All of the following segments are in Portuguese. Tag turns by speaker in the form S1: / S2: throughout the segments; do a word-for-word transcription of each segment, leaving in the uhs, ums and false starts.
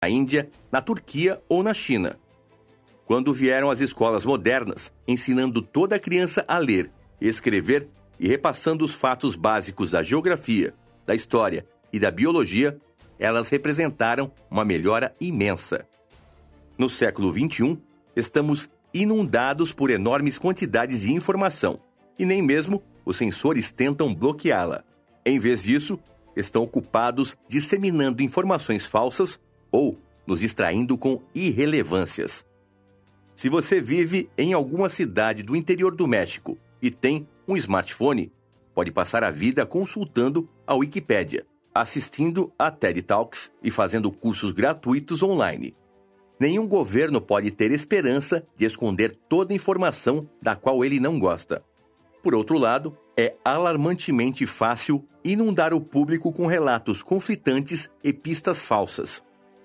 S1: na Índia, na Turquia ou na China. Quando vieram as escolas modernas, ensinando toda criança a ler, escrever e repassando os fatos básicos da geografia, da história e da biologia, elas representaram uma melhora imensa. No século vinte e um, estamos inundados por enormes quantidades de informação, e nem mesmo os sensores tentam bloqueá-la. Em vez disso, estão ocupados disseminando informações falsas ou nos distraindo com irrelevâncias. Se você vive em alguma cidade do interior do México e tem um smartphone, pode passar a vida consultando a Wikipédia, assistindo a TED Talks e fazendo cursos gratuitos online. Nenhum governo pode ter esperança de esconder toda a informação da qual ele não gosta. Por outro lado, é alarmantemente fácil inundar o público com relatos conflitantes e pistas falsas.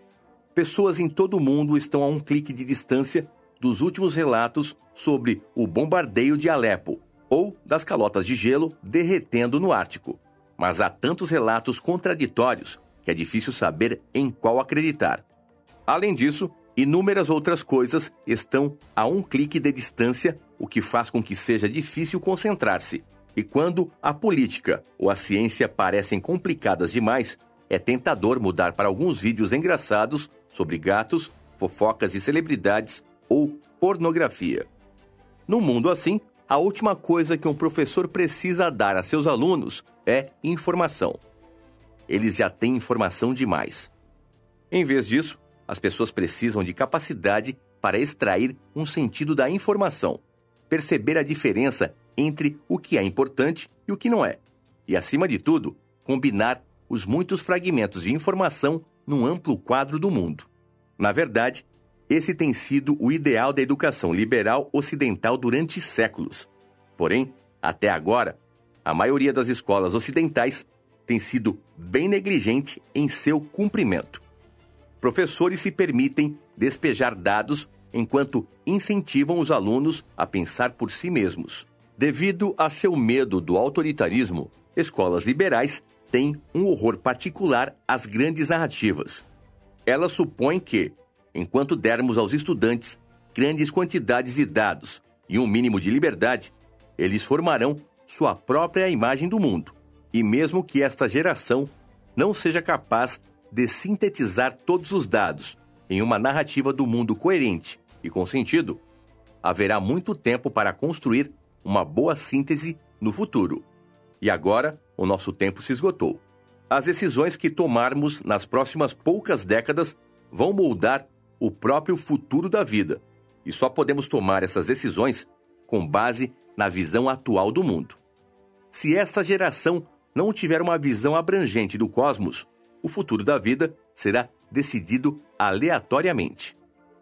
S1: Pessoas em todo o mundo estão a um clique de distância dos últimos relatos sobre o bombardeio de Alepo ou das calotas de gelo derretendo no Ártico. Mas há tantos relatos contraditórios que é difícil saber em qual acreditar. Além disso, inúmeras outras coisas estão a um clique de distância, o que faz com que seja difícil concentrar-se. E quando a política ou a ciência parecem complicadas demais, é tentador mudar para alguns vídeos engraçados sobre gatos, fofocas e celebridades ou pornografia. Num mundo assim, a última coisa que um professor precisa dar a seus alunos é informação. Eles já têm informação demais. Em vez disso, as pessoas precisam de capacidade para extrair um sentido da informação, perceber a diferença entre o que é importante e o que não é, e, acima de tudo, combinar os muitos fragmentos de informação num amplo quadro do mundo. Na verdade, esse tem sido o ideal da educação liberal ocidental durante séculos. Porém, até agora, a maioria das escolas ocidentais tem sido bem negligente em seu cumprimento. Professores se permitem despejar dados enquanto incentivam os alunos a pensar por si mesmos. Devido a seu medo do autoritarismo, escolas liberais têm um horror particular às grandes narrativas. Elas supõem que, enquanto dermos aos estudantes grandes quantidades de dados e um mínimo de liberdade, eles formarão sua própria imagem do mundo. E mesmo que esta geração não seja capaz de sintetizar todos os dados em uma narrativa do mundo coerente e com sentido, haverá muito tempo para construir uma boa síntese no futuro. E agora, o nosso tempo se esgotou. As decisões que tomarmos nas próximas poucas décadas vão moldar o próprio futuro da vida. E só podemos tomar essas decisões com base na visão atual do mundo. Se esta geração não tiver uma visão abrangente do cosmos, o futuro da vida será decidido aleatoriamente.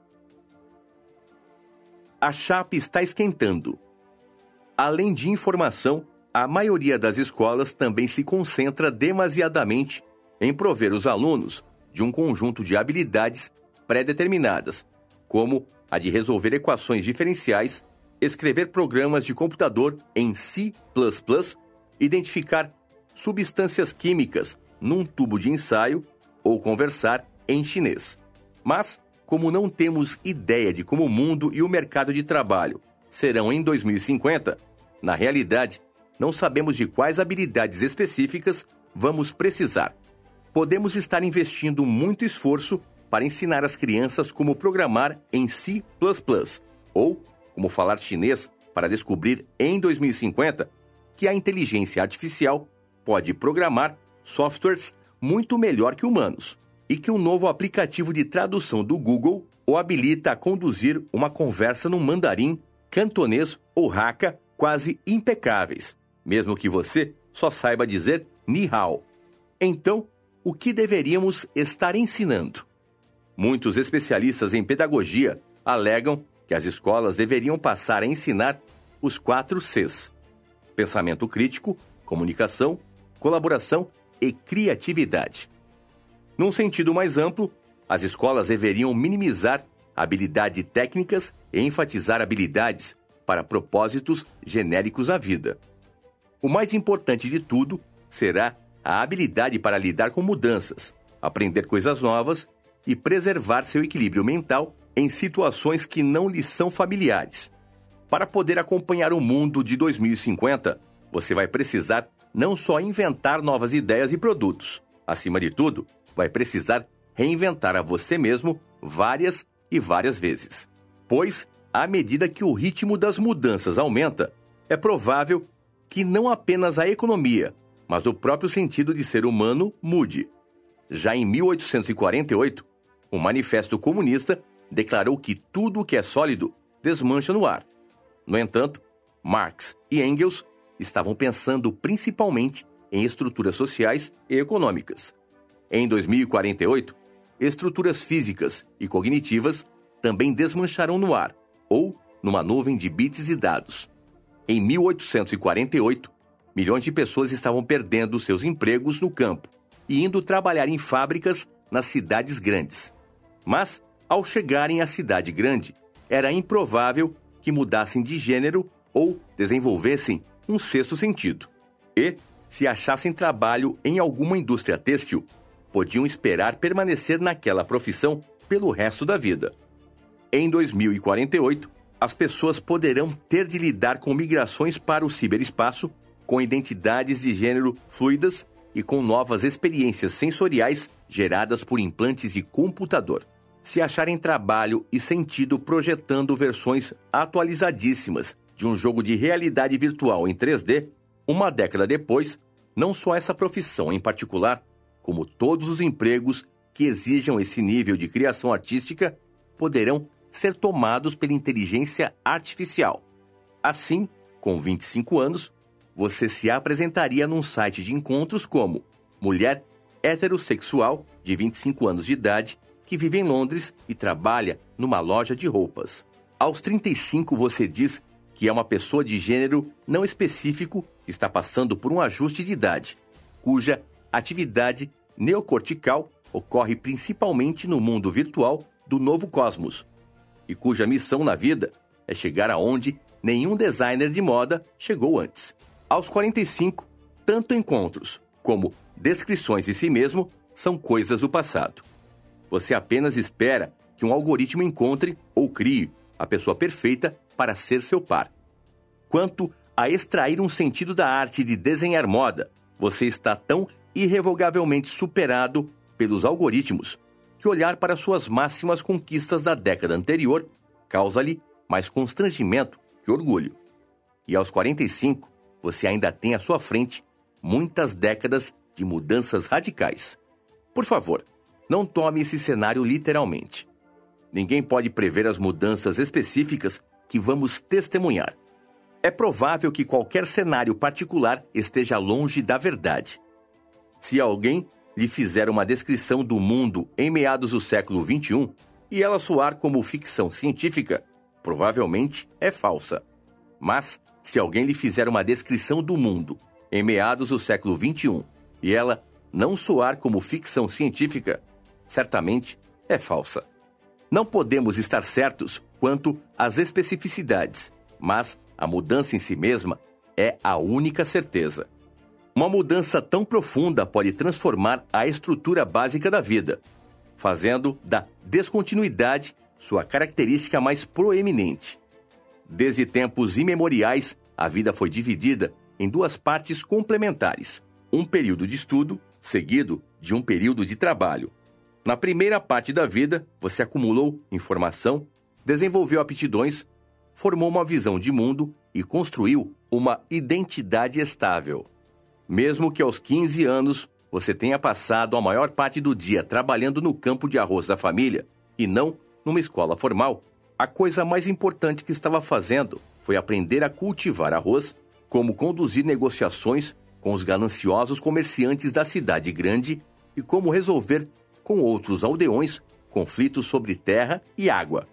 S1: A chapa está esquentando. Além de informação, a maioria das escolas também se concentra demasiadamente em prover os alunos de um conjunto de habilidades pré-determinadas, como a de resolver equações diferenciais, escrever programas de computador em C plus plus, identificar substâncias químicas num tubo de ensaio ou conversar em chinês. Mas, como não temos ideia de como o mundo e o mercado de trabalho serão em dois mil e cinquenta, na realidade, não sabemos de quais habilidades específicas vamos precisar. Podemos estar investindo muito esforço para ensinar as crianças como programar em C plus plus ou como falar chinês para descobrir em dois mil e cinquenta que a inteligência artificial pode programar softwares muito melhor que humanos e que um novo aplicativo de tradução do Google o habilita a conduzir uma conversa no mandarim, cantonês ou hakka quase impecáveis, mesmo que você só saiba dizer ni hao. Então, o que deveríamos estar ensinando? Muitos especialistas em pedagogia alegam que as escolas deveriam passar a ensinar os quatro Cs: pensamento crítico, comunicação, colaboração e criatividade. Num sentido mais amplo, as escolas deveriam minimizar habilidades técnicas e enfatizar habilidades para propósitos genéricos à vida. O mais importante de tudo será a habilidade para lidar com mudanças, aprender coisas novas e preservar seu equilíbrio mental em situações que não lhe são familiares. Para poder acompanhar o mundo de dois mil e cinquenta, você vai precisar não só inventar novas ideias e produtos, acima de tudo, vai precisar reinventar a você mesmo várias e várias vezes. Pois, à medida que o ritmo das mudanças aumenta, é provável que não apenas a economia, mas o próprio sentido de ser humano mude. Já em mil oitocentos e quarenta e oito, o Manifesto Comunista declarou que tudo o que é sólido desmancha no ar. No entanto, Marx e Engels estavam pensando principalmente em estruturas sociais e econômicas. Em dois mil e quarenta e oito, estruturas físicas e cognitivas também desmancharão no ar, ou numa nuvem de bits e dados. Em mil oitocentos e quarenta e oito, milhões de pessoas estavam perdendo seus empregos no campo e indo trabalhar em fábricas nas cidades grandes. Mas, ao chegarem à cidade grande, era improvável que mudassem de gênero ou desenvolvessem um sexto sentido. E, se achassem trabalho em alguma indústria têxtil, podiam esperar permanecer naquela profissão pelo resto da vida. Em dois mil e quarenta e oito, as pessoas poderão ter de lidar com migrações para o ciberespaço, com identidades de gênero fluidas e com novas experiências sensoriais geradas por implantes de computador. Se acharem trabalho e sentido projetando versões atualizadíssimas de um jogo de realidade virtual em três D, uma década depois, não só essa profissão em particular, como todos os empregos que exijam esse nível de criação artística, poderão ser tomados pela inteligência artificial. Assim, com vinte e cinco anos, você se apresentaria num site de encontros como mulher heterossexual de vinte e cinco anos de idade que vive em Londres e trabalha numa loja de roupas. Aos trinta e cinco, você diz que é uma pessoa de gênero não específico que está passando por um ajuste de idade, cuja atividade neocortical ocorre principalmente no mundo virtual do novo cosmos, e cuja missão na vida é chegar aonde nenhum designer de moda chegou antes. Aos quarenta e cinco, tanto encontros como descrições de si mesmo são coisas do passado. Você apenas espera que um algoritmo encontre ou crie a pessoa perfeita para ser seu par. Quanto a extrair um sentido da arte de desenhar moda, você está tão irrevogavelmente superado pelos algoritmos que olhar para suas máximas conquistas da década anterior causa-lhe mais constrangimento que orgulho. E aos quarenta e cinco, você ainda tem à sua frente muitas décadas de mudanças radicais. Por favor, não tome esse cenário literalmente. Ninguém pode prever as mudanças específicas que vamos testemunhar. É provável que qualquer cenário particular esteja longe da verdade. Se alguém lhe fizer uma descrição do mundo em meados do século vinte e um e ela soar como ficção científica, provavelmente é falsa. Mas, se alguém lhe fizer uma descrição do mundo em meados do século vinte e um e ela não soar como ficção científica, certamente é falsa. Não podemos estar certos quanto às especificidades, mas a mudança em si mesma é a única certeza. Uma mudança tão profunda pode transformar a estrutura básica da vida, fazendo da descontinuidade sua característica mais proeminente. Desde tempos imemoriais, a vida foi dividida em duas partes complementares: um período de estudo, seguido de um período de trabalho. Na primeira parte da vida, você acumulou informação, desenvolveu aptidões, formou uma visão de mundo e construiu uma identidade estável. Mesmo que aos quinze anos você tenha passado a maior parte do dia trabalhando no campo de arroz da família e não numa escola formal, a coisa mais importante que estava fazendo foi aprender a cultivar arroz, como conduzir negociações com os gananciosos comerciantes da cidade grande e como resolver com outros aldeões conflitos sobre terra e água.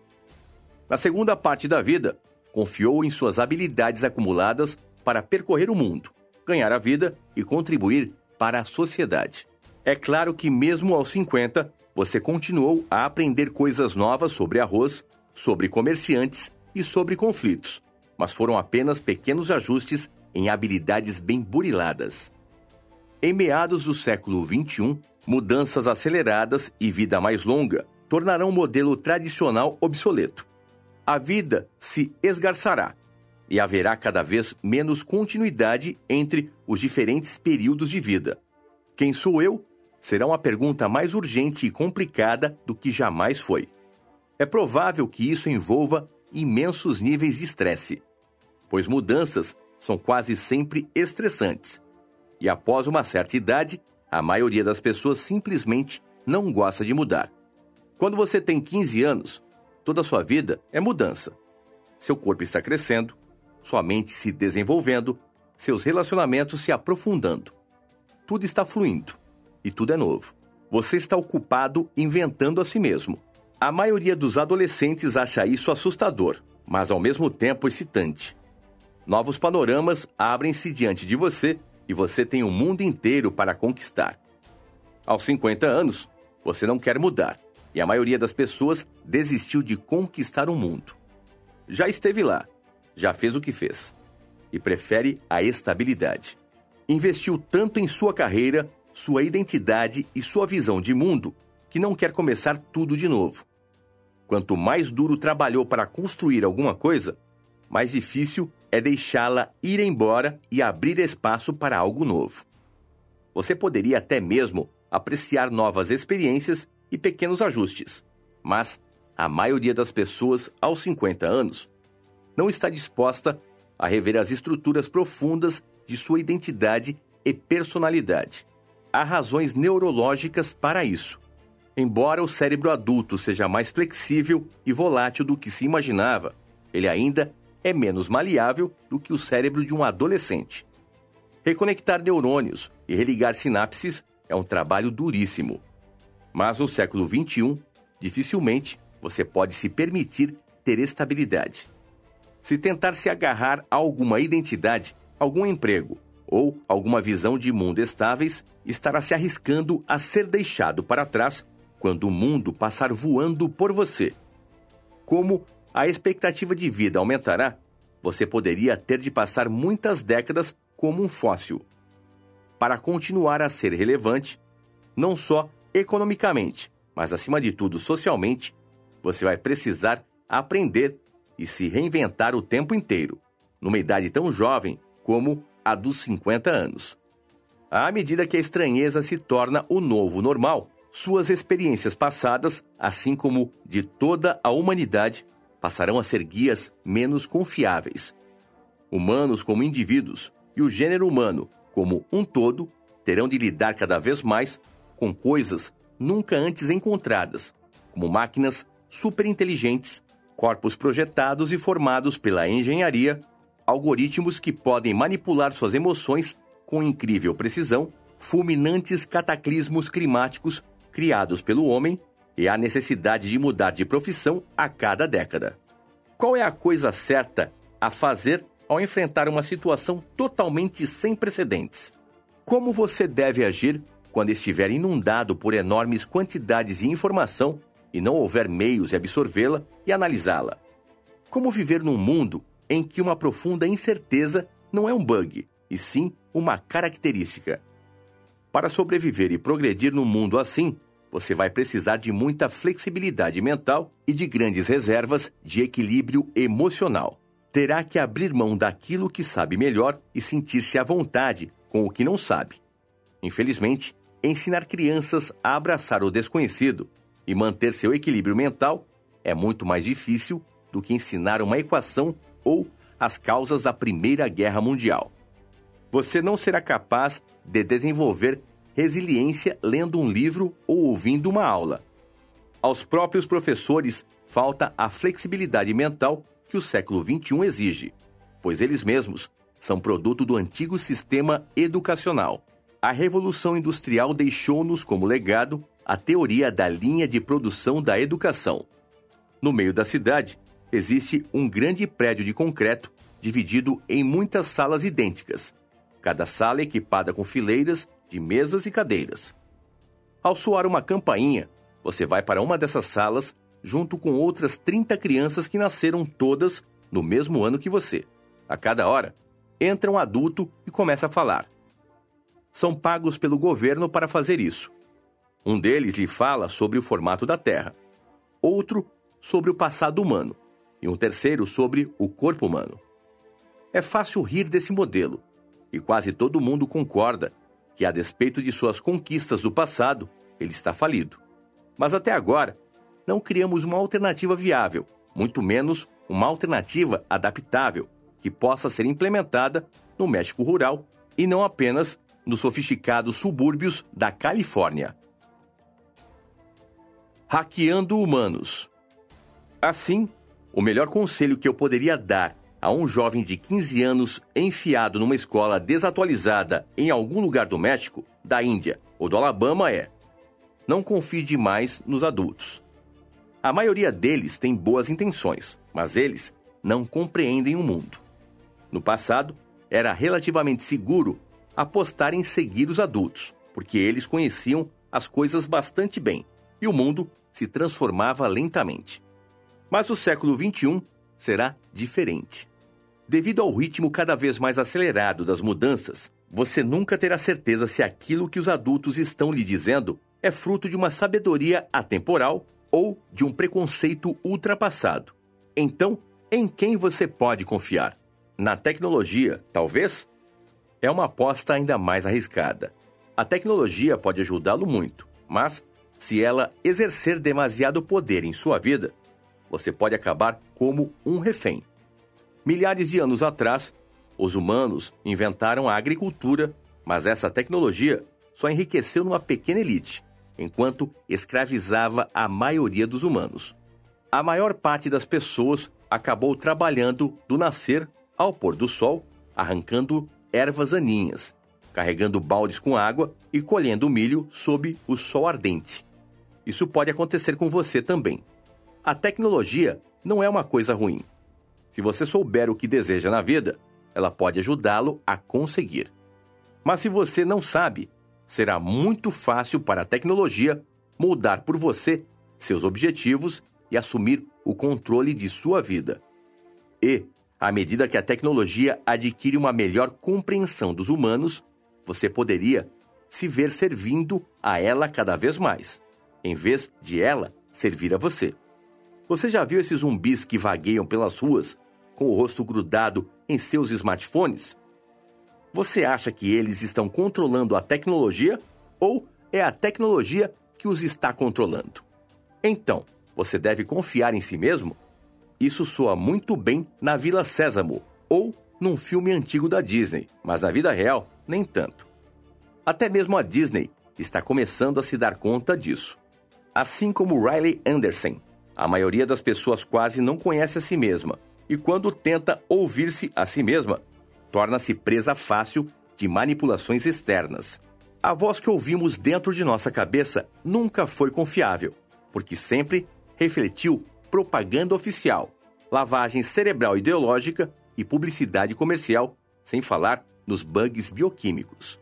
S1: Na segunda parte da vida, confiou em suas habilidades acumuladas para percorrer o mundo, ganhar a vida e contribuir para a sociedade. É claro que mesmo aos cinquenta, você continuou a aprender coisas novas sobre arroz, sobre comerciantes e sobre conflitos, mas foram apenas pequenos ajustes em habilidades bem buriladas. Em meados do século vinte e um, Mudanças aceleradas e vida mais longa tornarão o modelo tradicional obsoleto. A vida se esgarçará e haverá cada vez menos continuidade entre os diferentes períodos de vida. Quem sou eu? Será uma pergunta mais urgente e complicada do que jamais foi. É provável que isso envolva imensos níveis de estresse, pois mudanças são quase sempre estressantes. E após uma certa idade, a maioria das pessoas simplesmente não gosta de mudar. Quando você tem quinze anos, toda a sua vida é mudança. Seu corpo está crescendo, sua mente se desenvolvendo, seus relacionamentos se aprofundando. Tudo está fluindo e tudo é novo. Você está ocupado inventando a si mesmo. A maioria dos adolescentes acha isso assustador, mas ao mesmo tempo excitante. Novos panoramas abrem-se diante de você e você tem o mundo inteiro para conquistar. Aos cinquenta anos, você não quer mudar, e a maioria das pessoas desistiu de conquistar o mundo. Já esteve lá, já fez o que fez, e prefere a estabilidade. Investiu tanto em sua carreira, sua identidade e sua visão de mundo, que não quer começar tudo de novo. Quanto mais duro trabalhou para construir alguma coisa, mais difícil é deixá-la ir embora e abrir espaço para algo novo. Você poderia até mesmo apreciar novas experiências e pequenos ajustes, mas a maioria das pessoas aos cinquenta anos não está disposta a rever as estruturas profundas de sua identidade e personalidade. Há razões neurológicas para isso. Embora o cérebro adulto seja mais flexível e volátil do que se imaginava, ele ainda é menos maleável do que o cérebro de um adolescente. Reconectar neurônios e religar sinapses é um trabalho duríssimo. Mas no século vinte e um, dificilmente você pode se permitir ter estabilidade. Se tentar se agarrar a alguma identidade, algum emprego ou alguma visão de mundo estáveis, estará se arriscando a ser deixado para trás quando o mundo passar voando por você. Como a expectativa de vida aumentará, você poderia ter de passar muitas décadas como um fóssil. Para continuar a ser relevante, não só economicamente, mas acima de tudo socialmente, você vai precisar aprender e se reinventar o tempo inteiro, numa idade tão jovem como a dos cinquenta anos. À medida que a estranheza se torna o novo normal, suas experiências passadas, assim como de toda a humanidade, passarão a ser guias menos confiáveis. Humanos como indivíduos e o gênero humano como um todo terão de lidar cada vez mais com coisas nunca antes encontradas, como máquinas superinteligentes, corpos projetados e formados pela engenharia, algoritmos que podem manipular suas emoções com incrível precisão, fulminantes cataclismos climáticos criados pelo homem e a necessidade de mudar de profissão a cada década. Qual é a coisa certa a fazer ao enfrentar uma situação totalmente sem precedentes? Como você deve agir quando estiver inundado por enormes quantidades de informação e não houver meios de absorvê-la e analisá-la? Como viver num mundo em que uma profunda incerteza não é um bug, e sim uma característica? Para sobreviver e progredir num mundo assim, você vai precisar de muita flexibilidade mental e de grandes reservas de equilíbrio emocional. Terá que abrir mão daquilo que sabe melhor e sentir-se à vontade com o que não sabe. Infelizmente, ensinar crianças a abraçar o desconhecido e manter seu equilíbrio mental é muito mais difícil do que ensinar uma equação ou as causas da Primeira Guerra Mundial. Você não será capaz de desenvolver resiliência lendo um livro ou ouvindo uma aula. Aos próprios professores falta a flexibilidade mental que o século vinte e um exige, pois eles mesmos são produto do antigo sistema educacional. A Revolução Industrial deixou-nos como legado a teoria da linha de produção da educação. No meio da cidade, existe um grande prédio de concreto dividido em muitas salas idênticas, cada sala equipada com fileiras de mesas e cadeiras. Ao soar uma campainha, você vai para uma dessas salas junto com outras trinta crianças que nasceram todas no mesmo ano que você. A cada hora, entra um adulto e começa a falar. São pagos pelo governo para fazer isso. Um deles lhe fala sobre o formato da Terra, outro sobre o passado humano e um terceiro sobre o corpo humano. É fácil rir desse modelo, e quase todo mundo concorda que, a despeito de suas conquistas do passado, ele está falido. Mas até agora, não criamos uma alternativa viável, muito menos uma alternativa adaptável, que possa ser implementada no México rural e não apenas nos sofisticados subúrbios da Califórnia. Hackeando humanos. Assim, o melhor conselho que eu poderia dar a um jovem de quinze anos enfiado numa escola desatualizada em algum lugar do México, da Índia ou do Alabama é: não confie demais nos adultos. A maioria deles tem boas intenções, mas eles não compreendem o mundo. No passado, era relativamente seguro apostar em seguir os adultos, porque eles conheciam as coisas bastante bem e o mundo se transformava lentamente. Mas o século vinte e um será diferente. Devido ao ritmo cada vez mais acelerado das mudanças, você nunca terá certeza se aquilo que os adultos estão lhe dizendo é fruto de uma sabedoria atemporal ou de um preconceito ultrapassado. Então, em quem você pode confiar? Na tecnologia, talvez? É uma aposta ainda mais arriscada. A tecnologia pode ajudá-lo muito, mas, se ela exercer demasiado poder em sua vida, você pode acabar como um refém. Milhares de anos atrás, os humanos inventaram a agricultura, mas essa tecnologia só enriqueceu numa pequena elite, enquanto escravizava a maioria dos humanos. A maior parte das pessoas acabou trabalhando do nascer ao pôr do sol, arrancando ervas daninhas, carregando baldes com água e colhendo milho sob o sol ardente. Isso pode acontecer com você também. A tecnologia não é uma coisa ruim. Se você souber o que deseja na vida, ela pode ajudá-lo a conseguir. Mas se você não sabe, será muito fácil para a tecnologia moldar por você seus objetivos e assumir o controle de sua vida. E, à medida que a tecnologia adquire uma melhor compreensão dos humanos, você poderia se ver servindo a ela cada vez mais, em vez de ela servir a você. Você já viu esses zumbis que vagueiam pelas ruas com o rosto grudado em seus smartphones? Você acha que eles estão controlando a tecnologia ou é a tecnologia que os está controlando? Então, você deve confiar em si mesmo? Isso soa muito bem na Vila Sésamo ou num filme antigo da Disney, mas na vida real, nem tanto. Até mesmo a Disney está começando a se dar conta disso. Assim como Riley Anderson, a maioria das pessoas quase não conhece a si mesma e, quando tenta ouvir-se a si mesma, torna-se presa fácil de manipulações externas. A voz que ouvimos dentro de nossa cabeça nunca foi confiável, porque sempre refletiu propaganda oficial, lavagem cerebral ideológica e publicidade comercial, sem falar nos bugs bioquímicos.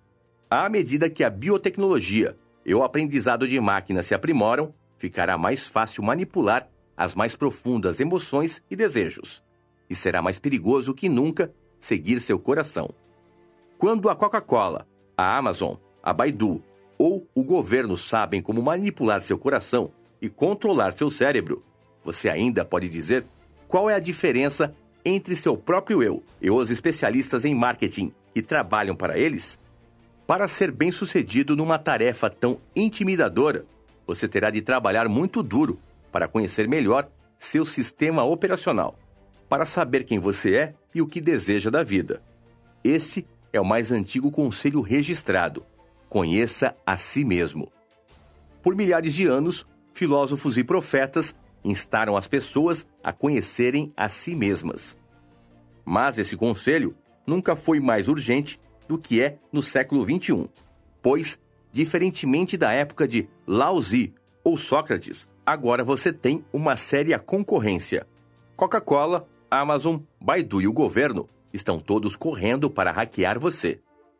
S1: À medida que a biotecnologia e o aprendizado de máquinas se aprimoram, ficará mais fácil manipular as mais profundas emoções e desejos, e será mais perigoso que nunca seguir seu coração. Quando a Coca-Cola, a Amazon, a Baidu ou o governo sabem como manipular seu coração e controlar seu cérebro, você ainda pode dizer qual é a diferença entre seu próprio eu e os especialistas em marketing que trabalham para eles? Para ser bem-sucedido numa tarefa tão intimidadora, você terá de trabalhar muito duro para conhecer melhor seu sistema operacional, para saber quem você é e o que deseja da vida. Esse é o mais antigo conselho registrado: conheça a si mesmo. Por milhares de anos, filósofos e profetas instaram as pessoas a conhecerem a si mesmas. Mas esse conselho nunca foi mais urgente do que é no século vinte e um, pois, diferentemente da época de Lao Tzu ou Sócrates, agora você tem uma séria concorrência. Coca-Cola, Amazon, Baidu e o governo estão todos correndo para hackear você.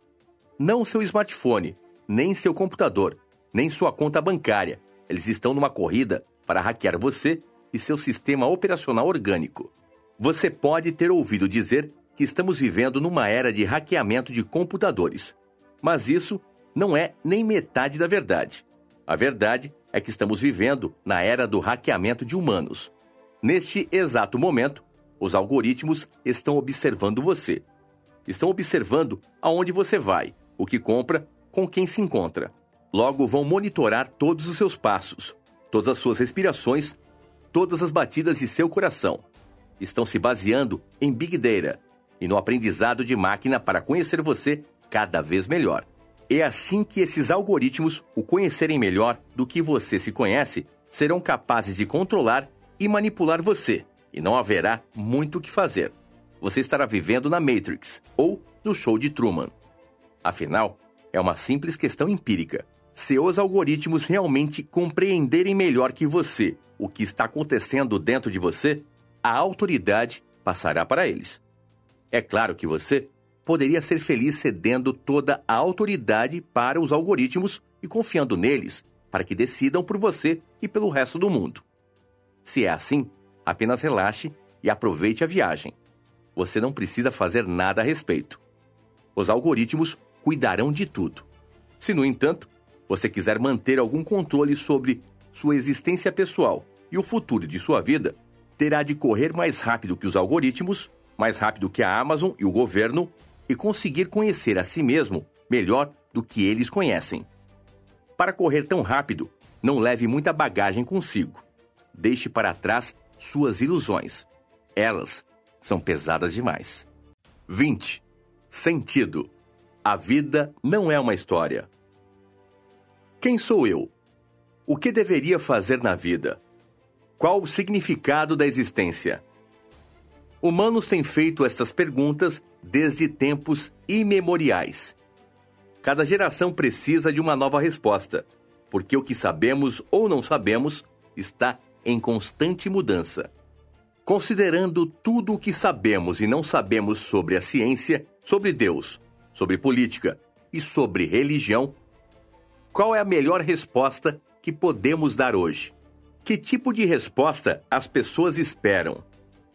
S1: Não seu smartphone, nem seu computador, nem sua conta bancária. Eles estão numa corrida para hackear você e seu sistema operacional orgânico. Você pode ter ouvido dizer que estamos vivendo numa era de hackeamento de computadores, mas isso não é nem metade da verdade. A verdade é que estamos vivendo na era do hackeamento de humanos. Neste exato momento, os algoritmos estão observando você. Estão observando aonde você vai, o que compra, com quem se encontra. Logo vão monitorar todos os seus passos, todas as suas respirações, todas as batidas de seu coração. Estão se baseando em Big Data e no aprendizado de máquina para conhecer você cada vez melhor. É assim que esses algoritmos, o conhecerem melhor do que você se conhece, serão capazes de controlar e manipular você, e não haverá muito o que fazer. Você estará vivendo na Matrix ou no show de Truman. Afinal, é uma simples questão empírica. Se os algoritmos realmente compreenderem melhor que você o que está acontecendo dentro de você, a autoridade passará para eles. É claro que você poderia ser feliz cedendo toda a autoridade para os algoritmos e confiando neles para que decidam por você e pelo resto do mundo. Se é assim, apenas relaxe e aproveite a viagem. Você não precisa fazer nada a respeito. Os algoritmos cuidarão de tudo. Se, no entanto, você quiser manter algum controle sobre sua existência pessoal e o futuro de sua vida, terá de correr mais rápido que os algoritmos, mais rápido que a Amazon e o governo, e conseguir conhecer a si mesmo melhor do que eles conhecem. Para correr tão rápido, não leve muita bagagem consigo. Deixe para trás suas ilusões. Elas são pesadas demais. vinte. Sentido. A vida não é uma história. Quem sou eu? O que deveria fazer na vida? Qual o significado da existência? Humanos têm feito estas perguntas desde tempos imemoriais. Cada geração precisa de uma nova resposta, porque o que sabemos ou não sabemos está em constante mudança. Considerando tudo o que sabemos e não sabemos sobre a ciência, sobre Deus, sobre política e sobre religião, qual é a melhor resposta que podemos dar hoje? Que tipo de resposta as pessoas esperam?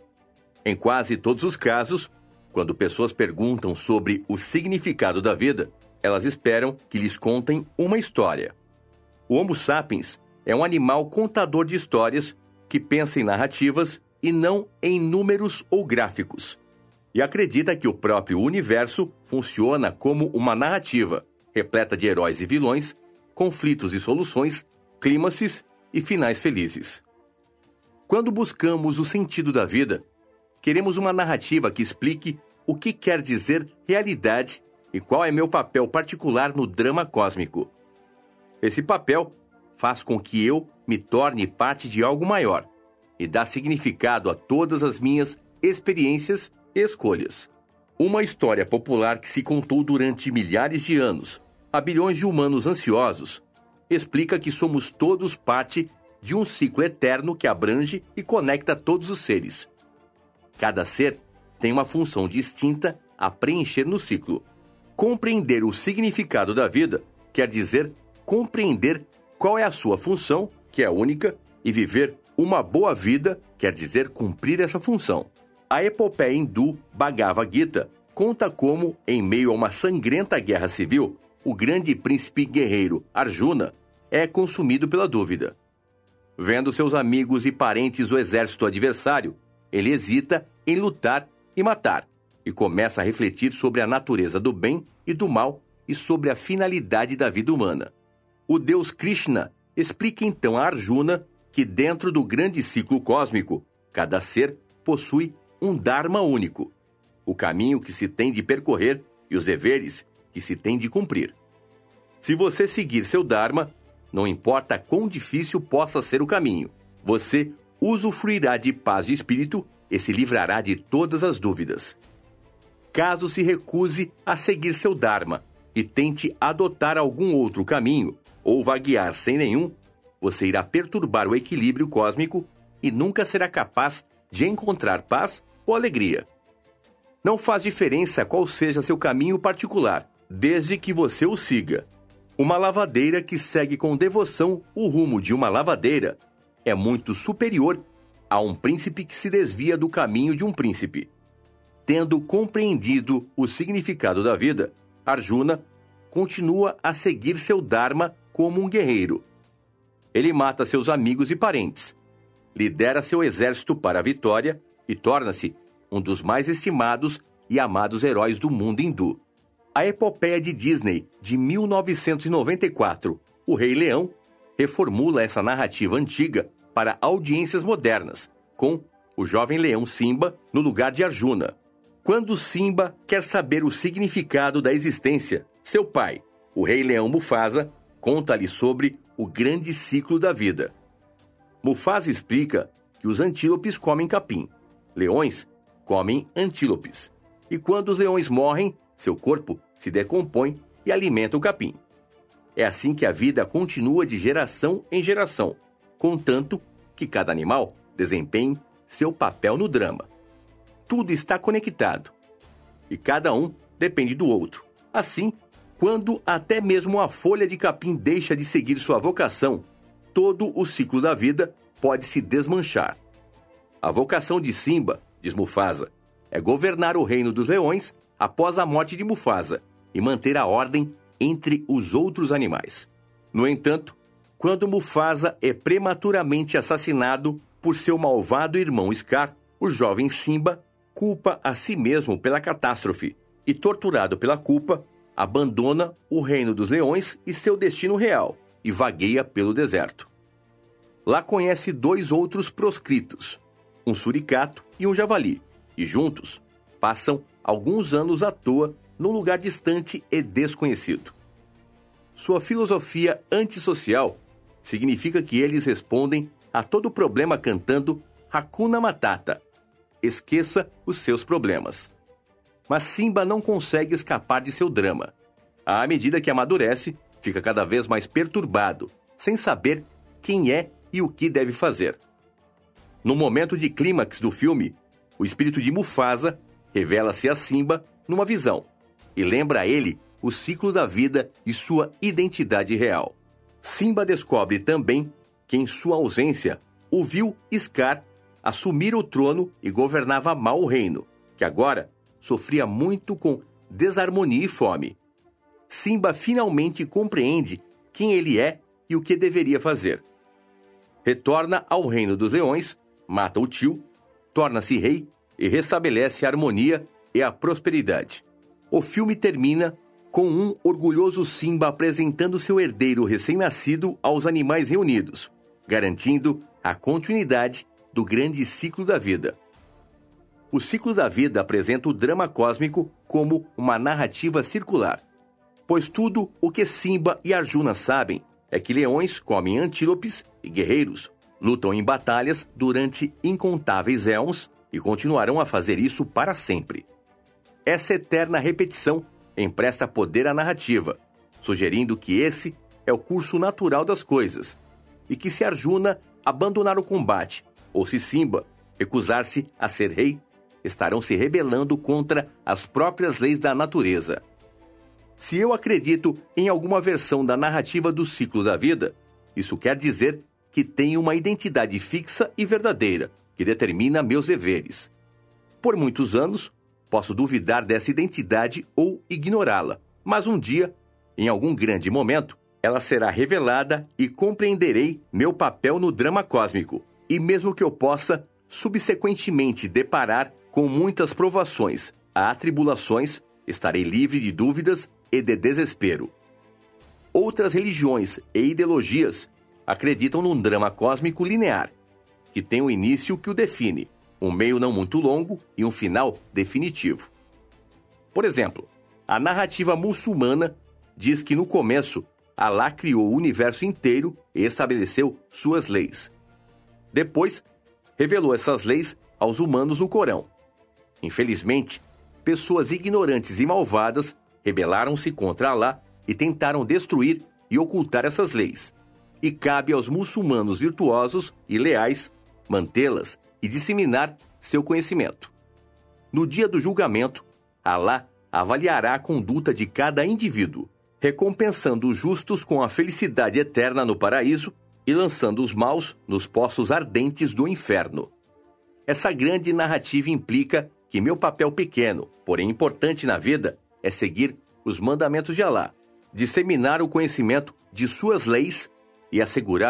S1: Em quase todos os casos, quando pessoas perguntam sobre o significado da vida, elas esperam que lhes contem uma história. O Homo sapiens é um animal contador de histórias que pensa em narrativas e não em números ou gráficos. E acredita que o próprio universo funciona como uma narrativa, repleta de heróis e vilões, conflitos e soluções, clímaxes e finais felizes. Quando buscamos o sentido da vida, queremos uma narrativa que explique o que quer dizer realidade e qual é meu papel particular no drama cósmico. Esse papel faz com que eu me torne parte de algo maior e dá significado a todas as minhas experiências e escolhas. Uma história popular que se contou durante milhares de anos, a bilhões de humanos ansiosos, explica que somos todos parte de um ciclo eterno que abrange e conecta todos os seres. Cada ser tem uma função distinta a preencher no ciclo. Compreender o significado da vida quer dizer compreender qual é a sua função, que é única, e viver uma boa vida quer dizer cumprir essa função. A epopeia hindu Bhagavad Gita conta como, em meio a uma sangrenta guerra civil, o grande príncipe guerreiro Arjuna é consumido pela dúvida. Vendo seus amigos e parentes do exército adversário, ele hesita em lutar e matar, e começa a refletir sobre a natureza do bem e do mal e sobre a finalidade da vida humana. O deus Krishna explica então a Arjuna que dentro do grande ciclo cósmico, cada ser possui um dharma único, o caminho que se tem de percorrer e os deveres que se tem de cumprir. Se você seguir seu dharma, não importa quão difícil possa ser o caminho, você usufruirá de paz de espírito e se livrará de todas as dúvidas. Caso se recuse a seguir seu dharma e tente adotar algum outro caminho ou vaguear sem nenhum, você irá perturbar o equilíbrio cósmico e nunca será capaz de encontrar paz ou alegria. Não faz diferença qual seja seu caminho particular, desde que você o siga. Uma lavadeira que segue com devoção o rumo de uma lavadeira é muito superior a um príncipe que se desvia do caminho de um príncipe. Tendo compreendido o significado da vida, Arjuna continua a seguir seu dharma como um guerreiro, Ele mata seus amigos e parentes, lidera seu exército para a vitória e torna-se um dos mais estimados e amados heróis do mundo hindu. A epopeia de Disney de mil novecentos e noventa e quatro, O Rei Leão, reformula essa narrativa antiga para audiências modernas, com o jovem leão Simba no lugar de Arjuna. Quando Simba quer saber o significado da existência, seu pai, o Rei Leão Mufasa, conta-lhe sobre o grande ciclo da vida. Mufasa explica que os antílopes comem capim, leões comem antílopes, e quando os leões morrem, seu corpo se decompõe e alimenta o capim. É assim que a vida continua de geração em geração, contanto que cada animal desempenhe seu papel no drama. Tudo está conectado, e cada um depende do outro. Assim, quando até mesmo a folha de capim deixa de seguir sua vocação, todo o ciclo da vida pode se desmanchar. A vocação de Simba, diz Mufasa, é governar o reino dos leões após a morte de Mufasa e manter a ordem entre os outros animais. No entanto, quando Mufasa é prematuramente assassinado por seu malvado irmão Scar, o jovem Simba culpa a si mesmo pela catástrofe e, torturado pela culpa, abandona o reino dos leões e seu destino real e vagueia pelo deserto. Lá conhece dois outros proscritos, um suricato e um javali, e juntos passam alguns anos à toa num lugar distante e desconhecido. Sua filosofia antissocial significa que eles respondem a todo problema cantando Hakuna Matata, esqueça os seus problemas. Mas Simba não consegue escapar de seu drama. À medida que amadurece, fica cada vez mais perturbado, sem saber quem é e o que deve fazer. No momento de clímax do filme, o espírito de Mufasa revela-se a Simba numa visão e lembra a ele o ciclo da vida e sua identidade real. Simba descobre também que, em sua ausência, ouviu Scar assumir o trono e governava mal o reino, que agora sofria muito com desarmonia e fome. Simba finalmente compreende quem ele é e o que deveria fazer. Retorna ao reino dos leões, mata o tio, torna-se rei e restabelece a harmonia e a prosperidade. O filme termina com um orgulhoso Simba apresentando seu herdeiro recém-nascido aos animais reunidos, garantindo a continuidade do grande ciclo da vida. O ciclo da vida apresenta o drama cósmico como uma narrativa circular, pois tudo o que Simba e Arjuna sabem é que leões comem antílopes e guerreiros lutam em batalhas durante incontáveis éons e continuarão a fazer isso para sempre. Essa eterna repetição empresta poder à narrativa, sugerindo que esse é o curso natural das coisas, e que se Arjuna abandonar o combate, ou se Simba recusar-se a ser rei, estarão se rebelando contra as próprias leis da natureza. Se eu acredito em alguma versão da narrativa do ciclo da vida, isso quer dizer que tenho uma identidade fixa e verdadeira, que determina meus deveres. Por muitos anos, posso duvidar dessa identidade ou ignorá-la, mas um dia, em algum grande momento, ela será revelada e compreenderei meu papel no drama cósmico. E mesmo que eu possa, subsequentemente, deparar com muitas provações, atribulações, estarei livre de dúvidas e de desespero. Outras religiões e ideologias acreditam num drama cósmico linear, que tem um início que o define, um meio não muito longo e um final definitivo. Por exemplo, a narrativa muçulmana diz que no começo Alá criou o universo inteiro e estabeleceu suas leis. Depois, revelou essas leis aos humanos no Corão. Infelizmente, pessoas ignorantes e malvadas rebelaram-se contra Alá e tentaram destruir e ocultar essas leis. E cabe aos muçulmanos virtuosos e leais mantê-las e disseminar seu conhecimento. No dia do julgamento, Alá avaliará a conduta de cada indivíduo, recompensando os justos com a felicidade eterna no paraíso e lançando os maus nos poços ardentes do inferno. Essa grande narrativa implica que meu papel pequeno, porém importante na vida, é seguir os mandamentos de Alá, disseminar o conhecimento de suas leis e assegurar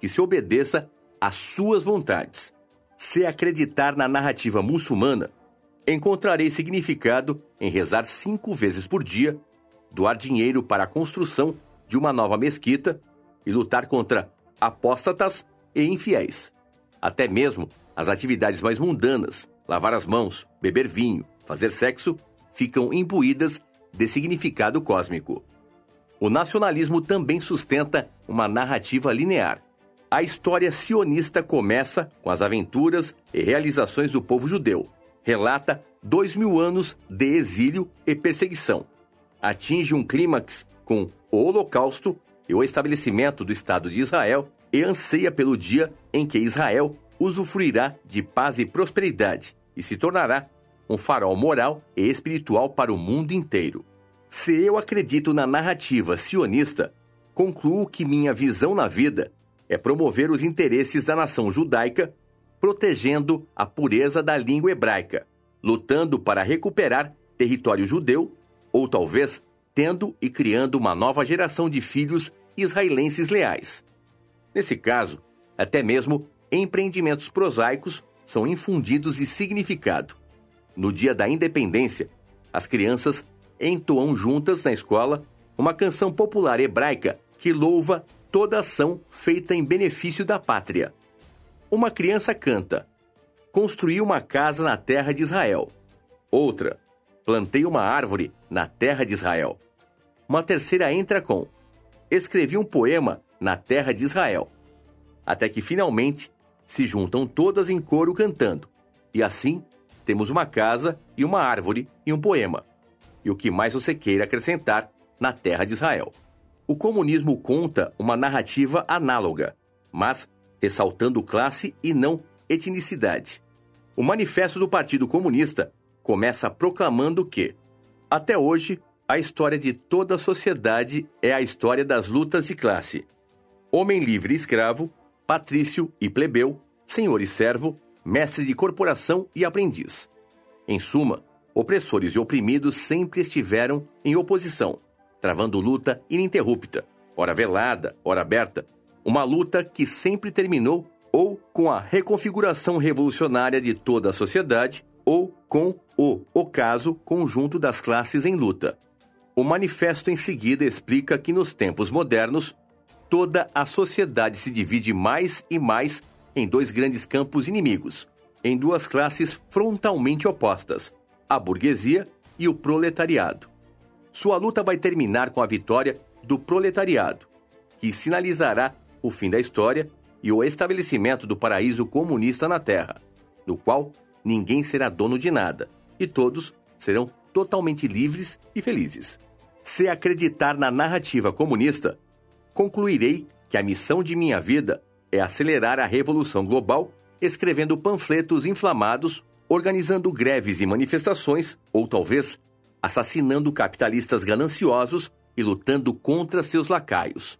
S1: que se obedeça às suas vontades. Se acreditar na narrativa muçulmana, encontrarei significado em rezar cinco vezes por dia, doar dinheiro para a construção de uma nova mesquita e lutar contra apóstatas e infiéis. Até mesmo as atividades mais mundanas, lavar as mãos, beber vinho, fazer sexo, ficam imbuídas de significado cósmico. O nacionalismo também sustenta uma narrativa linear. A história sionista começa com as aventuras e realizações do povo judeu. Relata dois mil anos de exílio e perseguição. Atinge um clímax com o Holocausto e o estabelecimento do Estado de Israel e anseia pelo dia em que Israel usufruirá de paz e prosperidade e se tornará um farol moral e espiritual para o mundo inteiro. Se eu acredito na narrativa sionista, concluo que minha visão na vida é promover os interesses da nação judaica, protegendo a pureza da língua hebraica, lutando para recuperar território judeu, ou talvez tendo e criando uma nova geração de filhos israelenses leais. Nesse caso, até mesmo empreendimentos prosaicos são infundidos de significado. No dia da independência, as crianças entoam juntas na escola uma canção popular hebraica que louva toda ação feita em benefício da pátria. Uma criança canta: construí uma casa na terra de Israel. Outra: plantei uma árvore na terra de Israel. Uma terceira entra com: escrevi um poema na terra de Israel. Até que finalmente se juntam todas em coro cantando. E assim temos uma casa e uma árvore e um poema. E o que mais você queira acrescentar na terra de Israel. O comunismo conta uma narrativa análoga, mas ressaltando classe e não etnicidade. O manifesto do Partido Comunista começa proclamando que, até hoje, a história de toda a sociedade é a história das lutas de classe. Homem livre e escravo, patrício e plebeu, senhor e servo, mestre de corporação e aprendiz. Em suma, opressores e oprimidos sempre estiveram em oposição, travando luta ininterrupta, ora velada, ora aberta, uma luta que sempre terminou ou com a reconfiguração revolucionária de toda a sociedade ou com o ocaso conjunto das classes em luta. O manifesto em seguida explica que nos tempos modernos, toda a sociedade se divide mais e mais em dois grandes campos inimigos, em duas classes frontalmente opostas, a burguesia e o proletariado. Sua luta vai terminar com a vitória do proletariado, que sinalizará o fim da história e o estabelecimento do paraíso comunista na Terra, no qual ninguém será dono de nada e todos serão totalmente livres e felizes. Se acreditar na narrativa comunista, concluirei que a missão de minha vida é acelerar a revolução global, escrevendo panfletos inflamados, organizando greves e manifestações, ou talvez assassinando capitalistas gananciosos e lutando contra seus lacaios.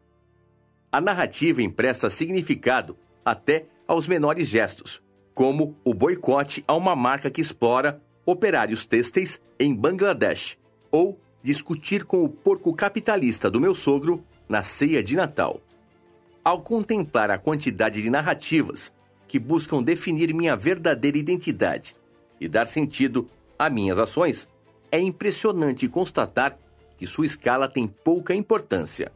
S1: A narrativa empresta significado até aos menores gestos, como o boicote a uma marca que explora operários têxteis em Bangladesh, ou discutir com o porco capitalista do meu sogro na ceia de Natal. Ao contemplar a quantidade de narrativas que buscam definir minha verdadeira identidade e dar sentido a minhas ações, é impressionante constatar que sua escala tem pouca importância.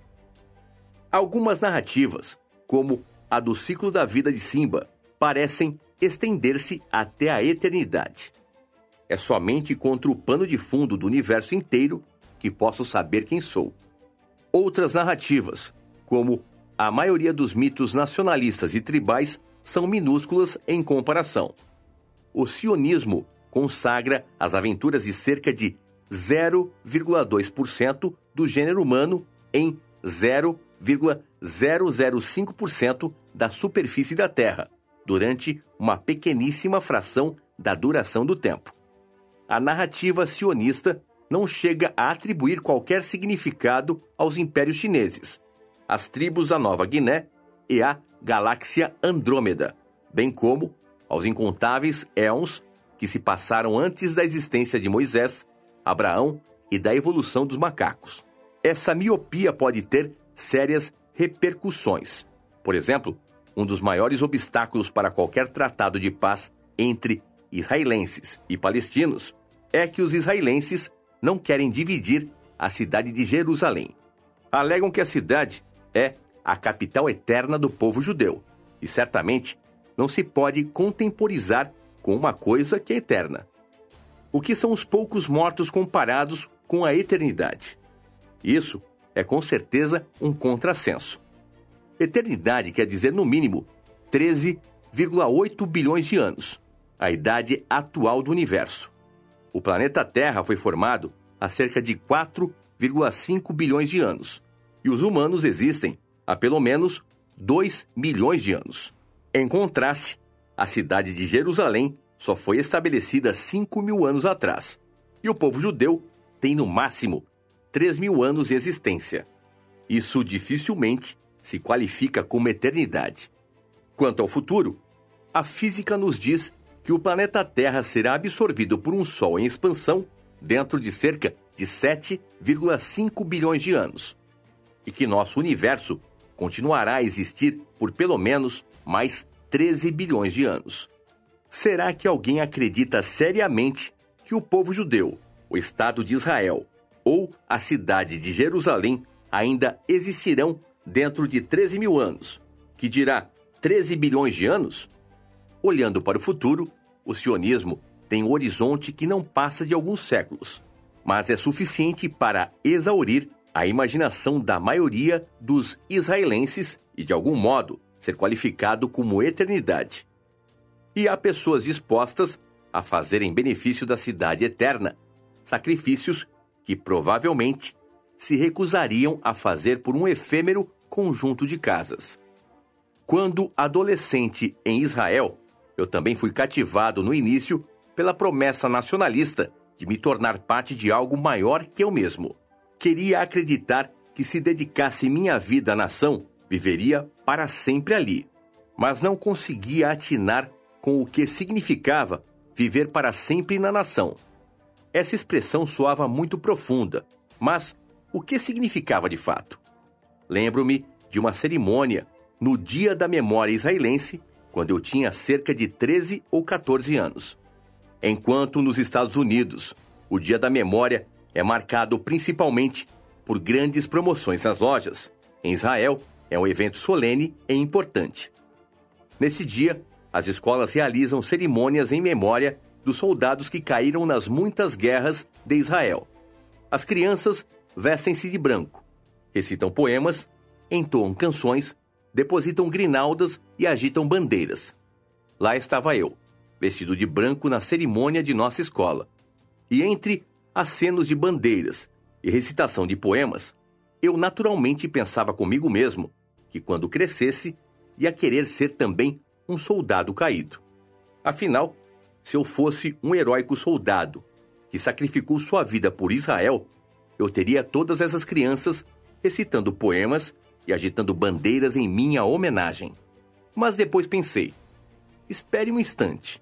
S1: Algumas narrativas, como a do ciclo da vida de Simba, parecem estender-se até a eternidade. É somente contra o pano de fundo do universo inteiro que posso saber quem sou. Outras narrativas, como a maioria dos mitos nacionalistas e tribais, são minúsculas em comparação. O sionismo consagra as aventuras de cerca de zero vírgula dois por cento do gênero humano em zero vírgula zero zero cinco por cento da superfície da Terra, durante uma pequeníssima fração da duração do tempo. A narrativa sionista não chega a atribuir qualquer significado aos impérios chineses, às tribos da Nova Guiné e à galáxia Andrômeda, bem como aos incontáveis éons que se passaram antes da existência de Moisés, Abraão e da evolução dos macacos. Essa miopia pode ter sérias repercussões. Por exemplo, um dos maiores obstáculos para qualquer tratado de paz entre israelenses e palestinos é que os israelenses não querem dividir a cidade de Jerusalém. Alegam que a cidade é a capital eterna do povo judeu e certamente não se pode contemporizar com uma coisa que é eterna. O que são os poucos mortos comparados com a eternidade? Isso é com certeza um contrassenso. Eternidade quer dizer, no mínimo, treze vírgula oito bilhões de anos, a idade atual do universo. O planeta Terra foi formado há cerca de quatro vírgula cinco bilhões de anos, e os humanos existem há pelo menos dois milhões de anos. Em contraste, a cidade de Jerusalém só foi estabelecida cinco mil anos atrás, e o povo judeu tem no máximo três mil anos de existência. Isso dificilmente se qualifica como eternidade. Quanto ao futuro, a física nos diz que o planeta Terra será absorvido por um Sol em expansão dentro de cerca de sete vírgula cinco bilhões de anos, e que nosso universo continuará a existir por pelo menos mais treze bilhões de anos. Será que alguém acredita seriamente que o povo judeu, o Estado de Israel ou a cidade de Jerusalém ainda existirão dentro de treze mil anos, que dirá treze bilhões de anos? Olhando para o futuro, o sionismo tem um horizonte que não passa de alguns séculos, mas é suficiente para exaurir a imaginação da maioria dos israelenses e, de algum modo, ser qualificado como eternidade. E há pessoas dispostas a fazer em benefício da cidade eterna sacrifícios que provavelmente se recusariam a fazer por um efêmero conjunto de casas. Quando adolescente em Israel, eu também fui cativado no início pela promessa nacionalista de me tornar parte de algo maior que eu mesmo. Queria acreditar que, se dedicasse minha vida à nação, viveria para sempre ali, mas não conseguia atinar com o que significava viver para sempre na nação. Essa expressão soava muito profunda, mas o que significava de fato? Lembro-me de uma cerimônia no Dia da Memória Israelense, quando eu tinha cerca de treze ou quatorze anos. Enquanto nos Estados Unidos, o Dia da Memória é marcado principalmente por grandes promoções nas lojas, em Israel é um evento solene e importante. Nesse dia, as escolas realizam cerimônias em memória dos soldados que caíram nas muitas guerras de Israel. As crianças vestem-se de branco, recitam poemas, entoam canções, depositam grinaldas e agitam bandeiras. Lá estava eu, vestido de branco na cerimônia de nossa escola. E entre acenos de bandeiras e recitação de poemas, eu naturalmente pensava comigo mesmo que, quando crescesse, ia querer ser também um soldado caído. Afinal, se eu fosse um heróico soldado que sacrificou sua vida por Israel, eu teria todas essas crianças recitando poemas e agitando bandeiras em minha homenagem. Mas depois pensei, espere um instante.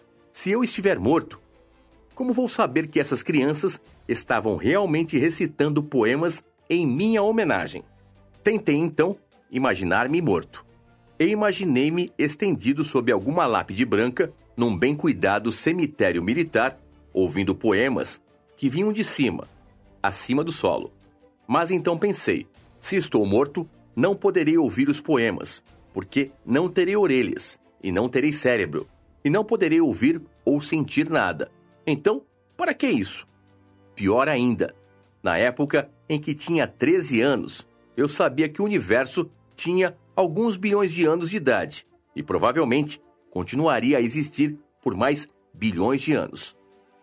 S1: Se eu estiver morto, como vou saber que essas crianças estavam realmente recitando poemas em minha homenagem? Tentei, então, imaginar-me morto. E imaginei-me estendido sob alguma lápide branca, num bem cuidado cemitério militar, ouvindo poemas que vinham de cima, acima do solo. Mas então pensei, se estou morto, não poderei ouvir os poemas, porque não terei orelhas, e não terei cérebro, e não poderei ouvir ou sentir nada. Então, para que isso? Pior ainda, na época em que tinha treze anos, eu sabia que o universo tinha alguns bilhões de anos de idade, e provavelmente continuaria a existir por mais bilhões de anos.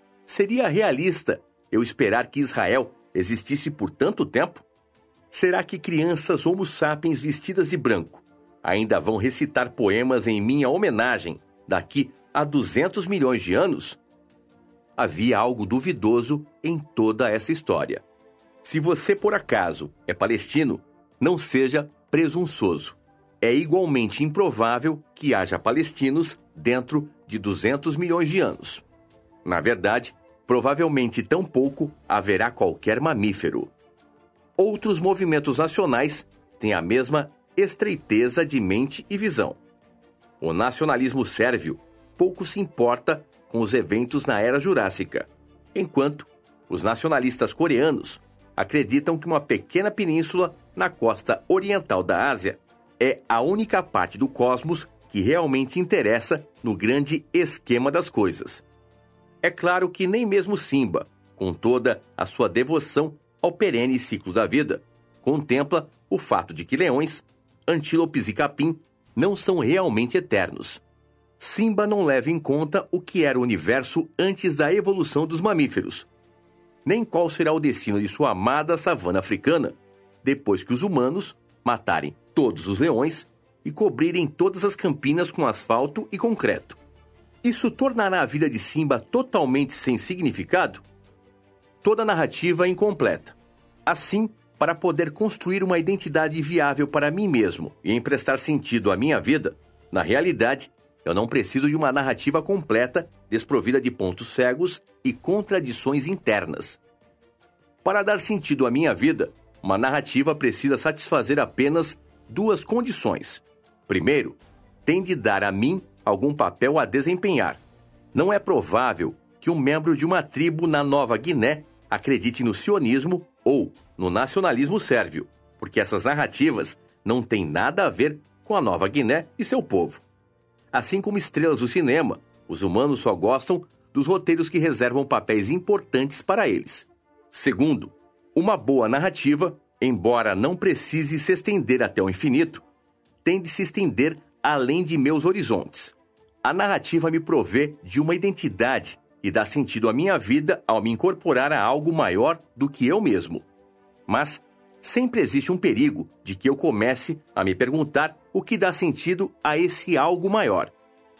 S1: Seria realista eu esperar que Israel existisse por tanto tempo? Será que crianças homo sapiens vestidas de branco ainda vão recitar poemas em minha homenagem daqui a duzentos milhões de anos? Havia algo duvidoso em toda essa história. Se você, por acaso, é palestino, não seja presunçoso. É igualmente improvável que haja palestinos dentro de duzentos milhões de anos. Na verdade, provavelmente tampouco haverá qualquer mamífero. Outros movimentos nacionais têm a mesma estreiteza de mente e visão. O nacionalismo sérvio pouco se importa com os eventos na Era Jurássica, enquanto os nacionalistas coreanos acreditam que uma pequena península na costa oriental da Ásia é a única parte do cosmos que realmente interessa no grande esquema das coisas. É claro que nem mesmo Simba, com toda a sua devoção ao perene ciclo da vida, contempla o fato de que leões, antílopes e capim não são realmente eternos. Simba não leva em conta o que era o universo antes da evolução dos mamíferos, nem qual será o destino de sua amada savana africana depois que os humanos matarem todos os leões e cobrirem todas as campinas com asfalto e concreto. Isso tornará a vida de Simba totalmente sem significado? Toda a narrativa é incompleta. Assim, para poder construir uma identidade viável para mim mesmo e emprestar sentido à minha vida, na realidade, eu não preciso de uma narrativa completa, desprovida de pontos cegos e contradições internas. Para dar sentido à minha vida, uma narrativa precisa satisfazer apenas duas condições. Primeiro, tem de dar a mim algum papel a desempenhar. Não é provável que um membro de uma tribo na Nova Guiné acredite no sionismo ou no nacionalismo sérvio, porque essas narrativas não têm nada a ver com a Nova Guiné e seu povo. Assim como estrelas do cinema, os humanos só gostam dos roteiros que reservam papéis importantes para eles. Segundo, uma boa narrativa, embora não precise se estender até o infinito, tem de se estender além de meus horizontes. A narrativa me provê de uma identidade e dá sentido à minha vida ao me incorporar a algo maior do que eu mesmo. Mas sempre existe um perigo de que eu comece a me perguntar o que dá sentido a esse algo maior.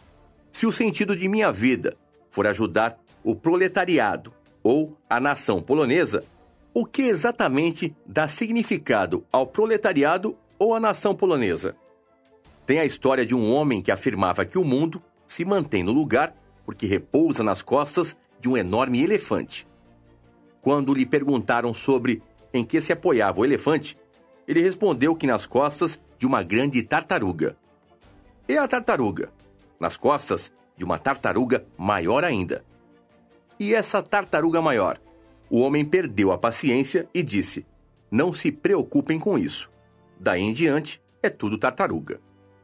S1: Se o sentido de minha vida for ajudar o proletariado ou a nação polonesa, o que exatamente dá significado ao proletariado ou à nação polonesa? Tem a história de um homem que afirmava que o mundo se mantém no lugar porque repousa nas costas de um enorme elefante. Quando lhe perguntaram sobre em que se apoiava o elefante, ele respondeu que nas costas de uma grande tartaruga. E a tartaruga? Nas costas de uma tartaruga maior ainda. E essa tartaruga maior? O homem perdeu a paciência e disse: não se preocupem com isso. Daí em diante, é tudo tartaruga.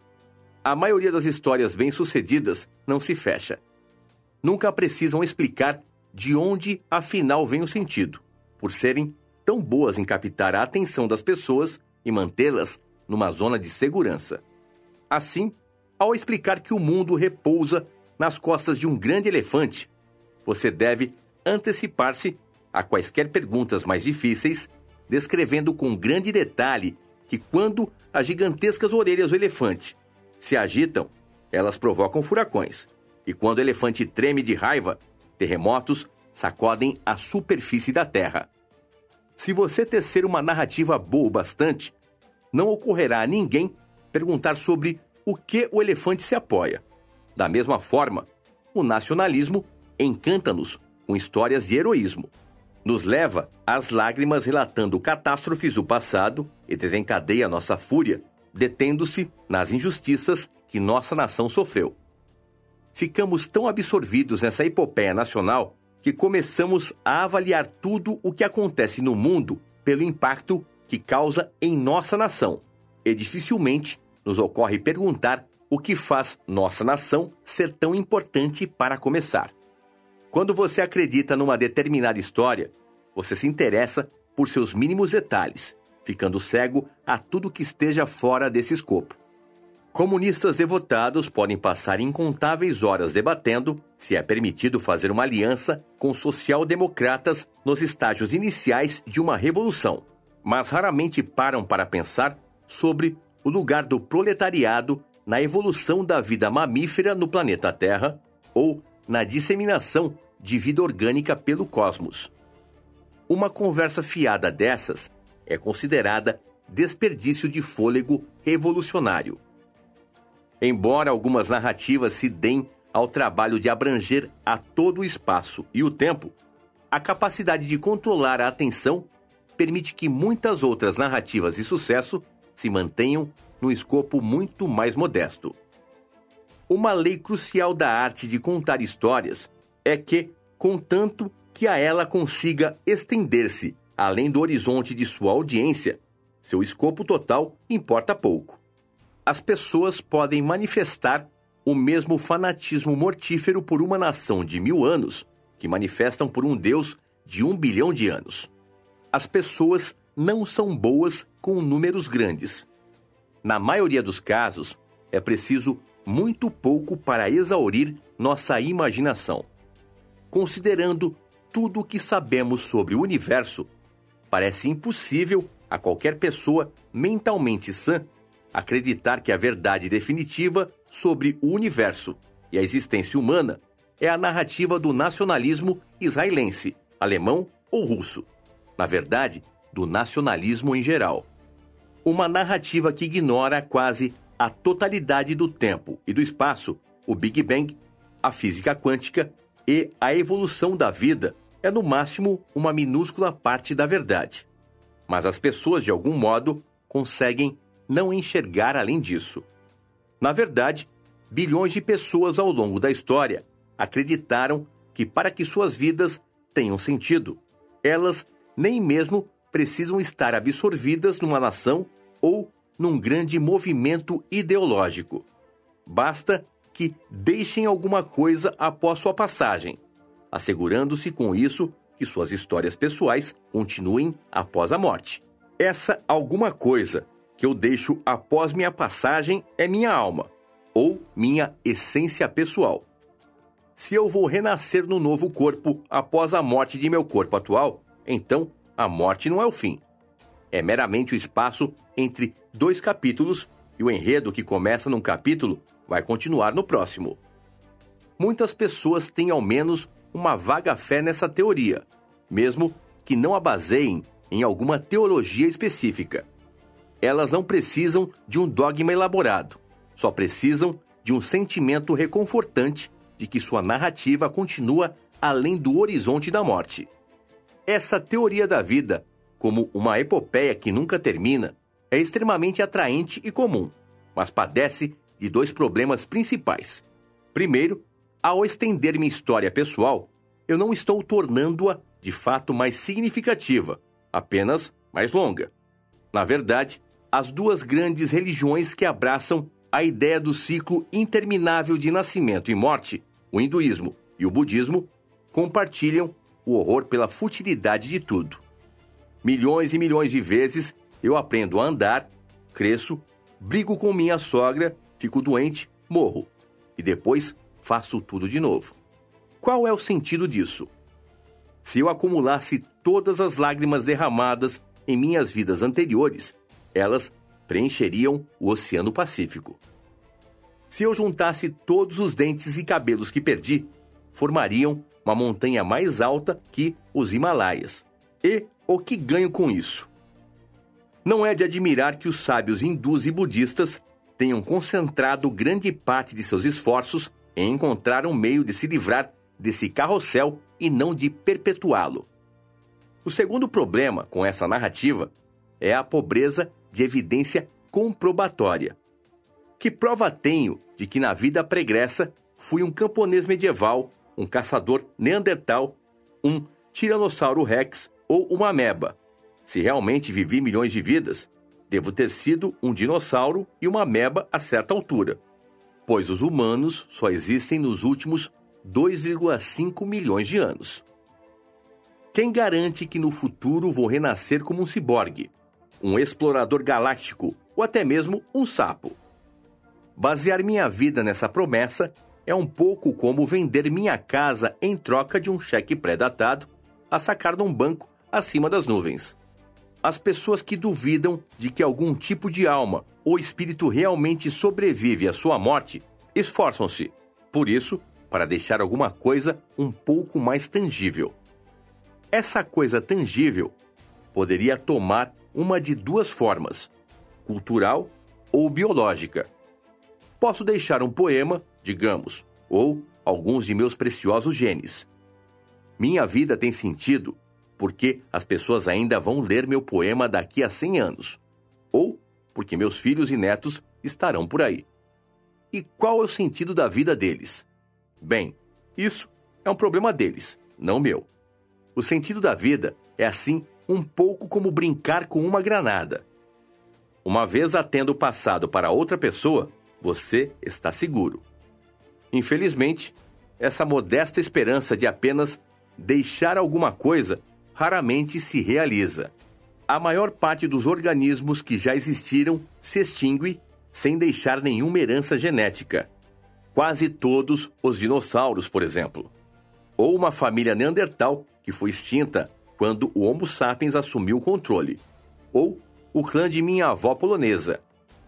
S1: A maioria das histórias bem-sucedidas não se fecha. Nunca precisam explicar de onde afinal vem o sentido, por serem tão boas em captar a atenção das pessoas e mantê-las numa zona de segurança. Assim, ao explicar que o mundo repousa nas costas de um grande elefante, você deve antecipar-se a quaisquer perguntas mais difíceis, descrevendo com grande detalhe que quando as gigantescas orelhas do elefante se agitam, elas provocam furacões, e quando o elefante treme de raiva, terremotos sacodem a superfície da terra. Se você tecer uma narrativa boa o bastante, não ocorrerá a ninguém perguntar sobre o que o elefante se apoia. Da mesma forma, o nacionalismo encanta-nos com histórias de heroísmo. Nos leva às lágrimas relatando catástrofes do passado e desencadeia nossa fúria, detendo-se nas injustiças que nossa nação sofreu. Ficamos tão absorvidos nessa epopeia nacional que começamos a avaliar tudo o que acontece no mundo pelo impacto que causa em nossa nação, e dificilmente nos ocorre perguntar o que faz nossa nação ser tão importante para começar. Quando você acredita numa determinada história, você se interessa por seus mínimos detalhes, ficando cego a tudo que esteja fora desse escopo. Comunistas devotados podem passar incontáveis horas debatendo se é permitido fazer uma aliança com social-democratas nos estágios iniciais de uma revolução, mas raramente param para pensar sobre o lugar do proletariado na evolução da vida mamífera no planeta Terra ou na disseminação de vida orgânica pelo cosmos. Uma conversa fiada dessas é considerada desperdício de fôlego revolucionário. Embora algumas narrativas se deem ao trabalho de abranger a todo o espaço e o tempo, a capacidade de controlar a atenção permite que muitas outras narrativas de sucesso se mantenham num escopo muito mais modesto. Uma lei crucial da arte de contar histórias é que, contanto que a ela consiga estender-se além do horizonte de sua audiência, seu escopo total importa pouco. As pessoas podem manifestar o mesmo fanatismo mortífero por uma nação de mil anos que manifestam por um Deus de um bilhão de anos. As pessoas não são boas com números grandes. Na maioria dos casos, é preciso muito pouco para exaurir nossa imaginação. Considerando tudo o que sabemos sobre o universo, parece impossível a qualquer pessoa mentalmente sã acreditar que a verdade definitiva sobre o universo e a existência humana é a narrativa do nacionalismo israelense, alemão ou russo. Na verdade, do nacionalismo em geral. Uma narrativa que ignora quase a totalidade do tempo e do espaço, o Big Bang, a física quântica e a evolução da vida é no máximo uma minúscula parte da verdade. Mas as pessoas, de algum modo, conseguem não enxergar além disso. Na verdade, bilhões de pessoas ao longo da história acreditaram que para que suas vidas tenham sentido, elas nem mesmo precisam estar absorvidas numa nação ou num grande movimento ideológico. Basta que deixem alguma coisa após sua passagem, assegurando-se com isso que suas histórias pessoais continuem após a morte. Essa alguma coisa que eu deixo após minha passagem é minha alma, ou minha essência pessoal. Se eu vou renascer no novo corpo após a morte de meu corpo atual, então a morte não é o fim. É meramente o espaço entre dois capítulos e o enredo que começa num capítulo vai continuar no próximo. Muitas pessoas têm ao menos uma vaga fé nessa teoria, mesmo que não a baseiem em alguma teologia específica. Elas não precisam de um dogma elaborado, só precisam de um sentimento reconfortante de que sua narrativa continua além do horizonte da morte. Essa teoria da vida, como uma epopeia que nunca termina, é extremamente atraente e comum, mas padece de dois problemas principais. Primeiro, ao estender minha história pessoal, eu não estou tornando-a de fato mais significativa, apenas mais longa. Na verdade, as duas grandes religiões que abraçam a ideia do ciclo interminável de nascimento e morte, o hinduísmo e o budismo, compartilham o horror pela futilidade de tudo. Milhões e milhões de vezes eu aprendo a andar, cresço, brigo com minha sogra, fico doente, morro. E depois faço tudo de novo. Qual é o sentido disso? Se eu acumulasse todas as lágrimas derramadas em minhas vidas anteriores, elas preencheriam o Oceano Pacífico. Se eu juntasse todos os dentes e cabelos que perdi, formariam uma montanha mais alta que os Himalaias. E o que ganho com isso? Não é de admirar que os sábios hindus e budistas tenham concentrado grande parte de seus esforços em encontrar um meio de se livrar desse carrossel e não de perpetuá-lo. O segundo problema com essa narrativa é a pobreza de evidência comprobatória. Que prova tenho de que na vida pregressa fui um camponês medieval, um caçador neandertal, um tiranossauro rex ou uma ameba? Se realmente vivi milhões de vidas, devo ter sido um dinossauro e uma ameba a certa altura, pois os humanos só existem nos últimos dois vírgula cinco milhões de anos. Quem garante que no futuro vou renascer como um ciborgue, um explorador galáctico ou até mesmo um sapo? Basear minha vida nessa promessa é um pouco como vender minha casa em troca de um cheque pré-datado a sacar num banco acima das nuvens. As pessoas que duvidam de que algum tipo de alma ou espírito realmente sobrevive à sua morte, esforçam-se, por isso, para deixar alguma coisa um pouco mais tangível. Essa coisa tangível poderia tomar uma de duas formas, cultural ou biológica. Posso deixar um poema, digamos, ou alguns de meus preciosos genes. Minha vida tem sentido porque as pessoas ainda vão ler meu poema daqui a cem anos. Ou porque meus filhos e netos estarão por aí. E qual é o sentido da vida deles? Bem, isso é um problema deles, não meu. O sentido da vida é assim um pouco como brincar com uma granada. Uma vez a tendo passado para outra pessoa, você está seguro. Infelizmente, essa modesta esperança de apenas deixar alguma coisa raramente se realiza. A maior parte dos organismos que já existiram se extingue sem deixar nenhuma herança genética. Quase todos os dinossauros, por exemplo. Ou uma família Neandertal que foi extinta quando o Homo sapiens assumiu o controle. Ou o clã de minha avó polonesa.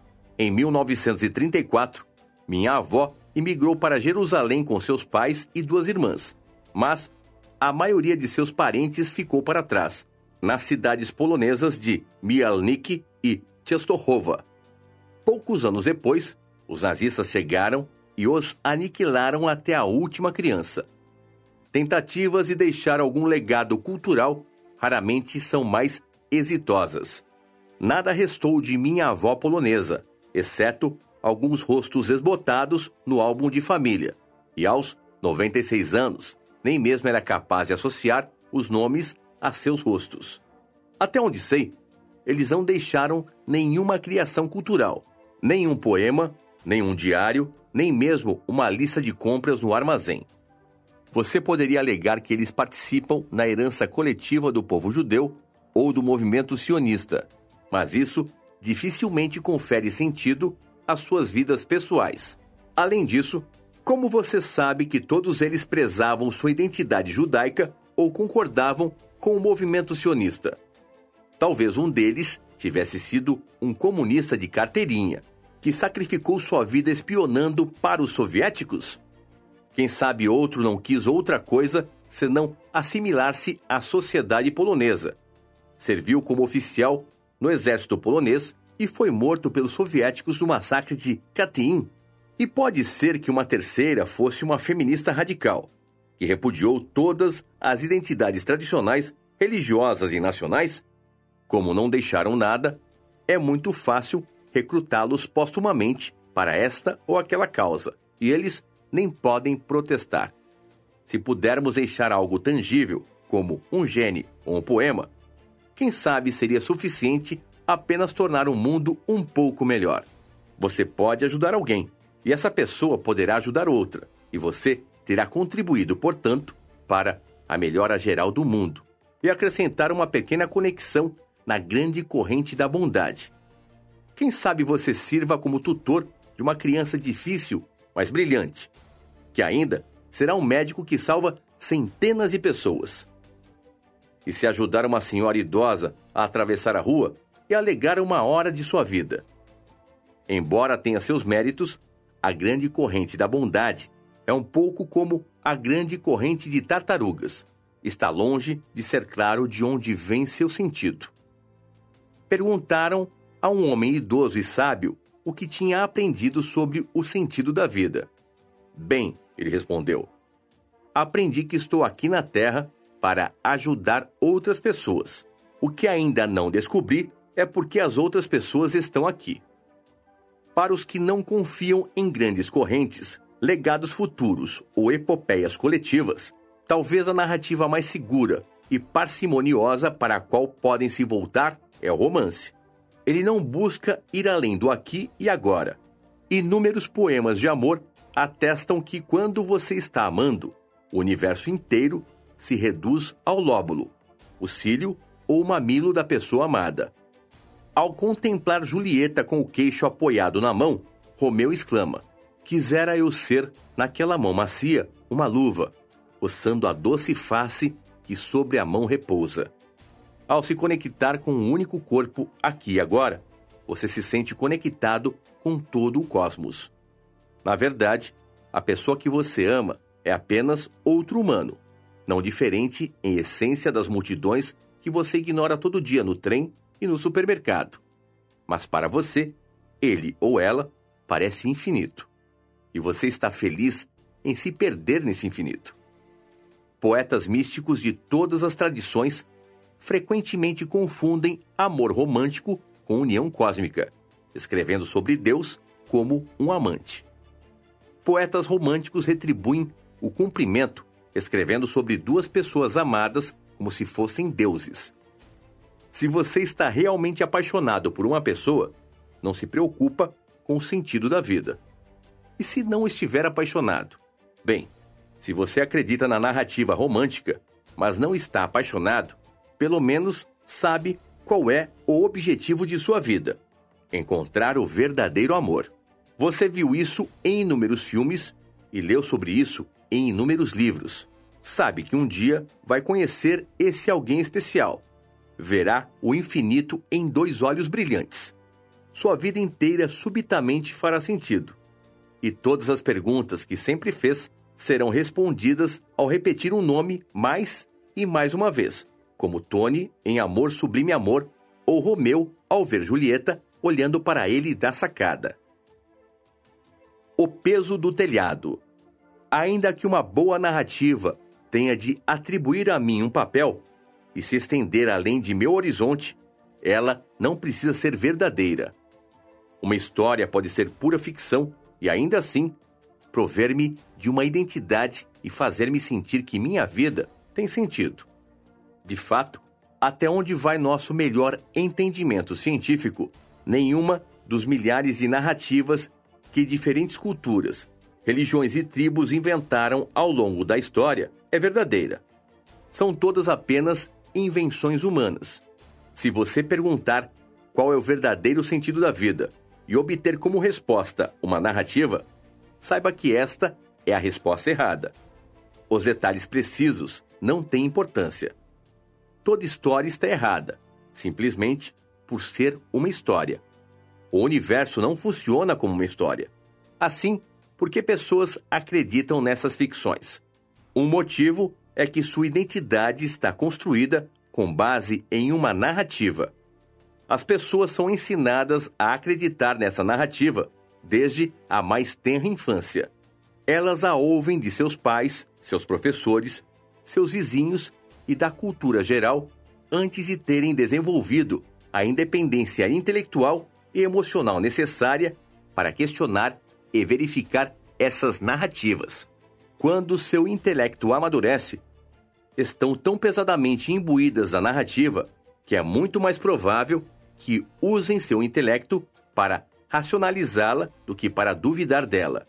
S1: Em mil novecentos e trinta e quatro, minha avó imigrou para Jerusalém com seus pais e duas irmãs. Mas a maioria de seus parentes ficou para trás, nas cidades polonesas de Mielnik e Częstochowa. Poucos anos depois, os nazistas chegaram e os aniquilaram até a última criança. Tentativas de deixar algum legado cultural raramente são mais exitosas. Nada restou de minha avó polonesa, exceto alguns rostos esbotados no álbum de família. E aos noventa e seis anos, nem mesmo era capaz de associar os nomes a seus rostos. Até onde sei, eles não deixaram nenhuma criação cultural, nenhum poema, nenhum diário, nem mesmo uma lista de compras no armazém. Você poderia alegar que eles participam na herança coletiva do povo judeu ou do movimento sionista, mas isso dificilmente confere sentido às suas vidas pessoais. Além disso, como você sabe que todos eles prezavam sua identidade judaica ou concordavam com o movimento sionista? Talvez um deles tivesse sido um comunista de carteirinha, que sacrificou sua vida espionando para os soviéticos? Quem sabe outro não quis outra coisa senão assimilar-se à sociedade polonesa. Serviu como oficial no exército polonês e foi morto pelos soviéticos no massacre de Katyn. E pode ser que uma terceira fosse uma feminista radical, que repudiou todas as identidades tradicionais, religiosas e nacionais. Como não deixaram nada, é muito fácil recrutá-los postumamente para esta ou aquela causa, e eles nem podem protestar. Se pudermos deixar algo tangível, como um gene ou um poema, quem sabe seria suficiente apenas tornar o mundo um pouco melhor. Você pode ajudar alguém, e essa pessoa poderá ajudar outra, e você terá contribuído, portanto, para a melhora geral do mundo, e acrescentar uma pequena conexão na grande corrente da bondade. Quem sabe você sirva como tutor de uma criança difícil, mas brilhante, que ainda será um médico que salva centenas de pessoas. E se ajudar uma senhora idosa a atravessar a rua e alegar uma hora de sua vida. Embora tenha seus méritos, a grande corrente da bondade é um pouco como a grande corrente de tartarugas. Está longe de ser claro de onde vem seu sentido. Perguntaram a um homem idoso e sábio o que tinha aprendido sobre o sentido da vida. Bem, ele respondeu, aprendi que estou aqui na Terra para ajudar outras pessoas. O que ainda não descobri é porque as outras pessoas estão aqui. Para os que não confiam em grandes correntes, legados futuros ou epopeias coletivas, talvez a narrativa mais segura e parcimoniosa para a qual podem se voltar é o romance. Ele não busca ir além do aqui e agora. Inúmeros poemas de amor atestam que quando você está amando, o universo inteiro se reduz ao lóbulo, o cílio ou o mamilo da pessoa amada. Ao contemplar Julieta com o queixo apoiado na mão, Romeu exclama, quisera eu ser, naquela mão macia, uma luva, roçando a doce face que sobre a mão repousa. Ao se conectar com um único corpo aqui e agora, você se sente conectado com todo o cosmos. Na verdade, a pessoa que você ama é apenas outro humano, não diferente em essência das multidões que você ignora todo dia no trem e no supermercado. Mas para você, ele ou ela parece infinito. E você está feliz em se perder nesse infinito. Poetas místicos de todas as tradições frequentemente confundem amor romântico com união cósmica. escrevendo sobre Deus como um amante. Poetas românticos retribuem o cumprimento, escrevendo sobre duas pessoas amadas como se fossem deuses. Se você está realmente apaixonado por uma pessoa, não se preocupa com o sentido da vida. E se não estiver apaixonado? Bem, se você acredita na narrativa romântica, mas não está apaixonado, pelo menos sabe qual é o objetivo de sua vida: encontrar o verdadeiro amor. Você viu isso em inúmeros filmes e leu sobre isso em inúmeros livros. Sabe que um dia vai conhecer esse alguém especial. Verá o infinito em dois olhos brilhantes. Sua vida inteira subitamente fará sentido. E todas as perguntas que sempre fez serão respondidas ao repetir um nome mais e mais uma vez, como Tony em Amor Sublime Amor, ou Romeu ao ver Julieta olhando para ele da sacada. O peso do telhado. Ainda que uma boa narrativa tenha de atribuir a mim um papel e se estender além de meu horizonte, ela não precisa ser verdadeira. Uma história pode ser pura ficção e ainda assim prover-me de uma identidade e fazer-me sentir que minha vida tem sentido. De fato, até onde vai nosso melhor entendimento científico, nenhuma dos milhares de narrativas que diferentes culturas, religiões e tribos inventaram ao longo da história é verdadeira. São todas apenas invenções humanas. Se você perguntar qual é o verdadeiro sentido da vida e obter como resposta uma narrativa, saiba que esta é a resposta errada. Os detalhes precisos não têm importância. Toda história está errada, simplesmente por ser uma história. O universo não funciona como uma história. Assim, por que pessoas acreditam nessas ficções? Um motivo é que sua identidade está construída com base em uma narrativa. As pessoas são ensinadas a acreditar nessa narrativa desde a mais tenra infância. Elas a ouvem de seus pais, seus professores, seus vizinhos e da cultura geral antes de terem desenvolvido a independência intelectual e emocional necessária para questionar e verificar essas narrativas. Quando seu intelecto amadurece, estão tão pesadamente imbuídas da narrativa que é muito mais provável que usem seu intelecto para racionalizá-la do que para duvidar dela.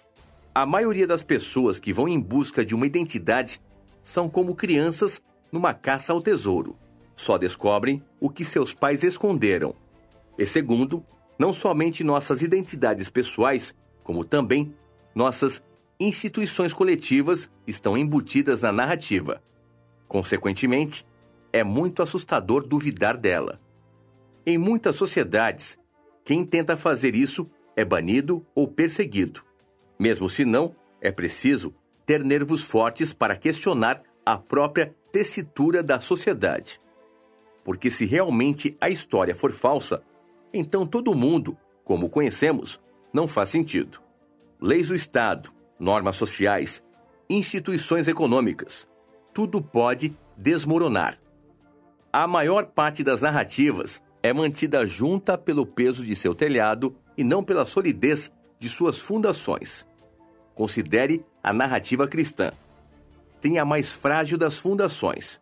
S1: A maioria das pessoas que vão em busca de uma identidade são como crianças numa caça ao tesouro. Só descobrem o que seus pais esconderam. E segundo, não somente nossas identidades pessoais, como também nossas instituições coletivas estão embutidas na narrativa. Consequentemente, é muito assustador duvidar dela. Em muitas sociedades, quem tenta fazer isso é banido ou perseguido. Mesmo se não, é preciso ter nervos fortes para questionar a própria tessitura da sociedade. Porque se realmente a história for falsa, então todo mundo, como conhecemos, não faz sentido. Leis do Estado, normas sociais, instituições econômicas, tudo pode desmoronar. A maior parte das narrativas é mantida junta pelo peso de seu telhado e não pela solidez de suas fundações. Considere a narrativa cristã. Tem a mais frágil das fundações.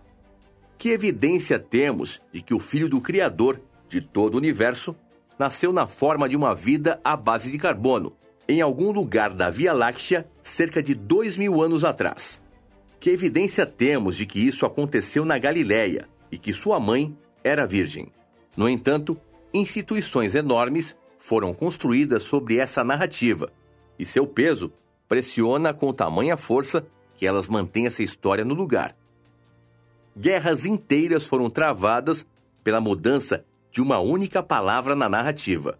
S1: Que evidência temos de que o Filho do Criador de todo o universo nasceu na forma de uma vida à base de carbono, em algum lugar da Via Láctea, cerca de dois mil anos atrás? Que evidência temos de que isso aconteceu na Galileia e que sua mãe era virgem? No entanto, instituições enormes foram construídas sobre essa narrativa, e seu peso pressiona com tamanha força que elas mantêm essa história no lugar. Guerras inteiras foram travadas pela mudança de uma única palavra na narrativa.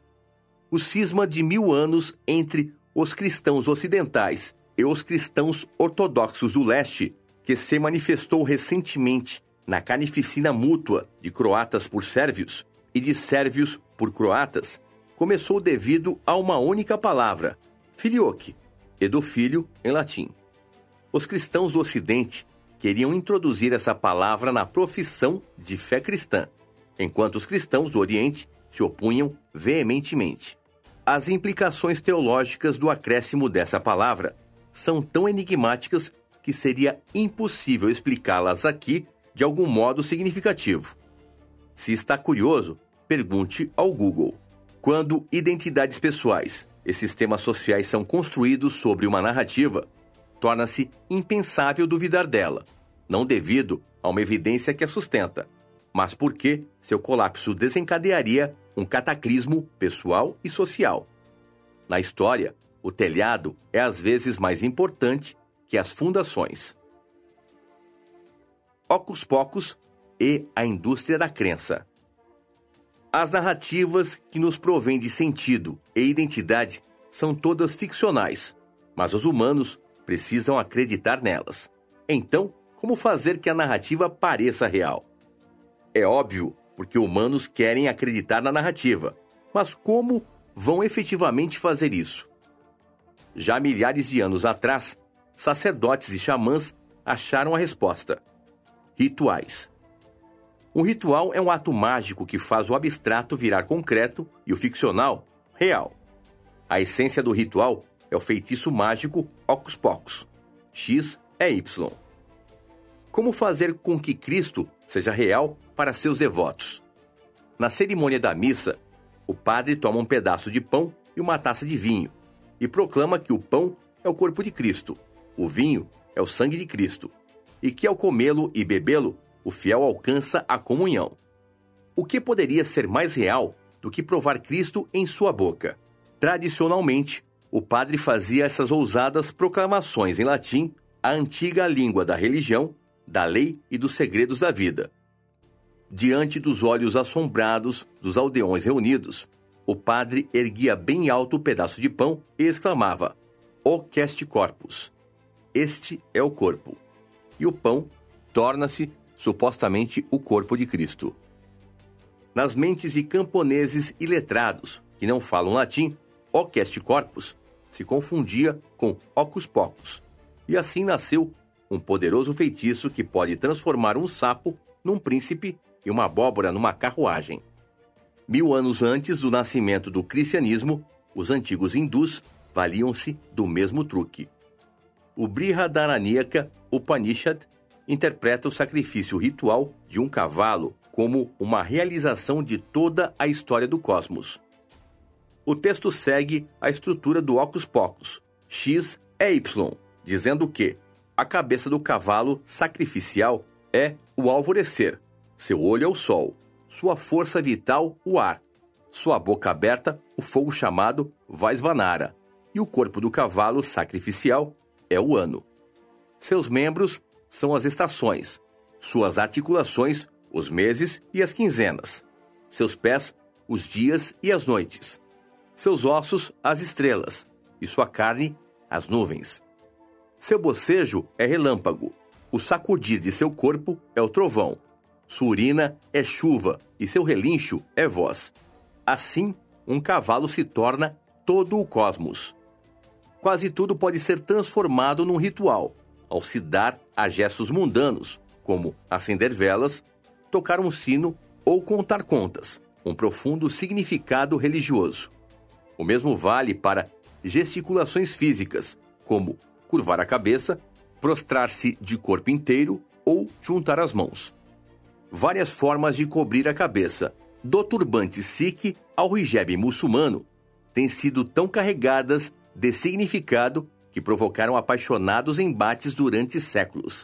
S1: O cisma de mil anos entre os cristãos ocidentais e os cristãos ortodoxos do leste, que se manifestou recentemente na carnificina mútua de croatas por sérvios e de sérvios por croatas, começou devido a uma única palavra, filioque, e do filho em latim. Os cristãos do Ocidente queriam introduzir essa palavra na profissão de fé cristã, enquanto os cristãos do Oriente se opunham veementemente. As implicações teológicas do acréscimo dessa palavra são tão enigmáticas que seria impossível explicá-las aqui de algum modo significativo. Se está curioso, pergunte ao Google. Quando identidades pessoais e sistemas sociais são construídos sobre uma narrativa, torna-se impensável duvidar dela, não devido a uma evidência que a sustenta, mas porque seu colapso desencadearia um cataclismo pessoal e social. Na história, o telhado é às vezes mais importante que as fundações. Hocus Pocus e a indústria da crença. As narrativas que nos provêm de sentido e identidade são todas ficcionais, mas os humanos precisam acreditar nelas. Então, como fazer que a narrativa pareça real? É óbvio, porque humanos querem acreditar na narrativa, mas como vão efetivamente fazer isso? Já milhares de anos atrás, sacerdotes e xamãs acharam a resposta: rituais. Um ritual é um ato mágico que faz o abstrato virar concreto e o ficcional, real. A essência do ritual é o feitiço mágico Hocus Pocus. X é Y. Como fazer com que Cristo seja real para seus devotos? Na cerimônia da missa, o padre toma um pedaço de pão e uma taça de vinho e proclama que o pão é o corpo de Cristo, o vinho é o sangue de Cristo, e que ao comê-lo e bebê-lo, o fiel alcança a comunhão. O que poderia ser mais real do que provar Cristo em sua boca? Tradicionalmente, o padre fazia essas ousadas proclamações em latim, a antiga língua da religião, da lei e dos segredos da vida. Diante dos olhos assombrados dos aldeões reunidos, o padre erguia bem alto o pedaço de pão e exclamava: "Hoc est corpus", este é o corpo. E o pão torna-se supostamente o corpo de Cristo. Nas mentes de camponeses iletrados que não falam latim, hoc est corpus se confundia com hocus pocus, e assim nasceu um poderoso feitiço que pode transformar um sapo num príncipe e uma abóbora numa carruagem. Mil anos antes do nascimento do cristianismo, os antigos hindus valiam-se do mesmo truque. O Brihadaranyaka Upanishad interpreta o sacrifício ritual de um cavalo como uma realização de toda a história do cosmos. O texto segue a estrutura do Hocus Pocus, X é Y, dizendo que a cabeça do cavalo sacrificial é o alvorecer, seu olho é o sol, sua força vital o ar, sua boca aberta o fogo chamado Vaisvanara, e o corpo do cavalo sacrificial é o ano. Seus membros são as estações, suas articulações, os meses e as quinzenas, seus pés, os dias e as noites, seus ossos, as estrelas, e sua carne, as nuvens. Seu bocejo é relâmpago, o sacudir de seu corpo é o trovão, sua urina é chuva e seu relincho é voz. Assim, um cavalo se torna todo o cosmos. Quase tudo pode ser transformado num ritual, ao se dar a gestos mundanos, como acender velas, tocar um sino ou contar contas, um profundo significado religioso. O mesmo vale para gesticulações físicas, como curvar a cabeça, prostrar-se de corpo inteiro ou juntar as mãos. Várias formas de cobrir a cabeça, do turbante sikh ao hijab muçulmano, têm sido tão carregadas de significado que provocaram apaixonados embates durante séculos.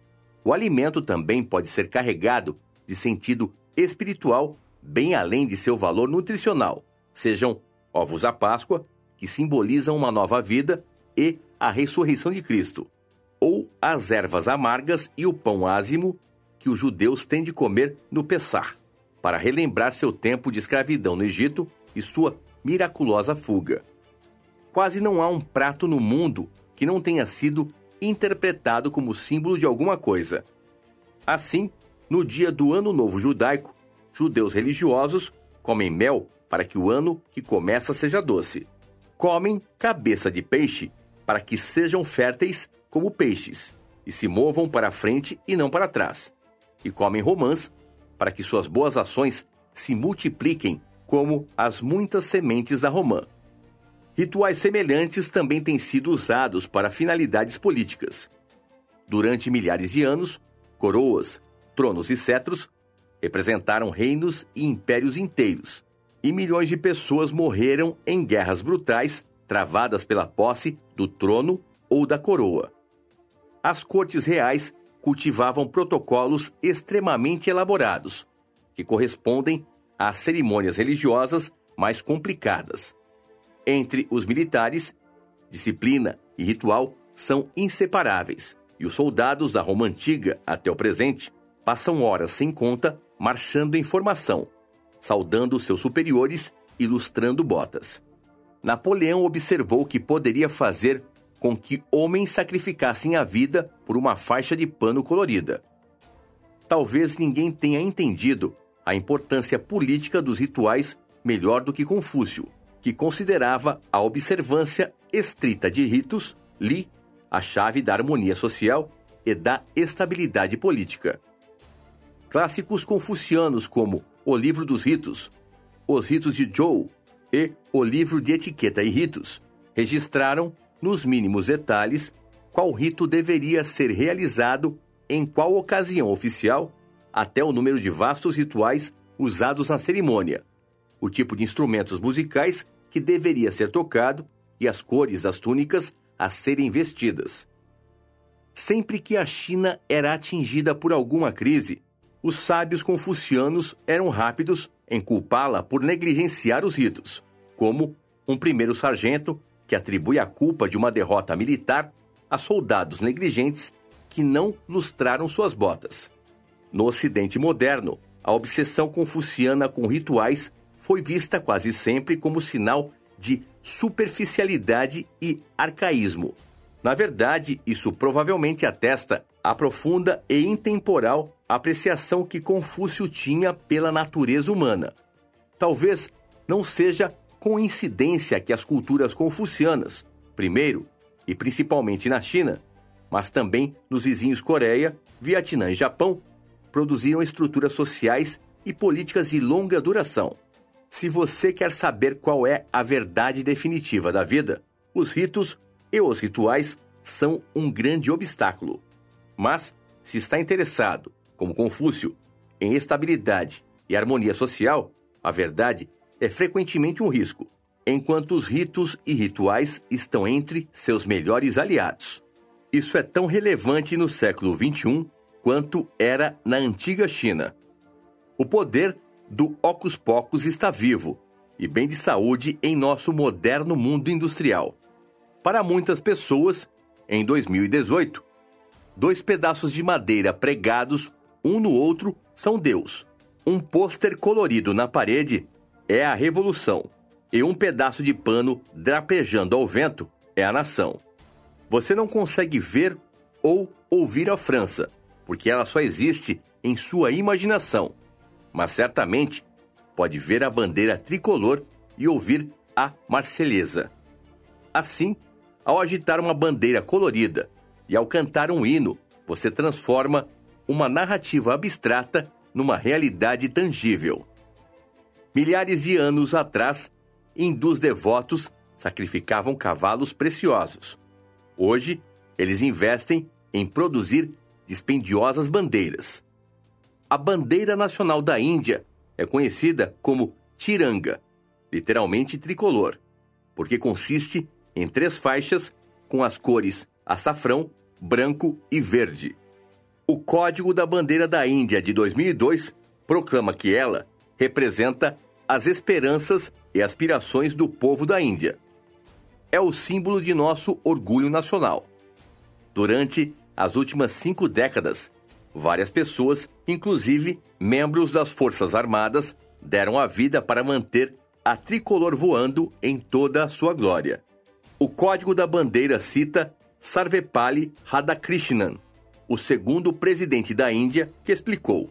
S1: O alimento também pode ser carregado de sentido espiritual bem além de seu valor nutricional, sejam ovos à Páscoa, que simbolizam uma nova vida, e a ressurreição de Cristo, ou as ervas amargas e o pão ázimo que os judeus têm de comer no Pessah, para relembrar seu tempo de escravidão no Egito e sua miraculosa fuga. Quase não há um prato no mundo que não tenha sido interpretado como símbolo de alguma coisa. Assim, no dia do Ano Novo Judaico, judeus religiosos comem mel para que o ano que começa seja doce. Comem cabeça de peixe para que sejam férteis como peixes e se movam para frente e não para trás. E comem romãs para que suas boas ações se multipliquem como as muitas sementes da romã. Rituais semelhantes também têm sido usados para finalidades políticas. Durante milhares de anos, coroas, tronos e cetros representaram reinos e impérios inteiros, e milhões de pessoas morreram em guerras brutais travadas pela posse do trono ou da coroa. As cortes reais cultivavam protocolos extremamente elaborados, que correspondem às cerimônias religiosas mais complicadas. Entre os militares, disciplina e ritual são inseparáveis, e os soldados da Roma Antiga até o presente passam horas sem conta marchando em formação, saudando seus superiores e lustrando botas. Napoleão observou que poderia fazer com que homens sacrificassem a vida por uma faixa de pano colorida. Talvez ninguém tenha entendido a importância política dos rituais melhor do que Confúcio, que considerava a observância estrita de ritos, li, a chave da harmonia social e da estabilidade política. Clássicos confucianos como O Livro dos Ritos, Os Ritos de Zhou e O Livro de Etiqueta e Ritos registraram, nos mínimos detalhes, qual rito deveria ser realizado em qual ocasião oficial, até o número de vastos rituais usados na cerimônia, o tipo de instrumentos musicais que deveria ser tocado e as cores das túnicas a serem vestidas. Sempre que a China era atingida por alguma crise, os sábios confucianos eram rápidos em culpá-la por negligenciar os ritos, como um primeiro sargento que atribui a culpa de uma derrota militar a soldados negligentes que não lustraram suas botas. No Ocidente moderno, a obsessão confuciana com rituais foi vista quase sempre como sinal de superficialidade e arcaísmo. Na verdade, isso provavelmente atesta a profunda e intemporal apreciação que Confúcio tinha pela natureza humana. Talvez não seja coincidência que as culturas confucianas, primeiro e principalmente na China, mas também nos vizinhos Coreia, Vietnã e Japão, produziram estruturas sociais e políticas de longa duração. Se você quer saber qual é a verdade definitiva da vida, os ritos e os rituais são um grande obstáculo. Mas, se está interessado, como Confúcio, em estabilidade e harmonia social, a verdade é frequentemente um risco, enquanto os ritos e rituais estão entre seus melhores aliados. Isso é tão relevante no século vinte e um quanto era na antiga China. O poder do Hocus Pocus está vivo e bem de saúde em nosso moderno mundo industrial. Para muitas pessoas, em dois mil e dezoito, dois pedaços de madeira pregados um no outro são Deus. Um pôster colorido na parede é a revolução, e um pedaço de pano drapejando ao vento é a nação. Você não consegue ver ou ouvir a França, porque ela só existe em sua imaginação, mas certamente pode ver a bandeira tricolor e ouvir a Marselhesa. Assim, ao agitar uma bandeira colorida e ao cantar um hino, você transforma uma narrativa abstrata numa realidade tangível. Milhares de anos atrás, hindus devotos sacrificavam cavalos preciosos. Hoje, eles investem em produzir dispendiosas bandeiras. A bandeira nacional da Índia é conhecida como Tiranga, literalmente tricolor, porque consiste em três faixas com as cores açafrão, branco e verde. O Código da Bandeira da Índia de dois mil e dois proclama que ela representa as esperanças e aspirações do povo da Índia. É o símbolo de nosso orgulho nacional. Durante as últimas cinco décadas, várias pessoas, inclusive membros das Forças Armadas, deram a vida para manter a tricolor voando em toda a sua glória. O Código da Bandeira cita Sarvepalli Radhakrishnan, o segundo presidente da Índia, que explicou: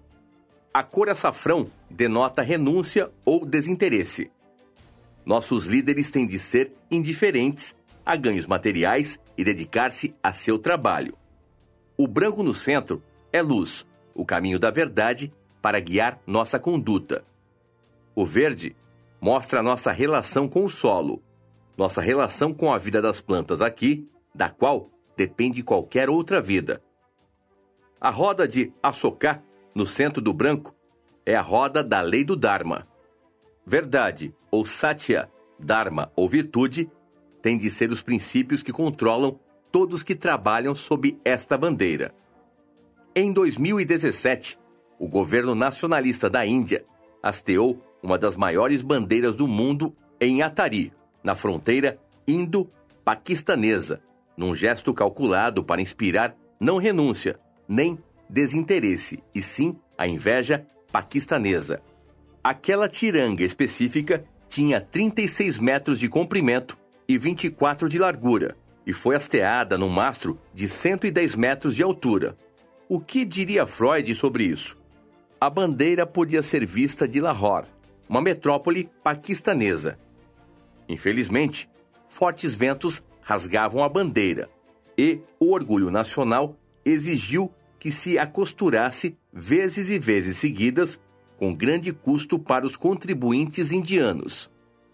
S1: a cor açafrão denota renúncia ou desinteresse. Nossos líderes têm de ser indiferentes a ganhos materiais e dedicar-se a seu trabalho. O branco no centro é luz, o caminho da verdade para guiar nossa conduta. O verde mostra a nossa relação com o solo, nossa relação com a vida das plantas aqui, da qual depende qualquer outra vida. A roda de Ashoka, no centro do branco, é a roda da lei do Dharma. Verdade, ou Satya, Dharma ou virtude, tem de ser os princípios que controlam todos que trabalham sob esta bandeira. Em dois mil e dezessete, o governo nacionalista da Índia hasteou uma das maiores bandeiras do mundo em Atari, na fronteira indo-paquistanesa, num gesto calculado para inspirar não renúncia, nem desinteresse, e sim a inveja paquistanesa. Aquela tiranga específica tinha trinta e seis metros de comprimento e vinte e quatro de largura, e foi hasteada num mastro de cento e dez metros de altura. O que diria Freud sobre isso? A bandeira podia ser vista de Lahore, uma metrópole paquistanesa. Infelizmente, fortes ventos rasgavam a bandeira, e o orgulho nacional exigiu que se a costurasse vezes e vezes seguidas, com grande custo para os contribuintes indianos.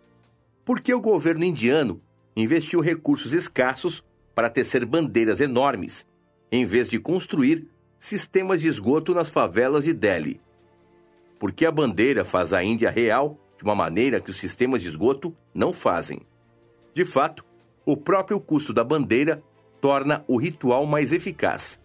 S1: Porque o governo indiano investiu recursos escassos para tecer bandeiras enormes, em vez de construir sistemas de esgoto nas favelas de Delhi. Porque a bandeira faz a Índia real de uma maneira que os sistemas de esgoto não fazem. De fato, o próprio custo da bandeira torna o ritual mais eficaz.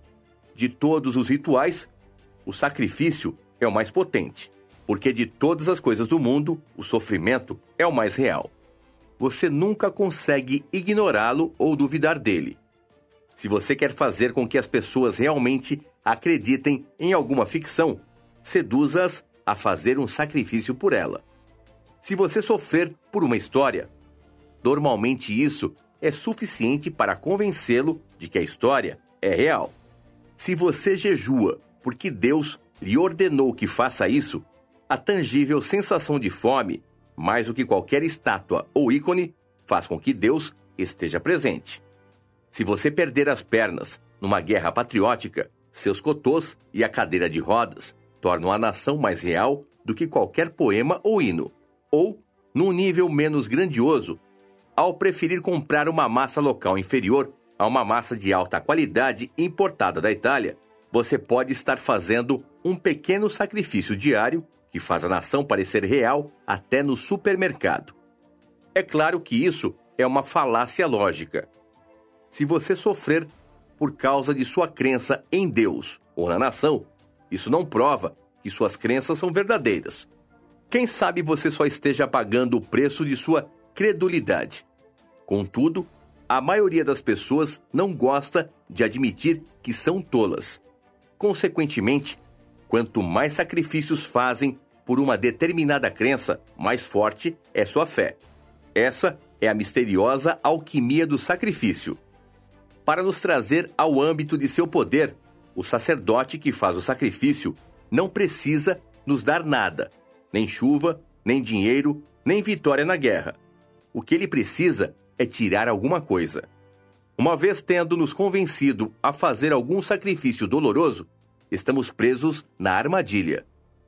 S1: De todos os rituais, o sacrifício é o mais potente, porque de todas as coisas do mundo, o sofrimento é o mais real. Você nunca consegue ignorá-lo ou duvidar dele. Se você quer fazer com que as pessoas realmente acreditem em alguma ficção, seduza-as a fazer um sacrifício por ela. Se você sofrer por uma história, normalmente isso é suficiente para convencê-lo de que a história é real. Se você jejua porque Deus lhe ordenou que faça isso, a tangível sensação de fome, mais do que qualquer estátua ou ícone, faz com que Deus esteja presente. Se você perder as pernas numa guerra patriótica, seus cotôs e a cadeira de rodas tornam a nação mais real do que qualquer poema ou hino. Ou, num nível menos grandioso, ao preferir comprar uma massa local inferior a uma massa de alta qualidade importada da Itália, você pode estar fazendo um pequeno sacrifício diário que faz a nação parecer real até no supermercado. É claro que isso é uma falácia lógica. Se você sofrer por causa de sua crença em Deus ou na nação, isso não prova que suas crenças são verdadeiras. Quem sabe você só esteja pagando o preço de sua credulidade. Contudo, a maioria das pessoas não gosta de admitir que são tolas. Consequentemente, quanto mais sacrifícios fazem por uma determinada crença, mais forte é sua fé. Essa é a misteriosa alquimia do sacrifício. Para nos trazer ao âmbito de seu poder, o sacerdote que faz o sacrifício não precisa nos dar nada, nem chuva, nem dinheiro, nem vitória na guerra. O que ele precisa é tirar alguma coisa. Uma vez tendo nos convencido a fazer algum sacrifício doloroso, estamos presos na armadilha.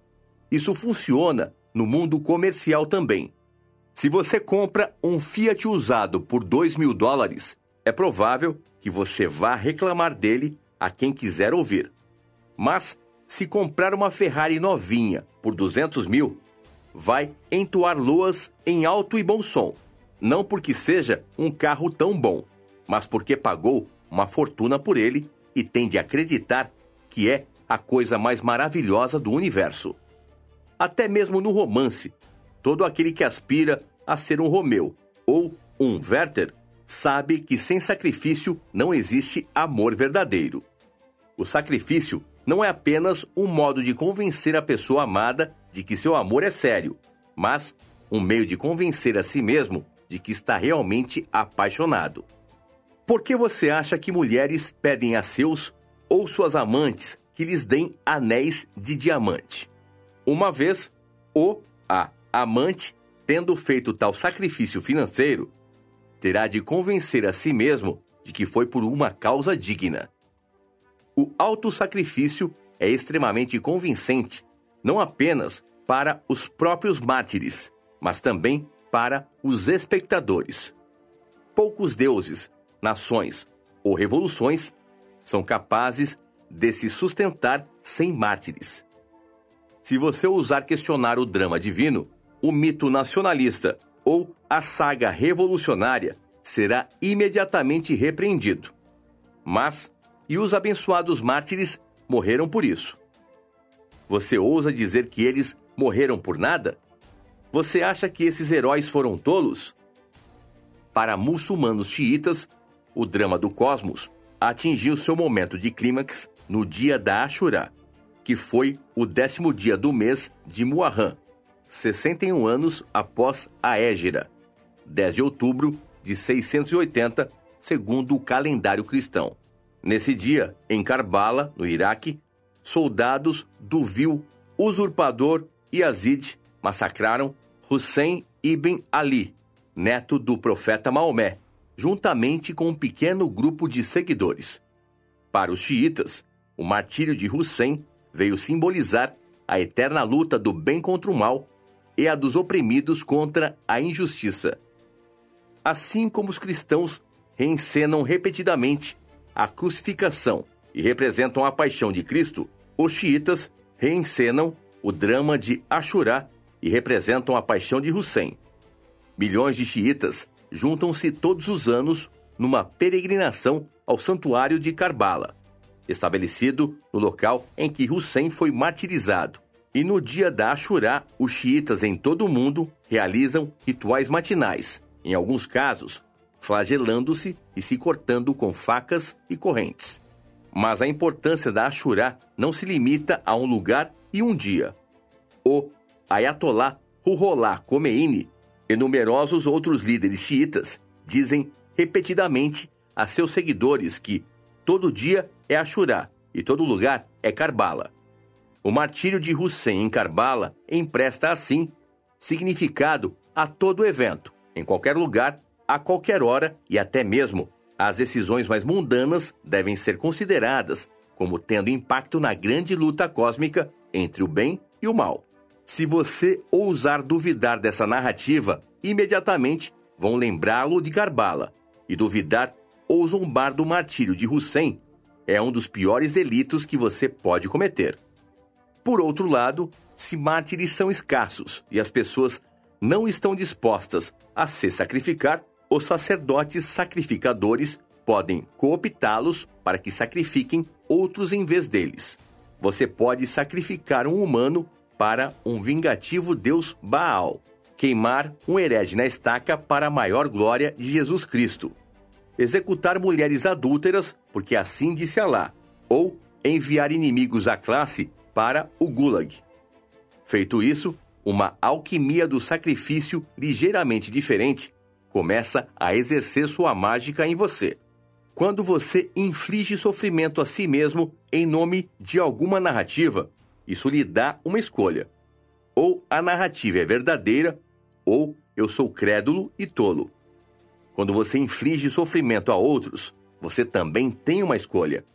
S1: Isso funciona no mundo comercial também. Se você compra um Fiat usado por dois mil dólares, é provável que você vá reclamar dele a quem quiser ouvir. Mas, se comprar uma Ferrari novinha por duzentos mil, vai entoar loas em alto e bom som. Não porque seja um carro tão bom, mas porque pagou uma fortuna por ele e tem de acreditar que é a coisa mais maravilhosa do universo. Até mesmo no romance, todo aquele que aspira a ser um Romeu ou um Werther sabe que sem sacrifício não existe amor verdadeiro. O sacrifício não é apenas um modo de convencer a pessoa amada de que seu amor é sério, mas um meio de convencer a si mesmo de que está realmente apaixonado. Por que você acha que mulheres pedem a seus ou suas amantes que lhes deem anéis de diamante? Uma vez, o a amante, tendo feito tal sacrifício financeiro, terá de convencer a si mesmo de que foi por uma causa digna. O autossacrifício é extremamente convincente, não apenas para os próprios mártires, mas também para os espectadores. Poucos deuses, nações ou revoluções são capazes de se sustentar sem mártires. Se você ousar questionar o drama divino, o mito nacionalista ou a saga revolucionária, será imediatamente repreendido. Mas, e os abençoados mártires morreram por isso? Você ousa dizer que eles morreram por nada? Você acha que esses heróis foram tolos? Para muçulmanos xiitas, o drama do cosmos atingiu seu momento de clímax no dia da Ashura, que foi o décimo dia do mês de Muharram, sessenta e um anos após a Hégira, dez de outubro de seiscentos e oitenta, segundo o calendário cristão. Nesse dia, em Karbala, no Iraque, soldados do vil usurpador Yazid massacraram Hussein ibn Ali, neto do profeta Maomé, juntamente com um pequeno grupo de seguidores. Para os xiitas, o martírio de Hussein veio simbolizar a eterna luta do bem contra o mal e a dos oprimidos contra a injustiça. Assim como os cristãos reencenam repetidamente a crucificação e representam a paixão de Cristo, os xiitas reencenam o drama de Ashura e representam a paixão de Hussein. Milhões de xiitas juntam-se todos os anos numa peregrinação ao santuário de Karbala, estabelecido no local em que Hussein foi martirizado. E no dia da Ashura, os xiitas em todo o mundo realizam rituais matinais, em alguns casos, flagelando-se e se cortando com facas e correntes. Mas a importância da Ashura não se limita a um lugar e um dia. O Ayatollah Ruhollah Khomeini e numerosos outros líderes xiitas dizem repetidamente a seus seguidores que todo dia é Ashura e todo lugar é Karbala. O martírio de Hussein em Karbala empresta, assim, significado a todo o evento, em qualquer lugar, a qualquer hora e até mesmo as decisões mais mundanas devem ser consideradas como tendo impacto na grande luta cósmica entre o bem e o mal. Se você ousar duvidar dessa narrativa, imediatamente vão lembrá-lo de Karbala, e duvidar ou zombar do martírio de Hussein é um dos piores delitos que você pode cometer. Por outro lado, se mártires são escassos e as pessoas não estão dispostas a se sacrificar, os sacerdotes sacrificadores podem cooptá-los para que sacrifiquem outros em vez deles. Você pode sacrificar um humano para um vingativo deus Baal, queimar um herege na estaca para a maior glória de Jesus Cristo, executar mulheres adúlteras, porque assim disse Alá, ou enviar inimigos à classe para o Gulag. Feito isso, uma alquimia do sacrifício ligeiramente diferente começa a exercer sua mágica em você. Quando você inflige sofrimento a si mesmo em nome de alguma narrativa, isso lhe dá uma escolha. Ou a narrativa é verdadeira, ou eu sou crédulo e tolo. Quando você inflige sofrimento a outros, você também tem uma escolha.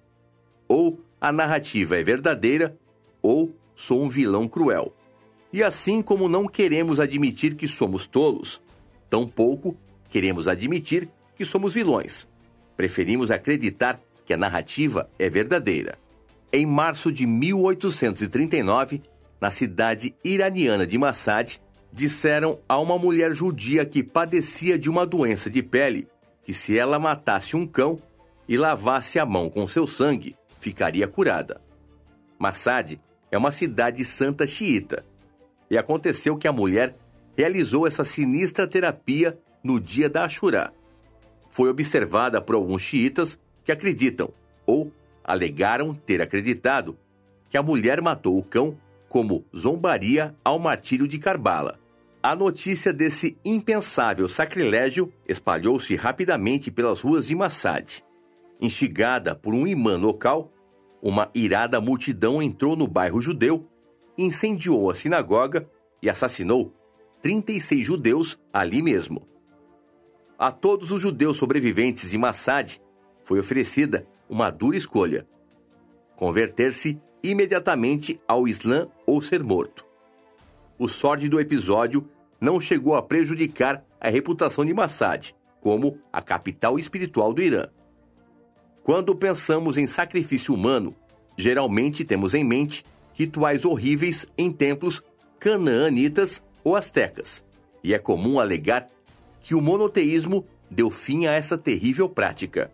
S1: Ou a narrativa é verdadeira, ou sou um vilão cruel. E assim como não queremos admitir que somos tolos, tampouco queremos admitir que somos vilões. Preferimos acreditar que a narrativa é verdadeira. Em março de mil oitocentos e trinta e nove, na cidade iraniana de Mashhad, disseram a uma mulher judia que padecia de uma doença de pele que se ela matasse um cão e lavasse a mão com seu sangue, ficaria curada. Mashhad é uma cidade santa xiita, e aconteceu que a mulher realizou essa sinistra terapia no dia da Ashura. Foi observada por alguns xiitas que acreditam, ou alegaram ter acreditado, que a mulher matou o cão como zombaria ao martírio de Karbala. A notícia desse impensável sacrilégio espalhou-se rapidamente pelas ruas de Mashhad. Instigada por um imã local, uma irada multidão entrou no bairro judeu, incendiou a sinagoga e assassinou trinta e seis judeus ali mesmo. A todos os judeus sobreviventes de Mashhad foi oferecida uma dura escolha: converter-se imediatamente ao Islã ou ser morto. o sórdido episódio não chegou a prejudicar a reputação de Mashhad como a capital espiritual do Irã. Quando pensamos em sacrifício humano, geralmente temos em mente rituais horríveis em templos canaanitas ou astecas, e é comum alegar que o monoteísmo deu fim a essa terrível prática.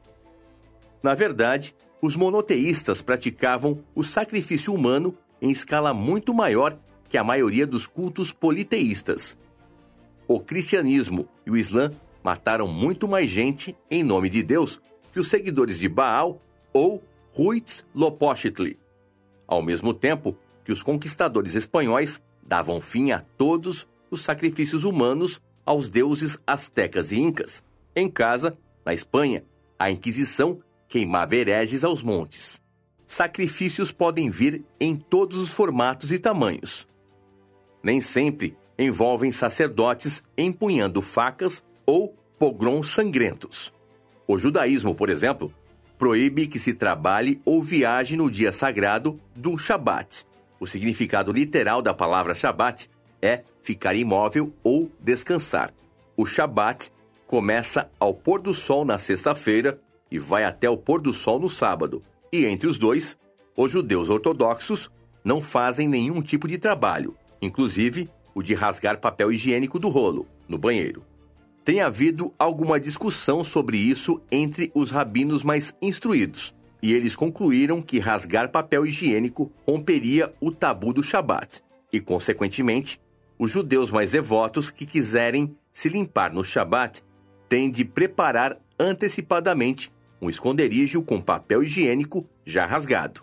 S1: Na verdade, os monoteístas praticavam o sacrifício humano em escala muito maior que a maioria dos cultos politeístas. O cristianismo e o Islã mataram muito mais gente em nome de Deus que os seguidores de Baal ou Huitzilopochtli, ao mesmo tempo que os conquistadores espanhóis davam fim a todos os sacrifícios humanos aos deuses astecas e incas. Em casa, na Espanha, a Inquisição queimava hereges aos montes. Sacrifícios podem vir em todos os formatos e tamanhos. Nem sempre envolvem sacerdotes empunhando facas ou pogroms sangrentos. O judaísmo, por exemplo, proíbe que se trabalhe ou viaje no dia sagrado do Shabat. O significado literal da palavra Shabat é ficar imóvel ou descansar. O Shabat começa ao pôr do sol na sexta-feira e vai até o pôr do sol no sábado. E entre os dois, os judeus ortodoxos não fazem nenhum tipo de trabalho, inclusive o de rasgar papel higiênico do rolo no banheiro. Tem havido alguma discussão sobre isso entre os rabinos mais instruídos, e eles concluíram que rasgar papel higiênico romperia o tabu do Shabat, e, consequentemente, os judeus mais devotos que quiserem se limpar no Shabat têm de preparar antecipadamente um esconderijo com papel higiênico já rasgado.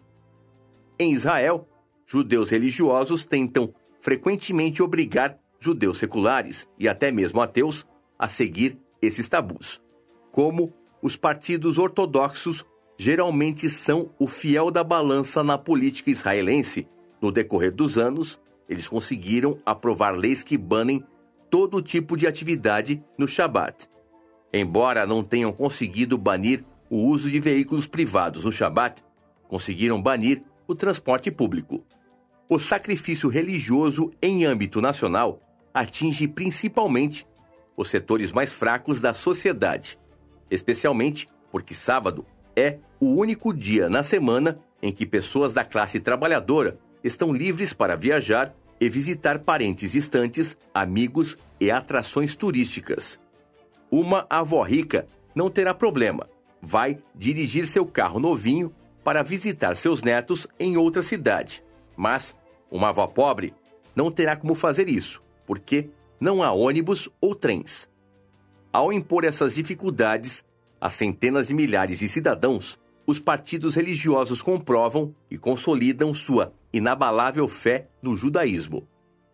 S1: Em Israel, judeus religiosos tentam frequentemente obrigar judeus seculares e até mesmo ateus a seguir esses tabus. Como os partidos ortodoxos geralmente são o fiel da balança na política israelense, no decorrer dos anos, eles conseguiram aprovar leis que banem todo tipo de atividade no Shabat. Embora não tenham conseguido banir o uso de veículos privados no Shabat, conseguiram banir o transporte público. O sacrifício religioso em âmbito nacional atinge principalmente os setores mais fracos da sociedade, especialmente porque sábado é o único dia na semana em que pessoas da classe trabalhadora estão livres para viajar e visitar parentes distantes, amigos e atrações turísticas. Uma avó rica não terá problema, vai dirigir seu carro novinho para visitar seus netos em outra cidade, mas uma avó pobre não terá como fazer isso, porque não há ônibus ou trens. Ao impor essas dificuldades a centenas de milhares de cidadãos, os partidos religiosos comprovam e consolidam sua inabalável fé no judaísmo.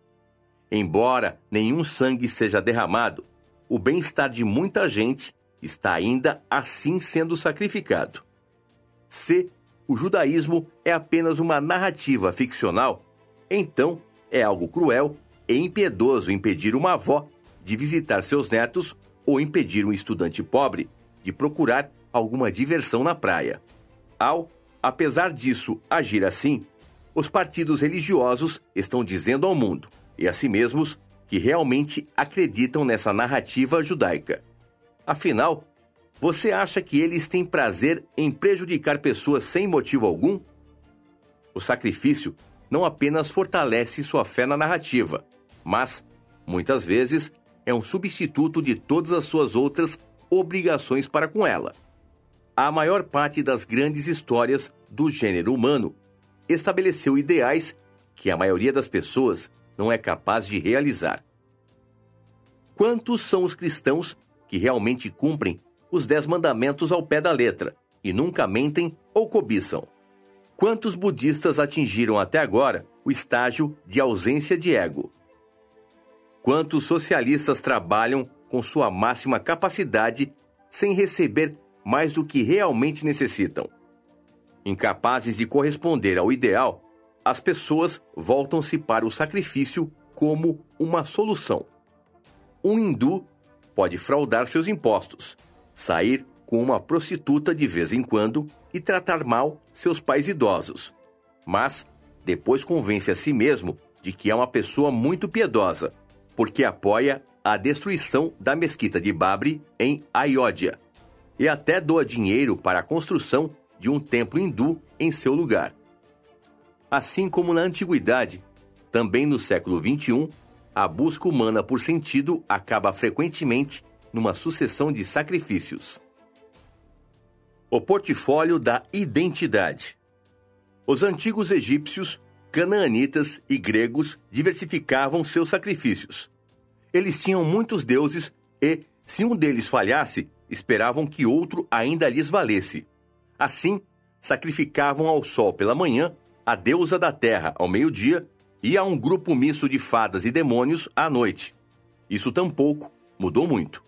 S1: Embora nenhum sangue seja derramado, o bem-estar de muita gente está ainda assim sendo sacrificado. Se o judaísmo é apenas uma narrativa ficcional, então é algo cruel e impiedoso impedir uma avó de visitar seus netos ou impedir um estudante pobre de procurar alguma diversão na praia. Ao, apesar disso, agir assim, os partidos religiosos estão dizendo ao mundo, e a si mesmos, que realmente acreditam nessa narrativa judaica. Afinal, você acha que eles têm prazer em prejudicar pessoas sem motivo algum? O sacrifício não apenas fortalece sua fé na narrativa, mas, muitas vezes, é um substituto de todas as suas outras obrigações para com ela. A maior parte das grandes histórias do gênero humano estabeleceu ideais que a maioria das pessoas não é capaz de realizar. Quantos são os cristãos que realmente cumprem os dez mandamentos ao pé da letra e nunca mentem ou cobiçam? Quantos budistas atingiram até agora o estágio de ausência de ego? Quantos socialistas trabalham com sua máxima capacidade sem receber mais do que realmente necessitam? Incapazes de corresponder ao ideal, as pessoas voltam-se para o sacrifício como uma solução. Um hindu pode fraudar seus impostos, sair com uma prostituta de vez em quando e tratar mal seus pais idosos, mas depois convence a si mesmo de de que é uma pessoa muito piedosa, porque apoia a destruição da mesquita de Babri em Ayodhya e até doa dinheiro para a construção de um templo hindu em seu lugar. Assim como na antiguidade, também no século vinte e um, a busca humana por sentido acaba frequentemente numa sucessão de sacrifícios. O portfólio da identidade. Os antigos egípcios, canaanitas e gregos diversificavam seus sacrifícios. Eles tinham muitos deuses e, se um deles falhasse, esperavam que outro ainda lhes valesse. Assim, sacrificavam ao sol pela manhã, a deusa da terra ao meio-dia e a um grupo misto de fadas e demônios à noite. Isso tampouco mudou muito.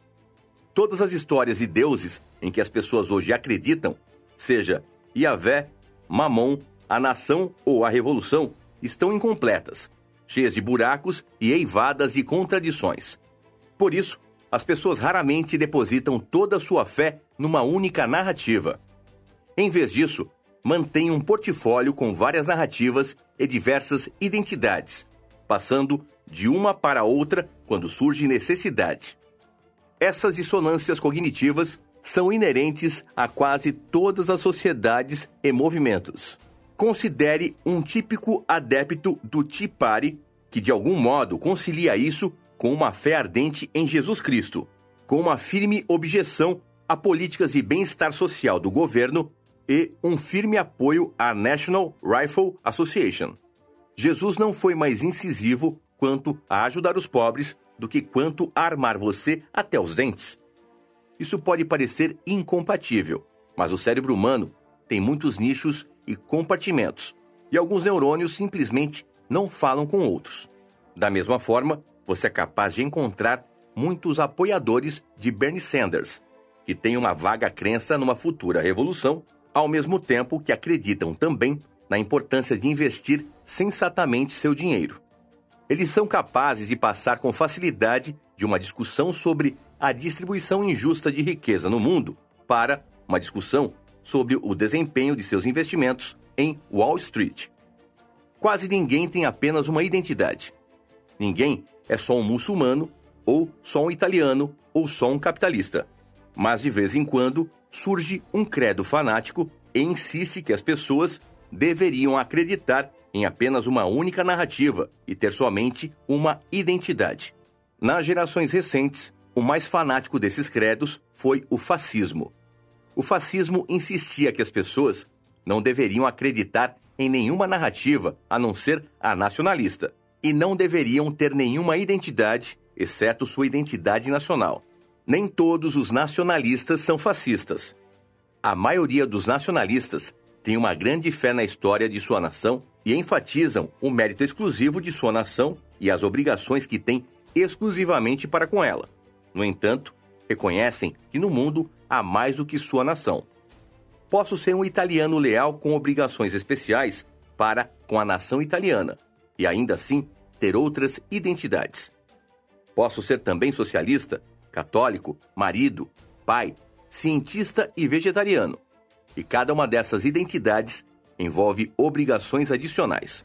S1: Todas as histórias e deuses em que as pessoas hoje acreditam, seja Yahvé, Mamon, a nação ou a revolução, estão incompletas, cheias de buracos e eivadas de contradições. Por isso, as pessoas raramente depositam toda a sua fé numa única narrativa. Em vez disso, mantêm um portfólio com várias narrativas e diversas identidades, passando de uma para outra quando surge necessidade. Essas dissonâncias cognitivas são inerentes a quase todas as sociedades e movimentos. Considere um típico adepto do Tea Party que de algum modo concilia isso com uma fé ardente em Jesus Cristo, com uma firme objeção a políticas de bem-estar social do governo e um firme apoio à National Rifle Association. Jesus não foi mais incisivo quanto a ajudar os pobres do que quanto a armar você até os dentes. Isso pode parecer incompatível, mas o cérebro humano tem muitos nichos e compartimentos, e alguns neurônios simplesmente não falam com outros. Da mesma forma, você é capaz de encontrar muitos apoiadores de Bernie Sanders, que têm uma vaga crença numa futura revolução, ao mesmo tempo que acreditam também na importância de investir sensatamente seu dinheiro. Eles são capazes de passar com facilidade de uma discussão sobre a distribuição injusta de riqueza no mundo para uma discussão sobre o desempenho de seus investimentos em Wall Street. Quase ninguém tem apenas uma identidade. Ninguém é só um muçulmano, ou só um italiano, ou só um capitalista. Mas de vez em quando surge um credo fanático e insiste que as pessoas deveriam acreditar em apenas uma única narrativa e ter somente uma identidade. Nas gerações recentes, o mais fanático desses credos foi o fascismo. O fascismo insistia que as pessoas não deveriam acreditar em nenhuma narrativa a não ser a nacionalista, e não deveriam ter nenhuma identidade, exceto sua identidade nacional. Nem todos os nacionalistas são fascistas. A maioria dos nacionalistas tem uma grande fé na história de sua nação e enfatizam o mérito exclusivo de sua nação e as obrigações que tem exclusivamente para com ela. No entanto, reconhecem que no mundo há mais do que sua nação. Posso ser um italiano leal com obrigações especiais para com a nação italiana e ainda assim ter outras identidades. Posso ser também socialista, católico, marido, pai, cientista e vegetariano. E cada uma dessas identidades envolve obrigações adicionais.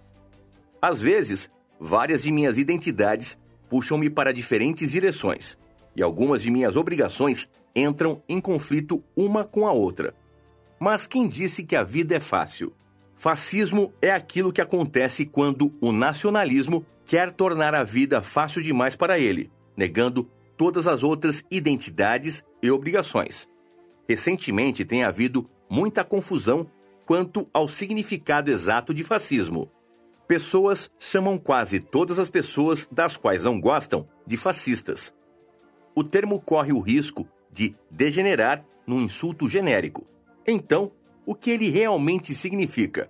S1: Às vezes, várias de minhas identidades puxam-me para diferentes direções, e algumas de minhas obrigações entram em conflito uma com a outra. Mas quem disse que a vida é fácil? Fascismo é aquilo que acontece quando o nacionalismo quer tornar a vida fácil demais para ele, negando todas as outras identidades e obrigações. Recentemente tem havido muita confusão quanto ao significado exato de fascismo. Pessoas chamam quase todas as pessoas das quais não gostam de fascistas. O termo corre o risco de degenerar num insulto genérico. Então, o que ele realmente significa?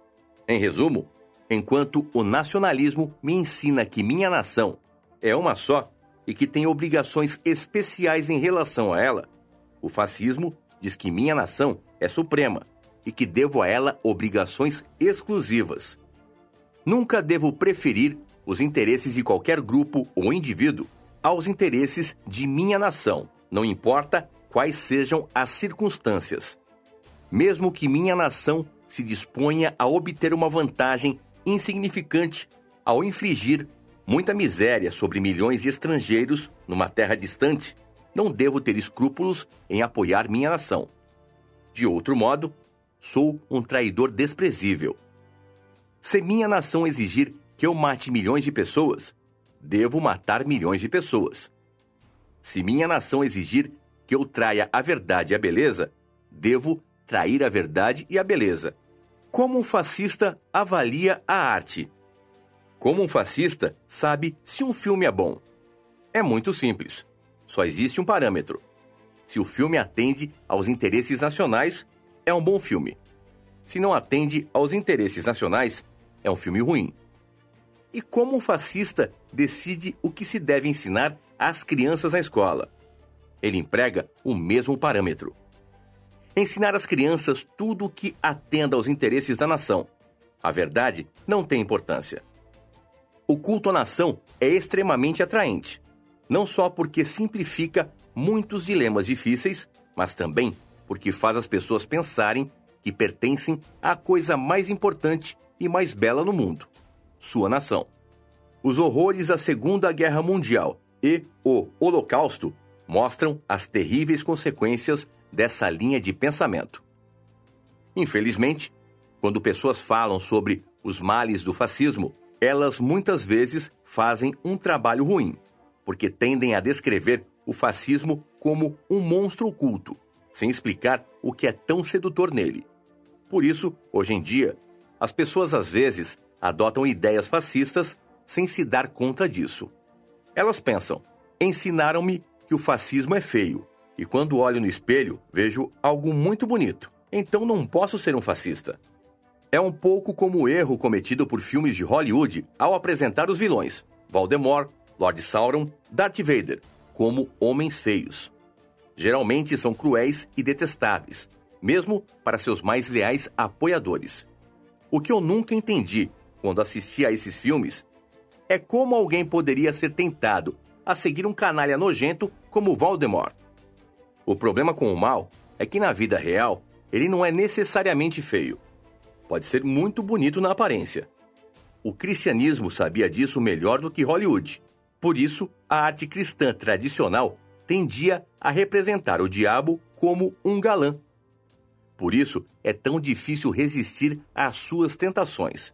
S1: Em resumo, enquanto o nacionalismo me ensina que minha nação é uma só e que tem obrigações especiais em relação a ela, o fascismo diz que minha nação é suprema e que devo a ela obrigações exclusivas. Nunca devo preferir os interesses de qualquer grupo ou indivíduo aos interesses de minha nação, não importa quais sejam as circunstâncias. Mesmo que minha nação se disponha a obter uma vantagem insignificante ao infligir muita miséria sobre milhões de estrangeiros numa terra distante, não devo ter escrúpulos em apoiar minha nação. De outro modo, sou um traidor desprezível. Se minha nação exigir que eu mate milhões de pessoas, devo matar milhões de pessoas. Se minha nação exigir que eu traia a verdade e a beleza, devo trair a verdade e a beleza. Como um fascista avalia a arte? Como um fascista sabe se um filme é bom? É muito simples. Só existe um parâmetro. Se o filme atende aos interesses nacionais, é um bom filme. Se não atende aos interesses nacionais, é um filme ruim. E como um fascista decide o que se deve ensinar às crianças na escola? Ele emprega o mesmo parâmetro. Ensinar às crianças tudo o que atenda aos interesses da nação. A verdade não tem importância. O culto à nação é extremamente atraente, não só porque simplifica muitos dilemas difíceis, mas também porque faz as pessoas pensarem que pertencem à coisa mais importante e mais bela no mundo, sua nação. Os horrores da Segunda Guerra Mundial e o Holocausto mostram as terríveis consequências dessa linha de pensamento. Infelizmente, quando pessoas falam sobre os males do fascismo, elas muitas vezes fazem um trabalho ruim, porque tendem a descrever o fascismo como um monstro oculto, sem explicar o que é tão sedutor nele. Por isso, hoje em dia, as pessoas às vezes adotam ideias fascistas sem se dar conta disso. Elas pensam: ensinaram-me que o fascismo é feio, e quando olho no espelho, vejo algo muito bonito, então não posso ser um fascista. É um pouco como o erro cometido por filmes de Hollywood ao apresentar os vilões, Voldemort, Lord Sauron, Darth Vader, como homens feios. Geralmente são cruéis e detestáveis, mesmo para seus mais leais apoiadores. O que eu nunca entendi quando assisti a esses filmes é como alguém poderia ser tentado a seguir um canalha nojento como Voldemort. O problema com o mal é que na vida real ele não é necessariamente feio. Pode ser muito bonito na aparência. O cristianismo sabia disso melhor do que Hollywood. Por isso, a arte cristã tradicional tendia a representar o diabo como um galã. Por isso, é tão difícil resistir às suas tentações.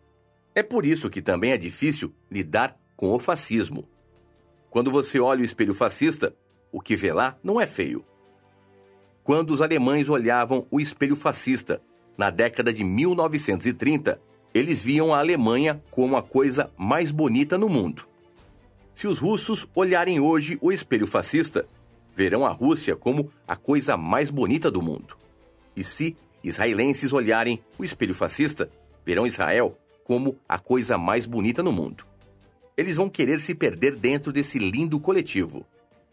S1: É por isso que também é difícil lidar com o fascismo. Quando você olha o espelho fascista, o que vê lá não é feio. Quando os alemães olhavam o espelho fascista, na década de mil novecentos e trinta, eles viam a Alemanha como a coisa mais bonita no mundo. Se os russos olharem hoje o espelho fascista, verão a Rússia como a coisa mais bonita do mundo. E se israelenses olharem o espelho fascista, verão Israel como a coisa mais bonita no mundo. Eles vão querer se perder dentro desse lindo coletivo.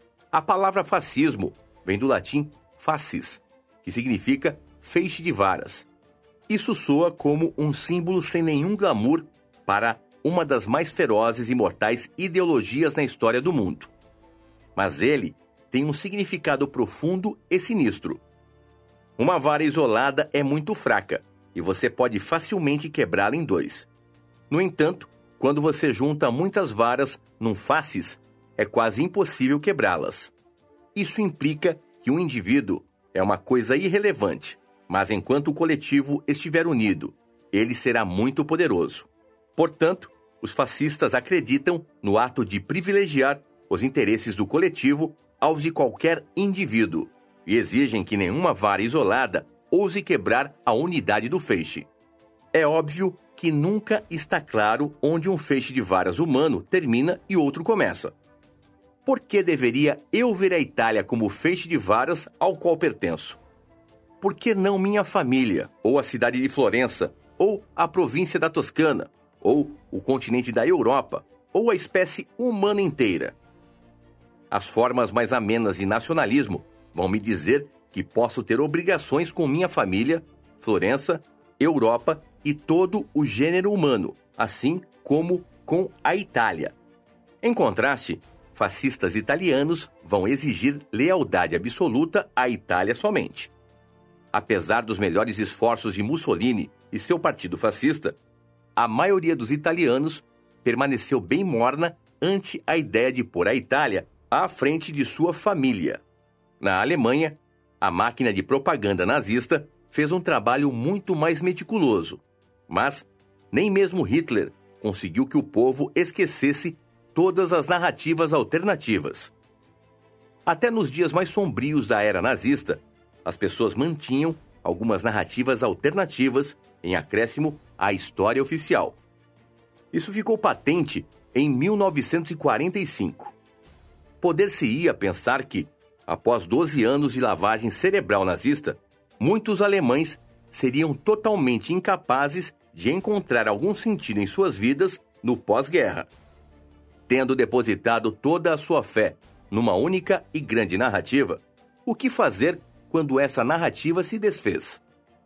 S1: A palavra fascismo vem do latim fascis, que significa feixe de varas. Isso soa como um símbolo sem nenhum glamour para uma das mais ferozes e mortais ideologias na história do mundo. Mas ele tem um significado profundo e sinistro. Uma vara isolada é muito fraca e você pode facilmente quebrá-la em dois. No entanto, quando você junta muitas varas num fascis, é quase impossível quebrá-las. Isso implica que um indivíduo é uma coisa irrelevante, mas enquanto o coletivo estiver unido, ele será muito poderoso. Portanto, os fascistas acreditam no ato de privilegiar os interesses do coletivo aos de qualquer indivíduo e exigem que nenhuma vara isolada ouse quebrar a unidade do feixe. É óbvio que nunca está claro onde um feixe de varas humano termina e outro começa. Por que deveria eu ver a Itália como o feixe de varas ao qual pertenço? Por que não minha família, ou a cidade de Florença, ou a província da Toscana, ou o continente da Europa, ou a espécie humana inteira? As formas mais amenas de nacionalismo vão me dizer que posso ter obrigações com minha família, Florença, Europa e todo o gênero humano, assim como com a Itália. Em contraste, fascistas italianos vão exigir lealdade absoluta à Itália somente. Apesar dos melhores esforços de Mussolini e seu partido fascista, a maioria dos italianos permaneceu bem morna ante a ideia de pôr a Itália à frente de sua família. Na Alemanha, a máquina de propaganda nazista fez um trabalho muito mais meticuloso, mas nem mesmo Hitler conseguiu que o povo esquecesse todas as narrativas alternativas. Até nos dias mais sombrios da era nazista, as pessoas mantinham algumas narrativas alternativas em acréscimo à história oficial. Isso ficou patente em mil novecentos e quarenta e cinco. Poder-se-ia pensar que, após doze anos de lavagem cerebral nazista, muitos alemães seriam totalmente incapazes de encontrar algum sentido em suas vidas no pós-guerra. Tendo depositado toda a sua fé numa única e grande narrativa, o que fazer quando essa narrativa se desfez?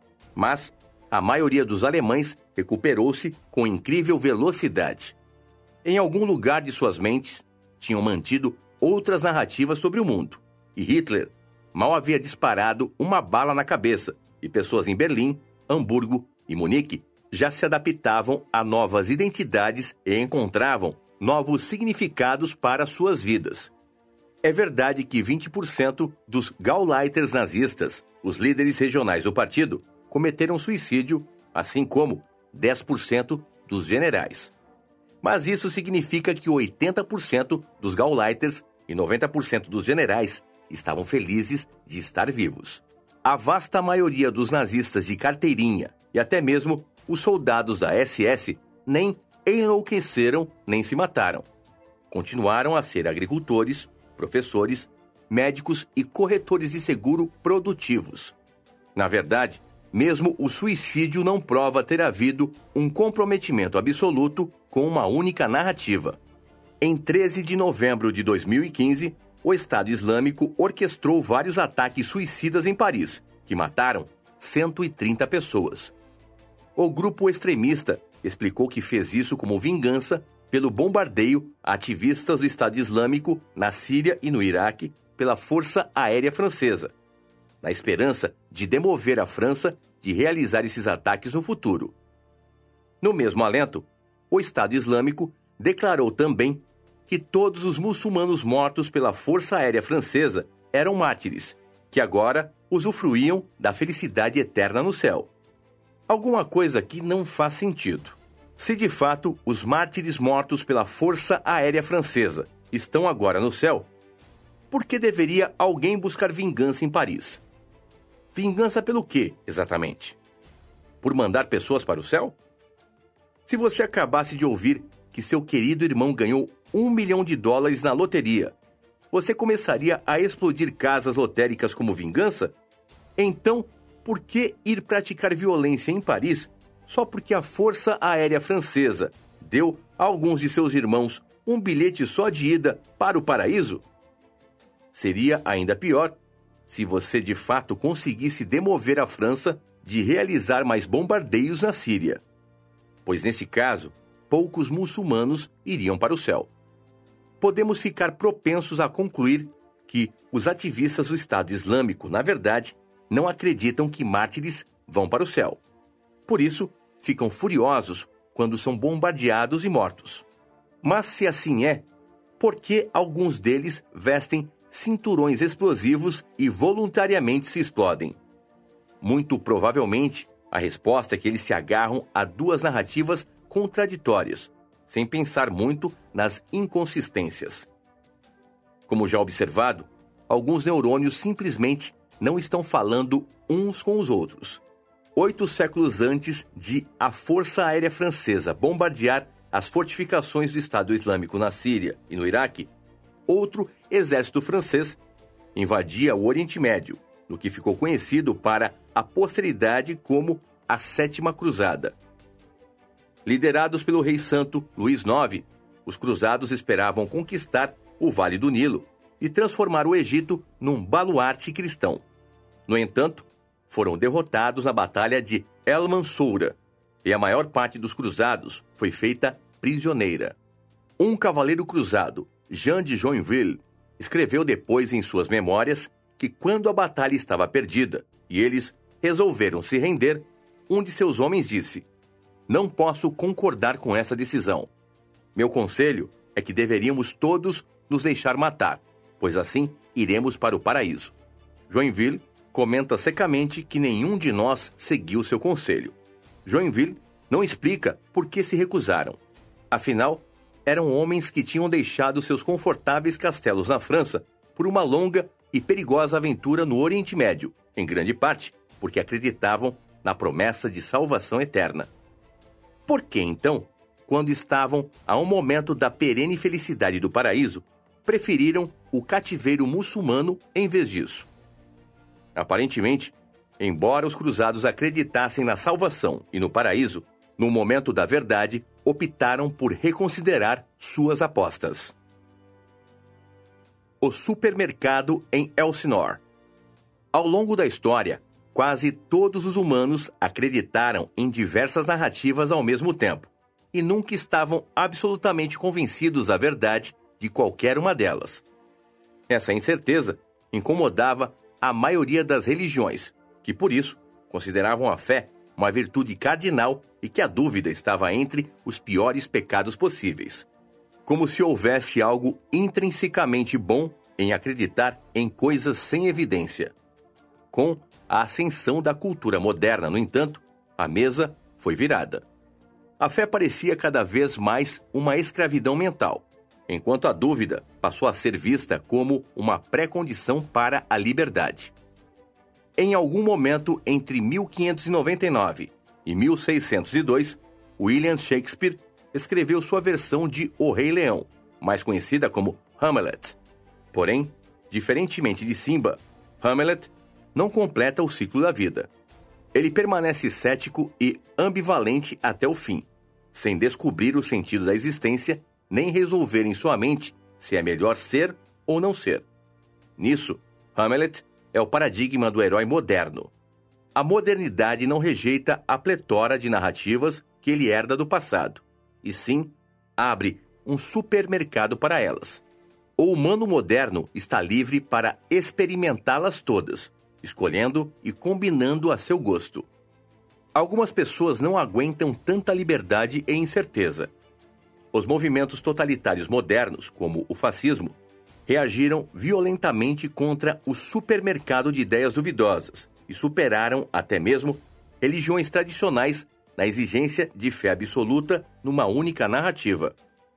S1: Mas a maioria dos alemães recuperou-se com incrível velocidade. Em algum lugar de suas mentes, tinham mantido outras narrativas sobre o mundo, e Hitler mal havia disparado uma bala na cabeça, e pessoas em Berlim, Hamburgo e Munique já se adaptavam a novas identidades e encontravam novos significados para suas vidas. É verdade que vinte por cento dos Gauleiters nazistas, os líderes regionais do partido, cometeram suicídio, assim como dez por cento dos generais. Mas isso significa que oitenta por cento dos Gauleiters e noventa por cento dos generais estavam felizes de estar vivos. A vasta maioria dos nazistas de carteirinha e até mesmo os soldados da S S nem enlouqueceram nem se mataram. Continuaram a ser agricultores, professores, médicos e corretores de seguro produtivos. Na verdade, mesmo o suicídio não prova ter havido um comprometimento absoluto com uma única narrativa. Em treze de novembro de dois mil e quinze, o Estado Islâmico orquestrou vários ataques suicidas em Paris, que mataram cento e trinta pessoas. O grupo extremista explicou que fez isso como vingança pelo bombardeio a ativistas do Estado Islâmico na Síria e no Iraque pela Força Aérea Francesa, na esperança de demover a França de realizar esses ataques no futuro. No mesmo alento, o Estado Islâmico declarou também que todos os muçulmanos mortos pela Força Aérea Francesa eram mártires, que agora usufruíam da felicidade eterna no céu. Alguma coisa aqui não faz sentido. Se de fato os mártires mortos pela Força Aérea Francesa estão agora no céu, por que deveria alguém buscar vingança em Paris? Vingança pelo quê, exatamente? Por mandar pessoas para o céu? Se você acabasse de ouvir que seu querido irmão ganhou um milhão de dólares na loteria, você começaria a explodir casas lotéricas como vingança? Então, por que ir praticar violência em Paris só porque a Força Aérea Francesa deu a alguns de seus irmãos um bilhete só de ida para o paraíso? Seria ainda pior se você de fato conseguisse demover a França de realizar mais bombardeios na Síria, pois nesse caso, poucos muçulmanos iriam para o céu. Podemos ficar propensos a concluir que os ativistas do Estado Islâmico, na verdade, não acreditam que mártires vão para o céu. Por isso, ficam furiosos quando são bombardeados e mortos. Mas se assim é, por que alguns deles vestem cinturões explosivos e voluntariamente se explodem? Muito provavelmente, a resposta é que eles se agarram a duas narrativas contraditórias, sem pensar muito nas inconsistências. Como já observado, alguns neurônios simplesmente não estão falando uns com os outros. Oito séculos antes de a Força Aérea Francesa bombardear as fortificações do Estado Islâmico na Síria e no Iraque, outro exército francês invadia o Oriente Médio, no que ficou conhecido para a posteridade como a Sétima Cruzada. Liderados pelo rei santo Luís nono, os cruzados esperavam conquistar o Vale do Nilo e transformar o Egito num baluarte cristão. No entanto, foram derrotados na Batalha de El Mansoura, e a maior parte dos cruzados foi feita prisioneira. Um cavaleiro cruzado, Jean de Joinville, escreveu depois em suas memórias que quando a batalha estava perdida e eles resolveram se render, um de seus homens disse: "Não posso concordar com essa decisão. Meu conselho é que deveríamos todos nos deixar matar, pois assim iremos para o paraíso. Joinville comenta secamente que nenhum de nós seguiu seu conselho. Joinville não explica por que se recusaram. Afinal, eram homens que tinham deixado seus confortáveis castelos na França por uma longa e perigosa aventura no Oriente Médio, em grande parte porque acreditavam na promessa de salvação eterna. Por que, então, quando estavam a um momento da perene felicidade do paraíso, preferiram o cativeiro muçulmano em vez disso? Aparentemente, embora os cruzados acreditassem na salvação e no paraíso, no momento da verdade, optaram por reconsiderar suas apostas. O supermercado em Elsinore. Ao longo da história, quase todos os humanos acreditaram em diversas narrativas ao mesmo tempo, e nunca estavam absolutamente convencidos da verdade de qualquer uma delas. Essa incerteza incomodava a maioria das religiões, que por isso consideravam a fé uma virtude cardinal e que a dúvida estava entre os piores pecados possíveis. Como se houvesse algo intrinsecamente bom em acreditar em coisas sem evidência. Com a ascensão da cultura moderna, no entanto, a mesa foi virada. A fé parecia cada vez mais uma escravidão mental, enquanto a dúvida passou a ser vista como uma pré-condição para a liberdade. Em algum momento entre mil quinhentos e noventa e nove e mil seiscentos e dois, William Shakespeare escreveu sua versão de O Rei Leão, mais conhecida como Hamlet. Porém, diferentemente de Simba, Hamlet não completa o ciclo da vida. Ele permanece cético e ambivalente até o fim, sem descobrir o sentido da existência nem resolver em sua mente se é melhor ser ou não ser. Nisso, Hamlet é o paradigma do herói moderno. A modernidade não rejeita a pletora de narrativas que ele herda do passado, e sim abre um supermercado para elas. O humano moderno está livre para experimentá-las todas, escolhendo e combinando a seu gosto. Algumas pessoas não aguentam tanta liberdade e incerteza. Os movimentos totalitários modernos, como o fascismo, reagiram violentamente contra o supermercado de ideias duvidosas e superaram até mesmo religiões tradicionais na exigência de fé absoluta numa única narrativa.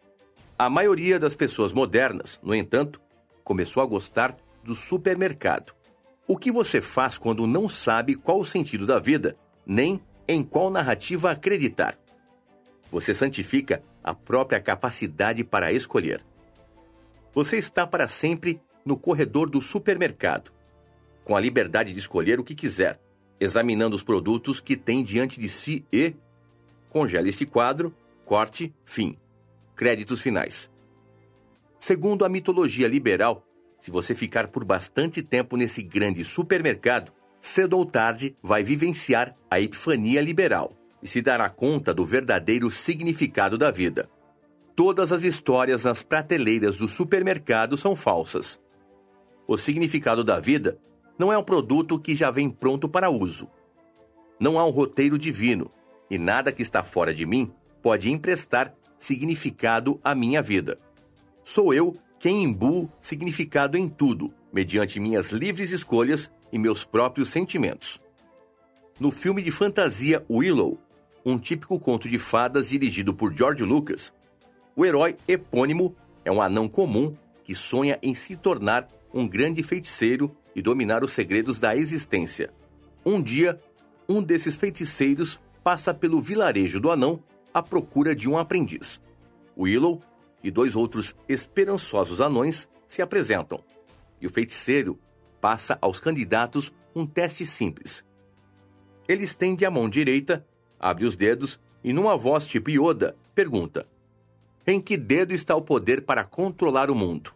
S1: A maioria das pessoas modernas, no entanto, começou a gostar do supermercado. O que você faz quando não sabe qual o sentido da vida, nem em qual narrativa acreditar? Você santifica a própria capacidade para escolher. Você está para sempre no corredor do supermercado, com a liberdade de escolher o que quiser, examinando os produtos que tem diante de si e... Congele este quadro, corte, fim. Créditos finais. Segundo a mitologia liberal, se você ficar por bastante tempo nesse grande supermercado, cedo ou tarde vai vivenciar a epifania liberal e se dará conta do verdadeiro significado da vida. Todas as histórias nas prateleiras do supermercado são falsas. O significado da vida não é um produto que já vem pronto para uso. Não há um roteiro divino, e nada que está fora de mim pode emprestar significado à minha vida. Sou eu quem imbuo significado em tudo, mediante minhas livres escolhas e meus próprios sentimentos. No filme de fantasia Willow, um típico conto de fadas dirigido por George Lucas, o herói epônimo é um anão comum que sonha em se tornar um grande feiticeiro e dominar os segredos da existência. Um dia, um desses feiticeiros passa pelo vilarejo do anão à procura de um aprendiz. Willow e dois outros esperançosos anões se apresentam, e o feiticeiro passa aos candidatos um teste simples. Ele estende a mão direita, abre os dedos e, numa voz tipo Yoda, pergunta: em que dedo está o poder para controlar o mundo?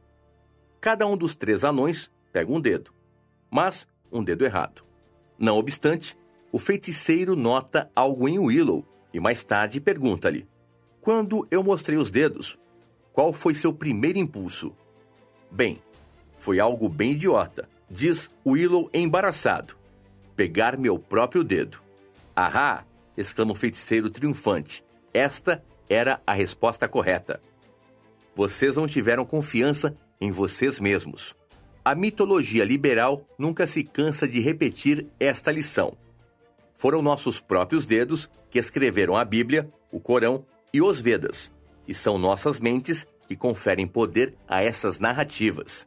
S1: Cada um dos três anões pega um dedo, mas um dedo errado. Não obstante, o feiticeiro nota algo em Willow e mais tarde pergunta-lhe: quando eu mostrei os dedos, qual foi seu primeiro impulso? Bem, foi algo bem idiota, diz Willow embaraçado. Pegar meu próprio dedo. Ahá! Exclama o feiticeiro triunfante. Esta era a resposta correta. Vocês não tiveram confiança em vocês mesmos. A mitologia liberal nunca se cansa de repetir esta lição. Foram nossos próprios dedos que escreveram a Bíblia, o Corão e os Vedas, e são nossas mentes que conferem poder a essas narrativas.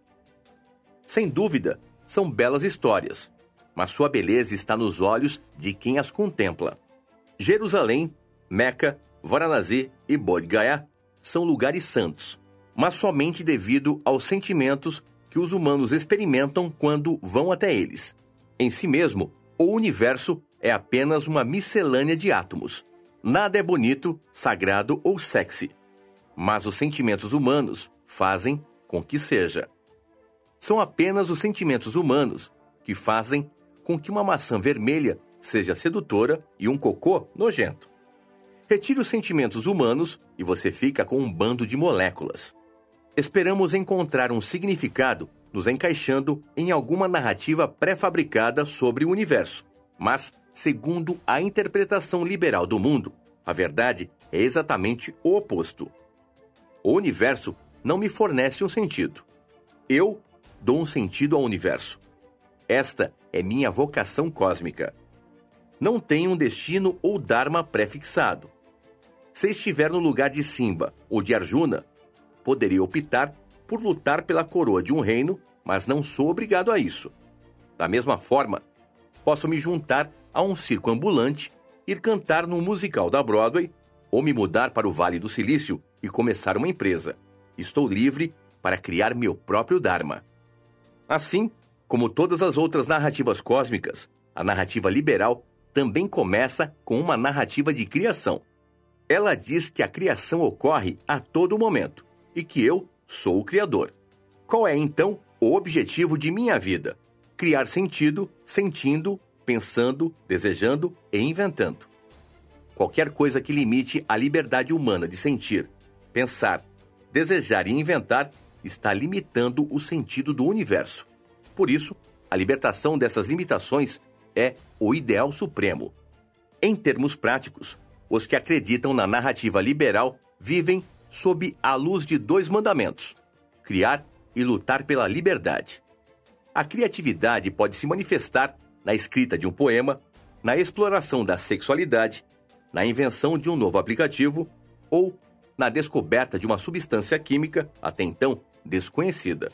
S1: Sem dúvida, são belas histórias, mas sua beleza está nos olhos de quem as contempla. Jerusalém, Meca, Varanasi e Bodh Gaya são lugares santos, mas somente devido aos sentimentos que os humanos experimentam quando vão até eles. Em si mesmo, o universo é apenas uma miscelânea de átomos. Nada é bonito, sagrado ou sexy, mas os sentimentos humanos fazem com que seja. São apenas os sentimentos humanos que fazem com que uma maçã vermelha seja sedutora e um cocô nojento. Retire os sentimentos humanos e você fica com um bando de moléculas. Esperamos encontrar um significado nos encaixando em alguma narrativa pré-fabricada sobre o universo, mas, segundo a interpretação liberal do mundo, a verdade é exatamente o oposto. O universo não me fornece um sentido. Eu dou um sentido ao universo. Esta é minha vocação cósmica. Não tenho um destino ou dharma pré-fixado. Se estiver no lugar de Simba ou de Arjuna, poderia optar por lutar pela coroa de um reino, mas não sou obrigado a isso. Da mesma forma, posso me juntar a um circo ambulante, ir cantar num musical da Broadway, ou me mudar para o Vale do Silício e começar uma empresa. Estou livre para criar meu próprio dharma. Assim, como todas as outras narrativas cósmicas, a narrativa liberal também começa com uma narrativa de criação. Ela diz que a criação ocorre a todo momento e que eu sou o Criador. Qual é, então, o objetivo de minha vida? Criar sentido, sentindo, pensando, desejando e inventando. Qualquer coisa que limite a liberdade humana de sentir, pensar, desejar e inventar está limitando o sentido do universo. Por isso, a libertação dessas limitações é o ideal supremo. Em termos práticos, os que acreditam na narrativa liberal vivem sob a luz de dois mandamentos: criar e lutar pela liberdade. A criatividade pode se manifestar na escrita de um poema, na exploração da sexualidade, na invenção de um novo aplicativo ou na descoberta de uma substância química até então desconhecida.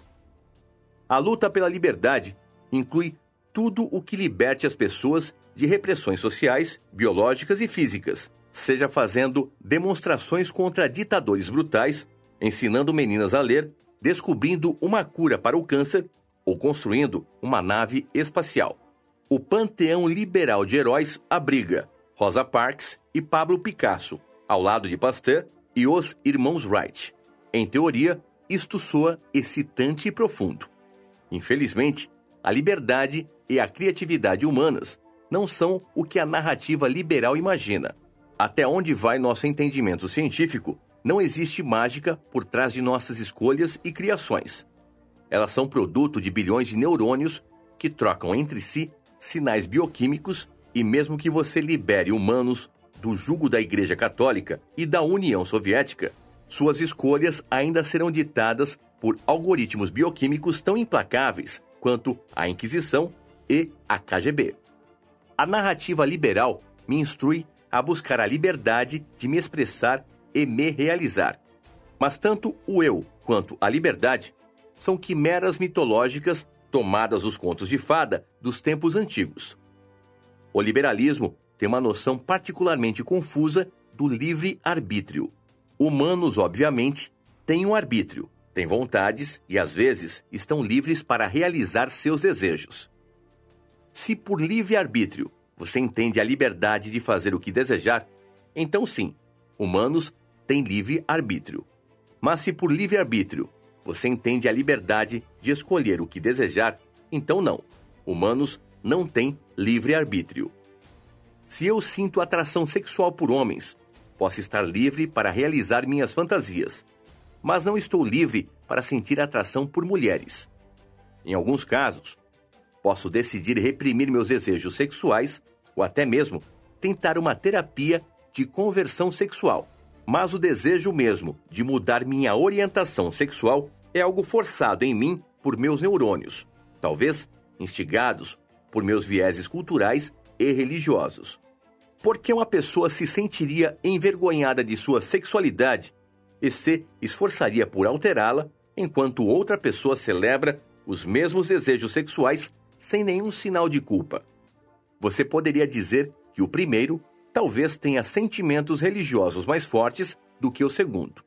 S1: A luta pela liberdade inclui tudo o que liberte as pessoas de repressões sociais, biológicas e físicas, seja fazendo demonstrações contra ditadores brutais, ensinando meninas a ler, descobrindo uma cura para o câncer ou construindo uma nave espacial. O panteão liberal de heróis abriga Rosa Parks e Pablo Picasso, ao lado de Pasteur e os irmãos Wright. Em teoria, isto soa excitante e profundo. Infelizmente, a liberdade e a criatividade humanas não são o que a narrativa liberal imagina. Até onde vai nosso entendimento científico, não existe mágica por trás de nossas escolhas e criações. Elas são produto de bilhões de neurônios que trocam entre si sinais bioquímicos e mesmo que você libere humanos do jugo da Igreja Católica e da União Soviética, suas escolhas ainda serão ditadas por algoritmos bioquímicos tão implacáveis quanto a Inquisição e a K G B. A narrativa liberal me instrui a buscar a liberdade de me expressar e me realizar. Mas tanto o eu quanto a liberdade são quimeras mitológicas tomadas dos contos de fada dos tempos antigos. O liberalismo tem uma noção particularmente confusa do livre-arbítrio. Humanos, obviamente, têm um arbítrio, têm vontades e, às vezes, estão livres para realizar seus desejos. Se por livre-arbítrio você entende a liberdade de fazer o que desejar, então sim, humanos têm livre-arbítrio. Mas se por livre-arbítrio você entende a liberdade de escolher o que desejar, então não, humanos não têm livre-arbítrio. Se eu sinto atração sexual por homens, posso estar livre para realizar minhas fantasias, mas não estou livre para sentir atração por mulheres. Em alguns casos, posso decidir reprimir meus desejos sexuais ou até mesmo tentar uma terapia de conversão sexual, Mas o desejo mesmo de mudar minha orientação sexual é algo forçado em mim por meus neurônios, talvez instigados por meus vieses culturais e religiosos. Por que uma pessoa se sentiria envergonhada de sua sexualidade e se esforçaria por alterá-la, enquanto outra pessoa celebra os mesmos desejos sexuais sem nenhum sinal de culpa? Você poderia dizer que o primeiro talvez tenha sentimentos religiosos mais fortes do que o segundo.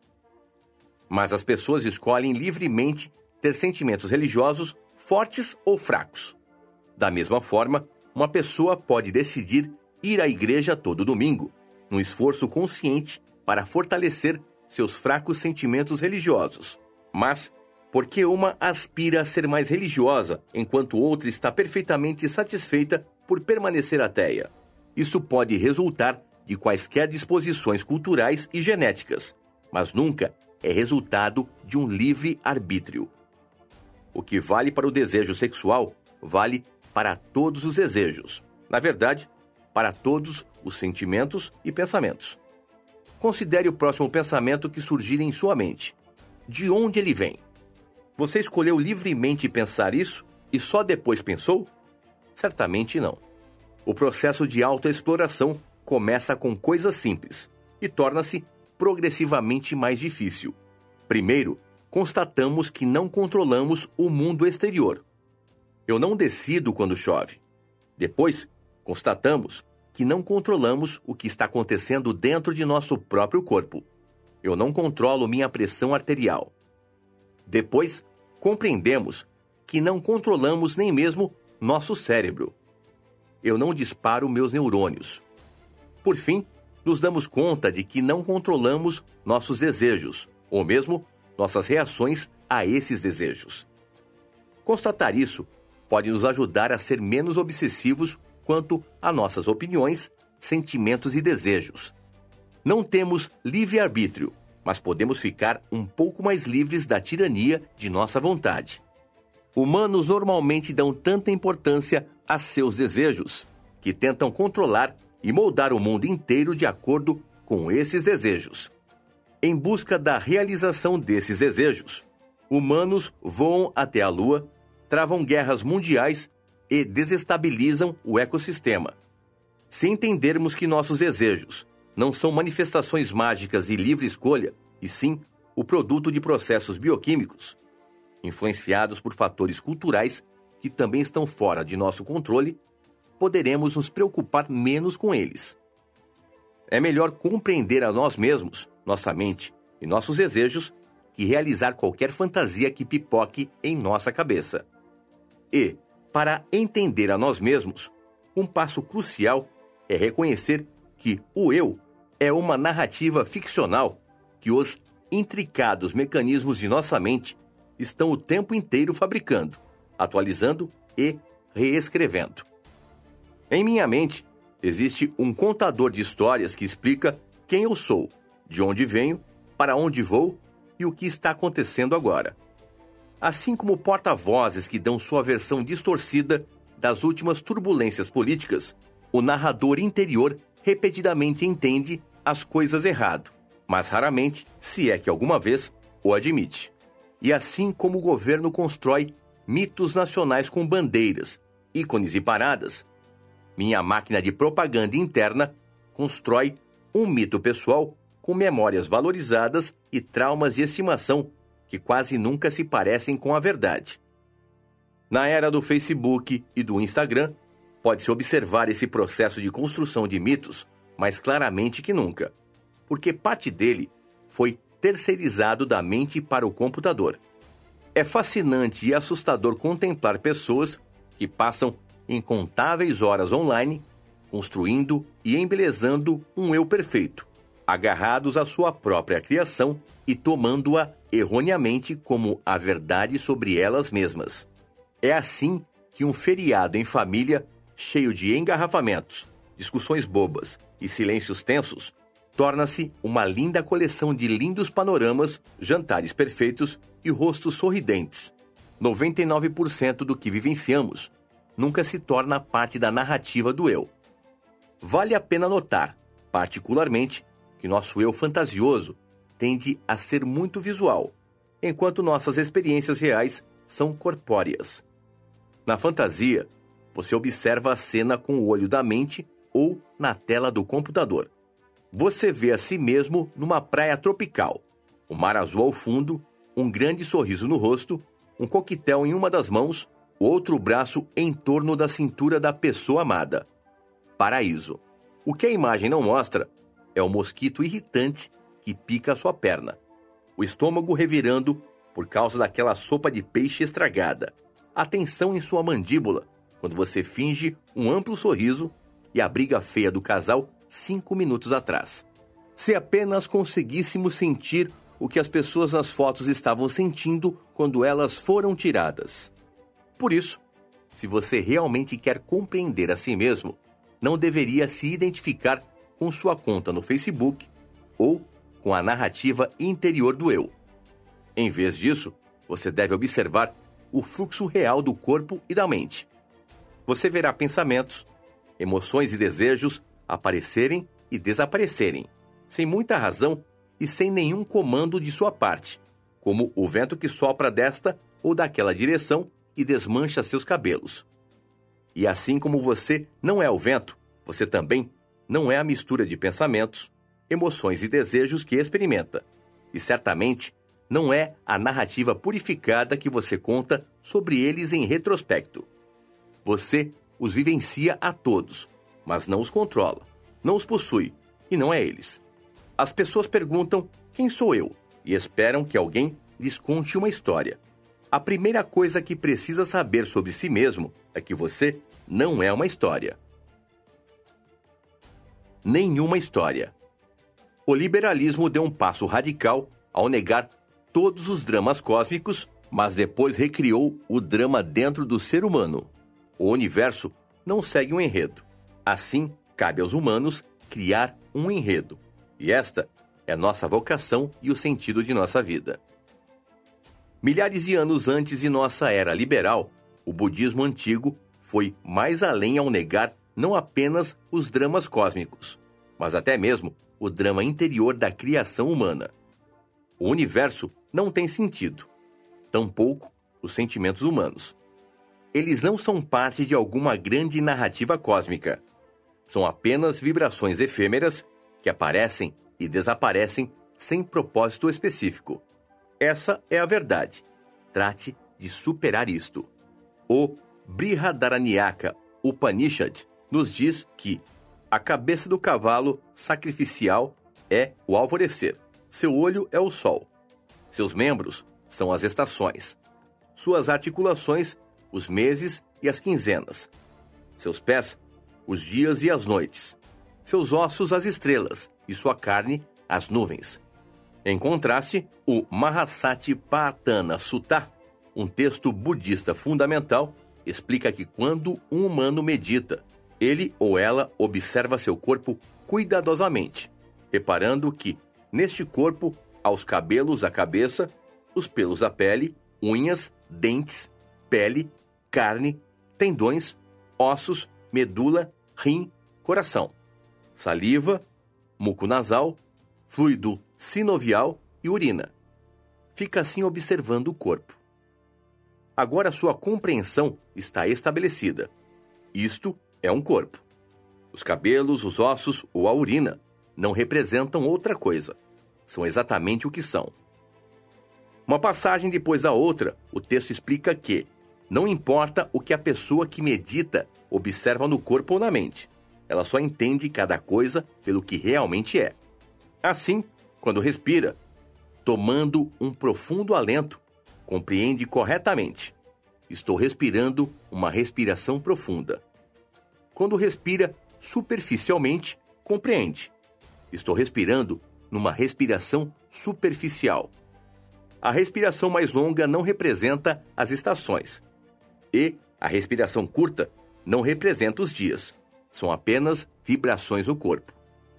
S1: Mas as pessoas escolhem livremente ter sentimentos religiosos fortes ou fracos. Da mesma forma, uma pessoa pode decidir ir à igreja todo domingo, num esforço consciente para fortalecer seus fracos sentimentos religiosos. Mas, porque uma aspira a ser mais religiosa, enquanto outra está perfeitamente satisfeita por permanecer ateia? Isso pode resultar de quaisquer disposições culturais e genéticas, mas nunca é resultado de um livre arbítrio. O que vale para o desejo sexual, vale para todos os desejos. Na verdade, para todos os sentimentos e pensamentos. Considere o próximo pensamento que surgir em sua mente. De onde ele vem? Você escolheu livremente pensar isso e só depois pensou? Certamente não. O processo de autoexploração começa com coisas simples e torna-se progressivamente mais difícil. Primeiro, constatamos que não controlamos o mundo exterior. Eu não decido quando chove. Depois, constatamos que não controlamos o que está acontecendo dentro de nosso próprio corpo. Eu não controlo minha pressão arterial. Depois, compreendemos que não controlamos nem mesmo nosso cérebro. Eu não disparo meus neurônios. Por fim, nos damos conta de que não controlamos nossos desejos, ou mesmo nossas reações a esses desejos. Constatar isso pode nos ajudar a ser menos obsessivos quanto a nossas opiniões, sentimentos e desejos. Não temos livre-arbítrio, mas podemos ficar um pouco mais livres da tirania de nossa vontade. Humanos normalmente dão tanta importância a seus desejos, que tentam controlar e moldar o mundo inteiro de acordo com esses desejos. Em busca da realização desses desejos, humanos voam até a Lua, travam guerras mundiais e desestabilizam o ecossistema. Se entendermos que nossos desejos não são manifestações mágicas de livre escolha, e sim o produto de processos bioquímicos, influenciados por fatores culturais que também estão fora de nosso controle, poderemos nos preocupar menos com eles. É melhor compreender a nós mesmos, nossa mente e nossos desejos que realizar qualquer fantasia que pipoque em nossa cabeça. E, para entender a nós mesmos, um passo crucial é reconhecer que o eu é uma narrativa ficcional que os intricados mecanismos de nossa mente estão o tempo inteiro fabricando, atualizando e reescrevendo. Em minha mente, existe um contador de histórias que explica quem eu sou, de onde venho, para onde vou e o que está acontecendo agora. Assim como porta-vozes que dão sua versão distorcida das últimas turbulências políticas, o narrador interior repetidamente entende as coisas errado, mas raramente, se é que alguma vez, o admite. E assim como o governo constrói mitos nacionais com bandeiras, ícones e paradas, minha máquina de propaganda interna constrói um mito pessoal com memórias valorizadas e traumas de estimação que quase nunca se parecem com a verdade. Na era do Facebook e do Instagram, pode-se observar esse processo de construção de mitos mais claramente que nunca, porque parte dele foi terceirizado da mente para o computador. É fascinante e assustador contemplar pessoas que passam incontáveis horas online construindo e embelezando um eu perfeito, agarrados à sua própria criação e tomando-a erroneamente como a verdade sobre elas mesmas. É assim que um feriado em família, cheio de engarrafamentos, discussões bobas e silêncios tensos, torna-se uma linda coleção de lindos panoramas, jantares perfeitos e rostos sorridentes. noventa e nove por cento do que vivenciamos nunca se torna parte da narrativa do eu. Vale a pena notar, particularmente, que nosso eu fantasioso tende a ser muito visual, enquanto nossas experiências reais são corpóreas. Na fantasia, você observa a cena com o olho da mente ou na tela do computador. Você vê a si mesmo numa praia tropical, o mar azul ao fundo, um grande sorriso no rosto, um coquetel em uma das mãos, o outro braço em torno da cintura da pessoa amada. Paraíso. O que a imagem não mostra é o mosquito irritante que pica a sua perna, o estômago revirando por causa daquela sopa de peixe estragada, a tensão em sua mandíbula quando você finge um amplo sorriso e a briga feia do casal cinco minutos atrás. Se apenas conseguíssemos sentir o que as pessoas nas fotos estavam sentindo quando elas foram tiradas. Por isso, se você realmente quer compreender a si mesmo, não deveria se identificar com sua conta no Facebook ou com a narrativa interior do eu. Em vez disso, você deve observar o fluxo real do corpo e da mente. Você verá pensamentos, emoções e desejos aparecerem e desaparecerem, sem muita razão e sem nenhum comando de sua parte, como o vento que sopra desta ou daquela direção e desmancha seus cabelos. E assim como você não é o vento, você também não é a mistura de pensamentos, emoções e desejos que experimenta. E certamente não é a narrativa purificada que você conta sobre eles em retrospecto. Você os vivencia a todos, mas não os controla, não os possui, e não é eles. As pessoas perguntam quem sou eu e esperam que alguém lhes conte uma história. A primeira coisa que precisa saber sobre si mesmo é que você não é uma história. Nenhuma história. O liberalismo deu um passo radical ao negar todos os dramas cósmicos, mas depois recriou o drama dentro do ser humano. O universo não segue um enredo. Assim, cabe aos humanos criar um enredo. E esta é nossa vocação e o sentido de nossa vida. Milhares de anos antes de nossa era liberal, o budismo antigo foi mais além ao negar não apenas os dramas cósmicos, mas até mesmo o drama interior da criação humana. O universo não tem sentido, tampouco os sentimentos humanos. Eles não são parte de alguma grande narrativa cósmica. São apenas vibrações efêmeras que aparecem e desaparecem sem propósito específico. Essa é a verdade. Trate de superar isto. O Brihadaranyaka Upanishad nos diz que a cabeça do cavalo sacrificial é o alvorecer. Seu olho é o sol. Seus membros são as estações. Suas articulações, os meses e as quinzenas. Seus pés, os dias e as noites. Seus ossos, as estrelas, e sua carne, as nuvens. Em contraste, o Mahasatipatthana Sutta, um texto budista fundamental, explica que quando um humano medita, ele ou ela observa seu corpo cuidadosamente, reparando que, neste corpo, há os cabelos à cabeça, os pelos da pele, unhas, dentes, pele, carne, tendões, ossos, medula, rim, coração, saliva, muco nasal, fluido sinovial e urina. Fica assim observando o corpo. Agora sua compreensão está estabelecida. Isto é um corpo. Os cabelos, os ossos ou a urina não representam outra coisa. São exatamente o que são. Uma passagem depois da outra, o texto explica que não importa o que a pessoa que medita observa no corpo ou na mente. Ela só entende cada coisa pelo que realmente é. Assim, quando respira, tomando um profundo alento, compreende corretamente. Estou respirando uma respiração profunda. Quando respira superficialmente, compreende. Estou respirando numa respiração superficial. A respiração mais longa não representa as estações. E a respiração curta não representa os dias. São apenas vibrações no corpo.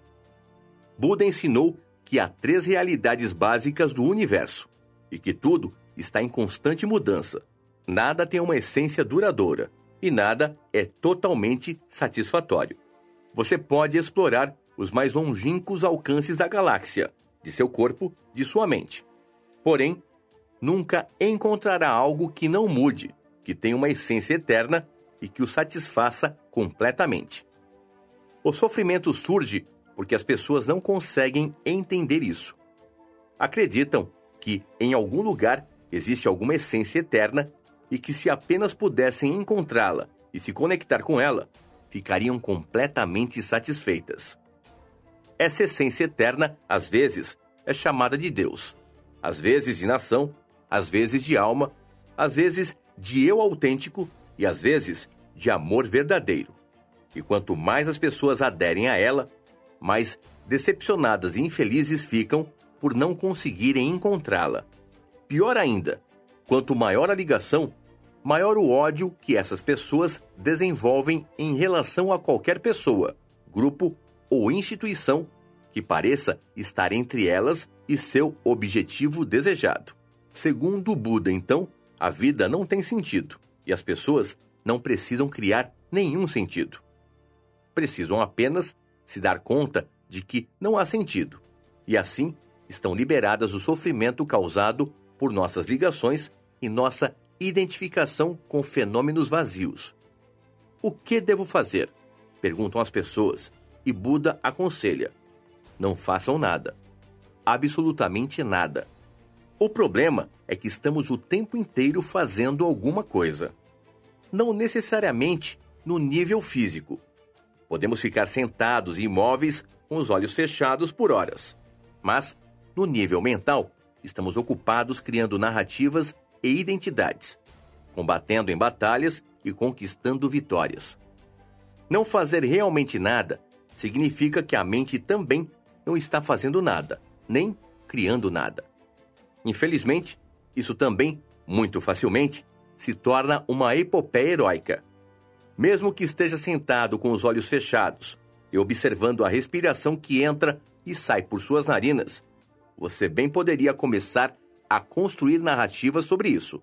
S1: Buda ensinou que há três realidades básicas do universo e que tudo está em constante mudança. Nada tem uma essência duradoura e nada é totalmente satisfatório. Você pode explorar os mais longínquos alcances da galáxia, de seu corpo, de sua mente. Porém, nunca encontrará algo que não mude, que tenha uma essência eterna e que o satisfaça completamente. O sofrimento surge porque as pessoas não conseguem entender isso. Acreditam que, em algum lugar, existe alguma essência eterna e que, se apenas pudessem encontrá-la e se conectar com ela, ficariam completamente satisfeitas. Essa essência eterna, às vezes, é chamada de Deus, às vezes de nação, às vezes de alma, às vezes de eu autêntico e às vezes de amor verdadeiro. E quanto mais as pessoas aderem a ela, mais decepcionadas e infelizes ficam por não conseguirem encontrá-la. Pior ainda, quanto maior a ligação, maior o ódio que essas pessoas desenvolvem em relação a qualquer pessoa, grupo ou instituição que pareça estar entre elas e seu objetivo desejado. Segundo o Buda, então, a vida não tem sentido e as pessoas não precisam criar nenhum sentido. Precisam apenas se dar conta de que não há sentido e, assim, estão liberadas do sofrimento causado por nossas ligações e nossa identificação com fenômenos vazios. O que devo fazer? Perguntam as pessoas, e Buda aconselha: não façam nada. Absolutamente nada. O problema é que estamos o tempo inteiro fazendo alguma coisa. Não necessariamente no nível físico. Podemos ficar sentados e imóveis com os olhos fechados por horas. Mas, no nível mental, estamos ocupados criando narrativas e identidades, combatendo em batalhas e conquistando vitórias. Não fazer realmente nada significa que a mente também não está fazendo nada, nem criando nada. Infelizmente, isso também, muito facilmente, se torna uma epopeia heróica. Mesmo que esteja sentado com os olhos fechados e observando a respiração que entra e sai por suas narinas, você bem poderia começar a construir narrativas sobre isso.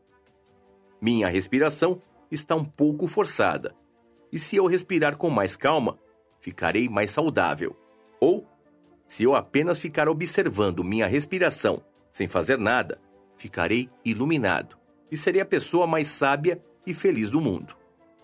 S1: Minha respiração está um pouco forçada, e se eu respirar com mais calma, ficarei mais saudável. Ou, se eu apenas ficar observando minha respiração sem fazer nada, ficarei iluminado e serei a pessoa mais sábia e feliz do mundo.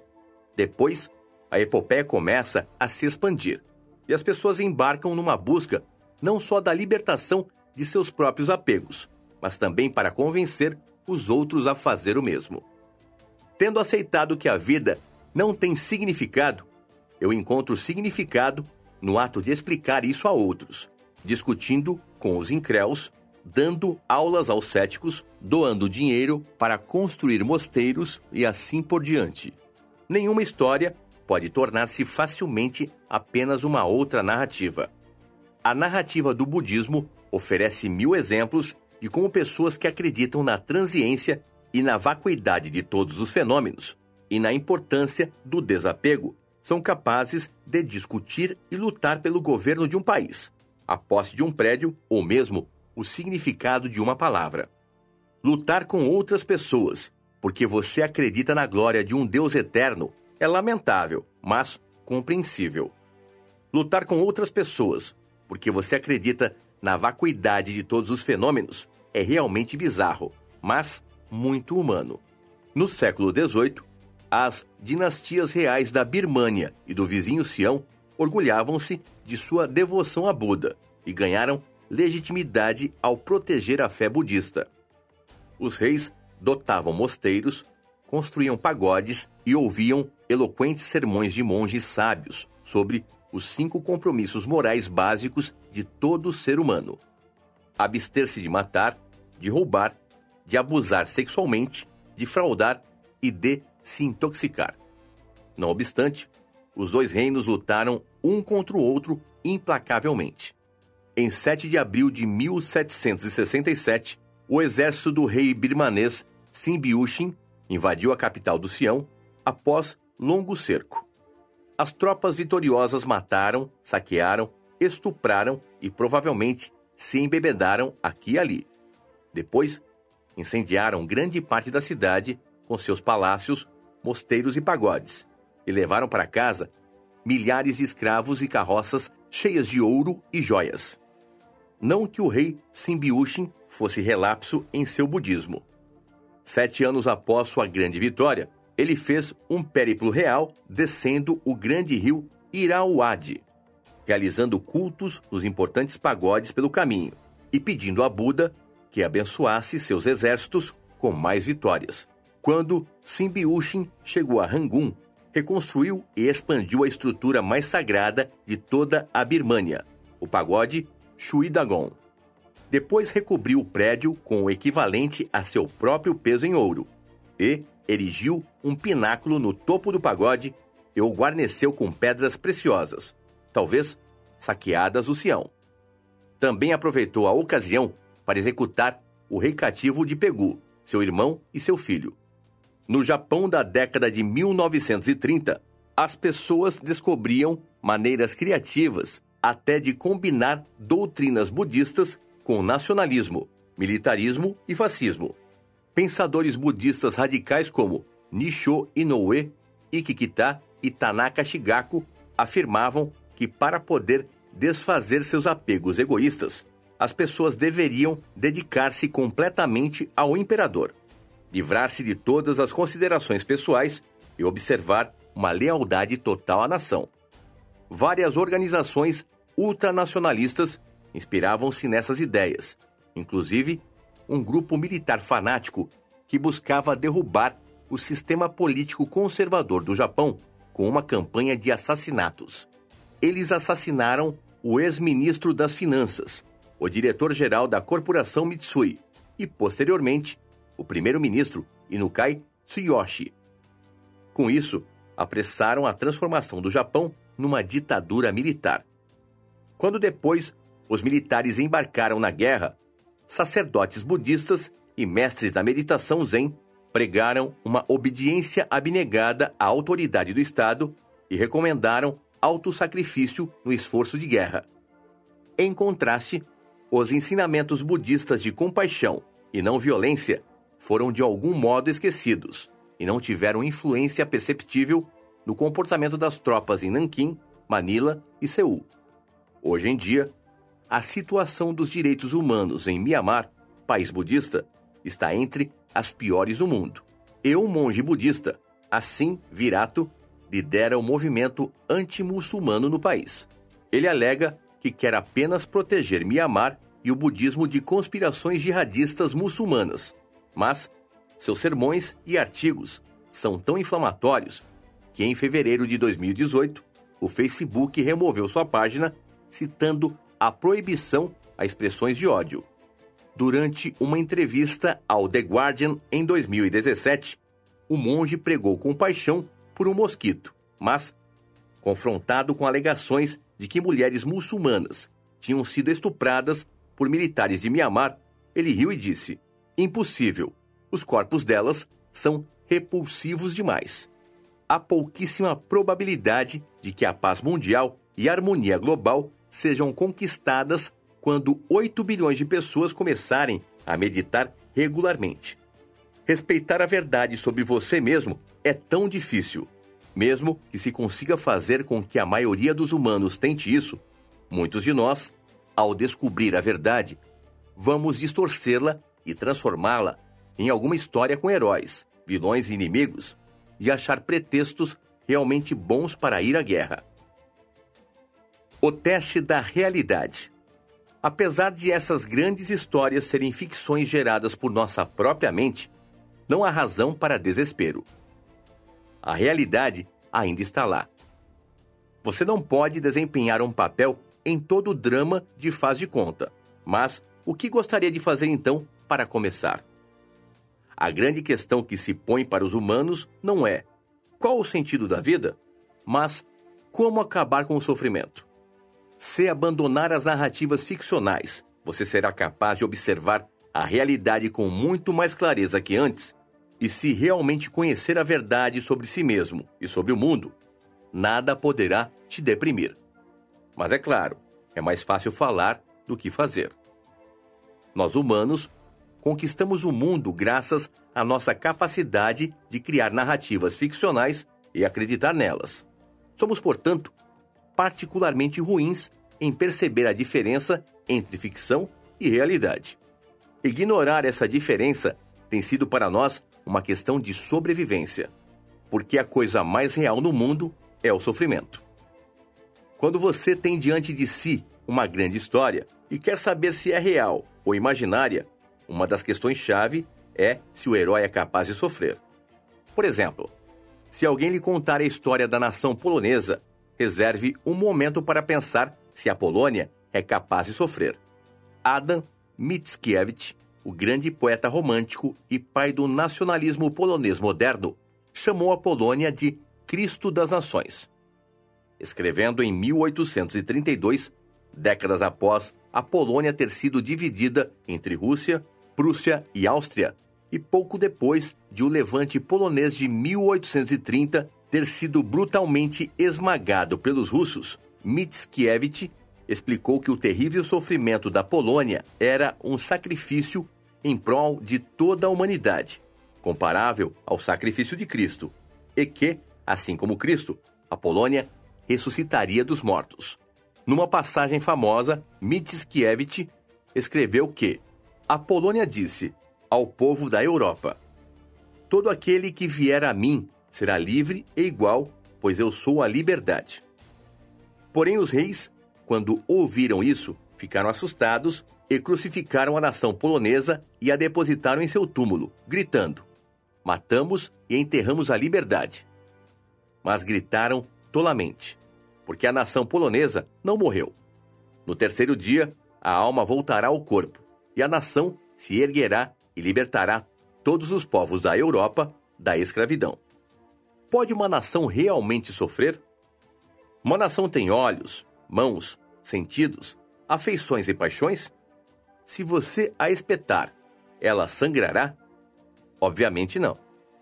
S1: Depois, a epopeia começa a se expandir e as pessoas embarcam numa busca não só da libertação de seus próprios apegos, mas também para convencer os outros a fazer o mesmo. Tendo aceitado que a vida não tem significado, eu encontro significado no ato de explicar isso a outros, discutindo com os incréus, dando aulas aos céticos, doando dinheiro para construir mosteiros e assim por diante. Nenhuma história pode tornar-se facilmente apenas uma outra narrativa. A narrativa do budismo oferece mil exemplos de como pessoas que acreditam na transiência e na vacuidade de todos os fenômenos e na importância do desapego são capazes de discutir e lutar pelo governo de um país, a posse de um prédio ou mesmo o significado de uma palavra. Lutar com outras pessoas porque você acredita na glória de um Deus eterno é lamentável, mas compreensível. Lutar com outras pessoas porque você acredita na vacuidade de todos os fenômenos é realmente bizarro, mas muito humano. No século dezoito, as dinastias reais da Birmânia e do vizinho Sião orgulhavam-se de sua devoção a Buda e ganharam legitimidade ao proteger a fé budista. Os reis dotavam mosteiros, construíam pagodes e ouviam eloquentes sermões de monges sábios sobre os cinco compromissos morais básicos de todo ser humano: abster-se de matar, de roubar, de abusar sexualmente, de fraudar e de se intoxicar. Não obstante, os dois reinos lutaram um contra o outro implacavelmente. Em sete de abril de mil setecentos e sessenta e sete, o exército do rei birmanês Simbiushin invadiu a capital do Sião após longo cerco. As tropas vitoriosas mataram, saquearam, estupraram e provavelmente se embebedaram aqui e ali. Depois, incendiaram grande parte da cidade com seus palácios, mosteiros e pagodes, e levaram para casa milhares de escravos e carroças cheias de ouro e joias. Não que o rei Simbiushin fosse relapso em seu budismo. Sete anos após sua grande vitória, ele fez um périplo real descendo o grande rio Irauadi, realizando cultos nos importantes pagodes pelo caminho e pedindo a Buda que abençoasse seus exércitos com mais vitórias. Quando Simbiushin chegou a Rangoon, reconstruiu e expandiu a estrutura mais sagrada de toda a Birmânia, o pagode Shui Dagon. Depois recobriu o prédio com o equivalente a seu próprio peso em ouro e erigiu um pináculo no topo do pagode e o guarneceu com pedras preciosas, talvez saqueadas do Sião. Também aproveitou a ocasião para executar o rei cativo de Pegu, seu irmão e seu filho. No Japão da década de mil novecentos e trinta, as pessoas descobriam maneiras criativas até de combinar doutrinas budistas com nacionalismo, militarismo e fascismo. Pensadores budistas radicais como Nissho Inoue, Ikikita e Tanaka Shigaku afirmavam que para poder desfazer seus apegos egoístas, as pessoas deveriam dedicar-se completamente ao imperador, livrar-se de todas as considerações pessoais e observar uma lealdade total à nação. Várias organizações ultranacionalistas inspiravam-se nessas ideias, inclusive um grupo militar fanático que buscava derrubar o sistema político conservador do Japão com uma campanha de assassinatos. Eles assassinaram o ex-ministro das Finanças, o diretor-geral da corporação Mitsui e, posteriormente, o primeiro-ministro Inukai Tsuyoshi. Com isso, apressaram a transformação do Japão numa ditadura militar. Quando depois os militares embarcaram na guerra, sacerdotes budistas e mestres da meditação zen pregaram uma obediência abnegada à autoridade do Estado e recomendaram autossacrifício no esforço de guerra. Em contraste, os ensinamentos budistas de compaixão e não violência foram de algum modo esquecidos e não tiveram influência perceptível no comportamento das tropas em Nanquim, Manila e Seul. Hoje em dia, a situação dos direitos humanos em Mianmar, país budista, está entre as piores do mundo. E um monge budista, Assim Virato, lidera o movimento anti-muçulmano no país. Ele alega que quer apenas proteger Mianmar e o budismo de conspirações jihadistas muçulmanas, mas seus sermões e artigos são tão inflamatórios que em fevereiro de dois mil e dezoito, o Facebook removeu sua página citando a proibição a expressões de ódio. Durante uma entrevista ao The Guardian em dois mil e dezessete, o monge pregou compaixão por um mosquito, mas, confrontado com alegações de que mulheres muçulmanas tinham sido estupradas por militares de Mianmar, ele riu e disse: "Impossível, os corpos delas são repulsivos demais. Há pouquíssima probabilidade de que a paz mundial e a harmonia global sejam conquistadas quando oito bilhões de pessoas começarem a meditar regularmente. Respeitar a verdade sobre você mesmo é tão difícil. Mesmo que se consiga fazer com que a maioria dos humanos tente isso, muitos de nós, ao descobrir a verdade, vamos distorcê-la e transformá-la em alguma história com heróis, vilões e inimigos, e achar pretextos realmente bons para ir à guerra." O teste da realidade. Apesar de essas grandes histórias serem ficções geradas por nossa própria mente, não há razão para desespero. A realidade ainda está lá. Você não pode desempenhar um papel em todo o drama de faz de conta, mas o que gostaria de fazer então para começar? A grande questão que se põe para os humanos não é qual o sentido da vida, mas como acabar com o sofrimento. Se abandonar as narrativas ficcionais, você será capaz de observar a realidade com muito mais clareza que antes, e se realmente conhecer a verdade sobre si mesmo e sobre o mundo, nada poderá te deprimir. Mas é claro, é mais fácil falar do que fazer. Nós humanos conquistamos o mundo graças à nossa capacidade de criar narrativas ficcionais e acreditar nelas. Somos, portanto, particularmente ruins em perceber a diferença entre ficção e realidade. Ignorar essa diferença tem sido para nós uma questão de sobrevivência, porque a coisa mais real no mundo é o sofrimento. Quando você tem diante de si uma grande história e quer saber se é real ou imaginária, uma das questões-chave é se o herói é capaz de sofrer. Por exemplo, se alguém lhe contar a história da nação polonesa, reserve um momento para pensar se a Polônia é capaz de sofrer. Adam Mickiewicz, o grande poeta romântico e pai do nacionalismo polonês moderno, chamou a Polônia de Cristo das Nações. Escrevendo em mil oitocentos e trinta e dois, décadas após a Polônia ter sido dividida entre Rússia, Prússia e Áustria, e pouco depois de o levante polonês de mil oitocentos e trinta ter sido brutalmente esmagado pelos russos, Mickiewicz explicou que o terrível sofrimento da Polônia era um sacrifício em prol de toda a humanidade, comparável ao sacrifício de Cristo, e que, assim como Cristo, a Polônia ressuscitaria dos mortos. Numa passagem famosa, Mickiewicz escreveu que a Polônia disse ao povo da Europa: todo aquele que vier a mim será livre e igual, pois eu sou a liberdade. Porém, os reis, quando ouviram isso, ficaram assustados e crucificaram a nação polonesa e a depositaram em seu túmulo, gritando: matamos e enterramos a liberdade. Mas gritaram tolamente, porque a nação polonesa não morreu. No terceiro dia, a alma voltará ao corpo, e a nação se erguerá e libertará todos os povos da Europa da escravidão. Pode uma nação realmente sofrer? Uma nação tem olhos, mãos, sentidos, afeições e paixões? Se você a espetar, ela sangrará? Obviamente não.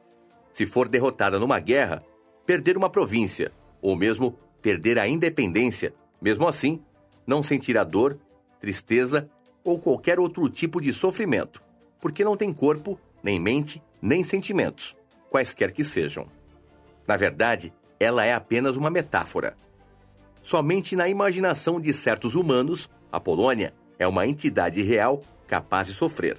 S1: Se for derrotada numa guerra, perder uma província, ou mesmo perder a independência, mesmo assim, não sentirá dor, tristeza ou qualquer outro tipo de sofrimento, porque não tem corpo, nem mente, nem sentimentos, quaisquer que sejam. Na verdade, ela é apenas uma metáfora. Somente na imaginação de certos humanos, a Polônia é uma entidade real capaz de sofrer.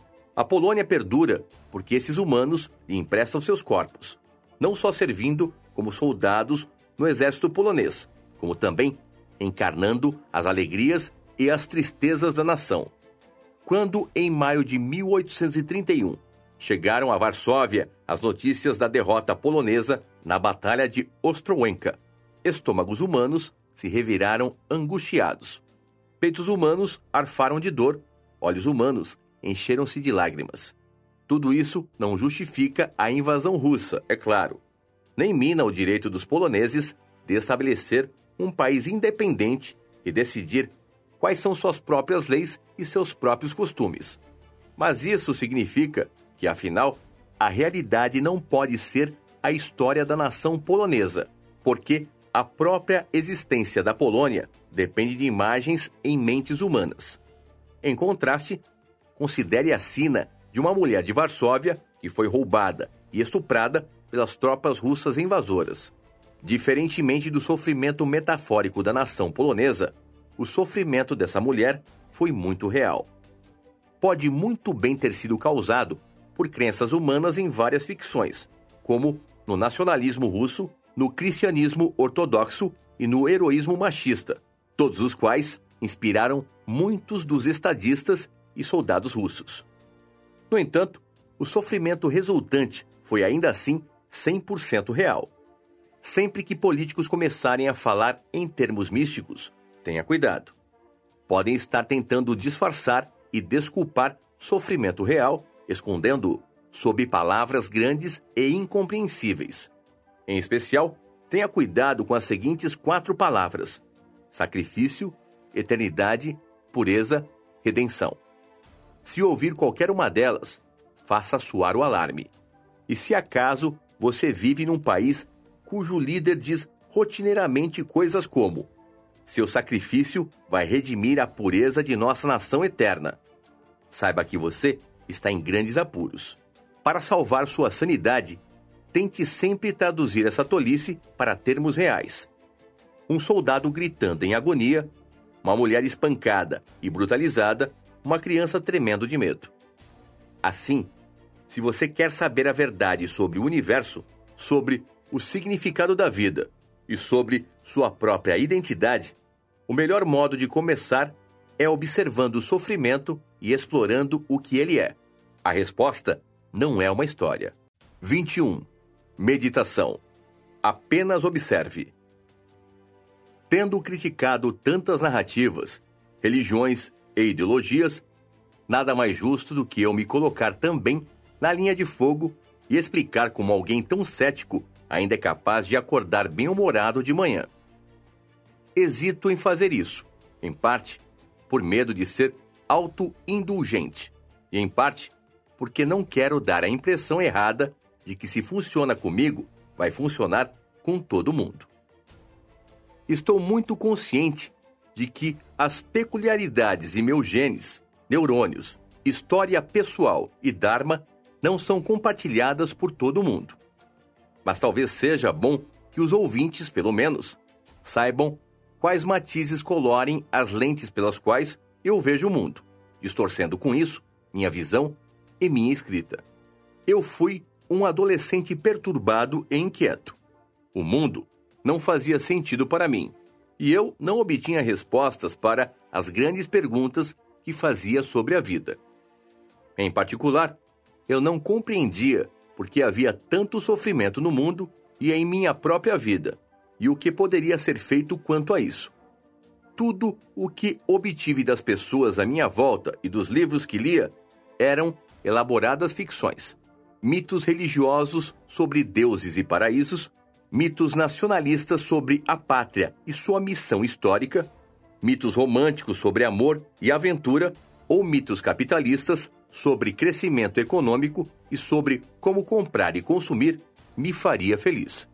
S1: A Polônia perdura porque esses humanos lhe emprestam seus corpos, não só servindo como soldados no exército polonês, como também encarnando as alegrias e as tristezas da nação. Quando, em maio de mil oitocentos e trinta e um, chegaram a Varsóvia as notícias da derrota polonesa na Batalha de Ostrołęka, estômagos humanos se reviraram angustiados. Peitos humanos arfaram de dor, olhos humanos encheram-se de lágrimas. Tudo isso não justifica a invasão russa, é claro, nem mina o direito dos poloneses de estabelecer um país independente e decidir quais são suas próprias leis e seus próprios costumes. Mas isso significa que, afinal, a realidade não pode ser a história da nação polonesa, porque a própria existência da Polônia depende de imagens em mentes humanas. Em contraste, considere a sina de uma mulher de Varsóvia que foi roubada e estuprada pelas tropas russas invasoras. Diferentemente do sofrimento metafórico da nação polonesa, o sofrimento dessa mulher foi muito real. Pode muito bem ter sido causado por crenças humanas em várias ficções, como no nacionalismo russo, no cristianismo ortodoxo e no heroísmo machista, todos os quais inspiraram muitos dos estadistas e soldados russos. No entanto, o sofrimento resultante foi ainda assim cem por cento real. Sempre que políticos começarem a falar em termos místicos, tenha cuidado. Podem estar tentando disfarçar e desculpar sofrimento real, escondendo-o sob palavras grandes e incompreensíveis. Em especial, tenha cuidado com as seguintes quatro palavras: sacrifício, eternidade, pureza, redenção. Se ouvir qualquer uma delas, faça soar o alarme. E se acaso você vive num país cujo líder diz rotineiramente coisas como: seu sacrifício vai redimir a pureza de nossa nação eterna, saiba que você está em grandes apuros. Para salvar sua sanidade, tente sempre traduzir essa tolice para termos reais. Um soldado gritando em agonia, uma mulher espancada e brutalizada, uma criança tremendo de medo. Assim, se você quer saber a verdade sobre o universo, sobre o significado da vida e sobre sua própria identidade, o melhor modo de começar é observando o sofrimento e explorando o que ele é. A resposta não é uma história. vinte e um. Meditação. Apenas observe. Tendo criticado tantas narrativas, religiões e ideologias, nada mais justo do que eu me colocar também na linha de fogo e explicar como alguém tão cético ainda é capaz de acordar bem-humorado de manhã. Hesito em fazer isso, em parte por medo de ser autoindulgente e em parte porque não quero dar a impressão errada de que se funciona comigo, vai funcionar com todo mundo. Estou muito consciente de que as peculiaridades em meus genes, neurônios, história pessoal e Dharma não são compartilhadas por todo mundo. Mas talvez seja bom que os ouvintes, pelo menos, saibam quais matizes colorem as lentes pelas quais eu vejo o mundo, distorcendo com isso minha visão e minha escrita. Eu fui um adolescente perturbado e inquieto. O mundo não fazia sentido para mim, e eu não obtinha respostas para as grandes perguntas que fazia sobre a vida. Em particular, eu não compreendia por que havia tanto sofrimento no mundo e em minha própria vida, e o que poderia ser feito quanto a isso. Tudo o que obtive das pessoas à minha volta e dos livros que lia eram elaboradas ficções, mitos religiosos sobre deuses e paraísos, mitos nacionalistas sobre a pátria e sua missão histórica, mitos românticos sobre amor e aventura ou mitos capitalistas sobre crescimento econômico e sobre como comprar e consumir me faria feliz.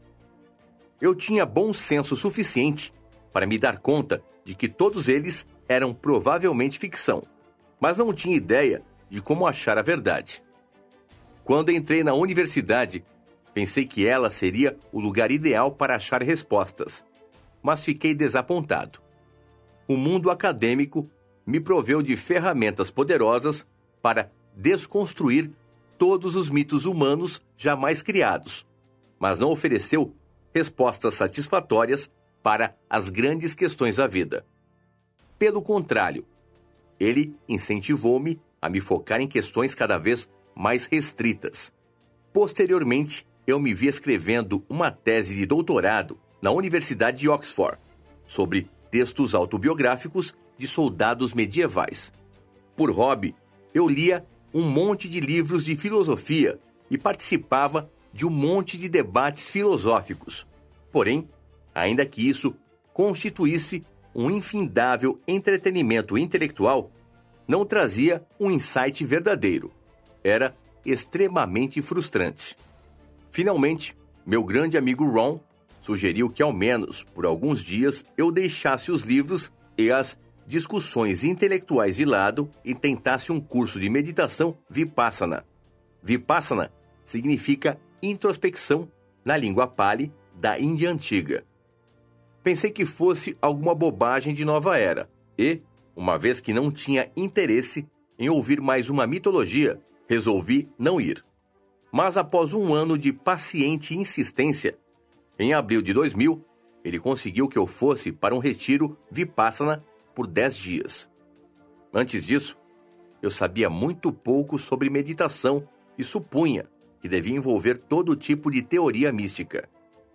S1: Eu tinha bom senso suficiente para me dar conta de que todos eles eram provavelmente ficção, mas não tinha ideia de como achar a verdade. Quando entrei na universidade, pensei que ela seria o lugar ideal para achar respostas, mas fiquei desapontado. O mundo acadêmico me proveu de ferramentas poderosas para desconstruir todos os mitos humanos jamais criados, mas não ofereceu respostas satisfatórias para as grandes questões da vida. Pelo contrário, ele incentivou-me a me focar em questões cada vez mais restritas. Posteriormente, eu me vi escrevendo uma tese de doutorado na Universidade de Oxford sobre textos autobiográficos de soldados medievais. Por hobby, eu lia um monte de livros de filosofia e participava de um monte de debates filosóficos. Porém, ainda que isso constituísse um infindável entretenimento intelectual, não trazia um insight verdadeiro. Era extremamente frustrante. Finalmente, meu grande amigo Ron sugeriu que ao menos por alguns dias eu deixasse os livros e as discussões intelectuais de lado e tentasse um curso de meditação Vipassana. Vipassana significa introspecção na língua Pali da Índia Antiga. Pensei que fosse alguma bobagem de nova era e, uma vez que não tinha interesse em ouvir mais uma mitologia, resolvi não ir. Mas após um ano de paciente insistência, em abril de dois mil, ele conseguiu que eu fosse para um retiro Vipassana por dez dias. Antes disso, eu sabia muito pouco sobre meditação e supunha que devia envolver todo tipo de teoria mística.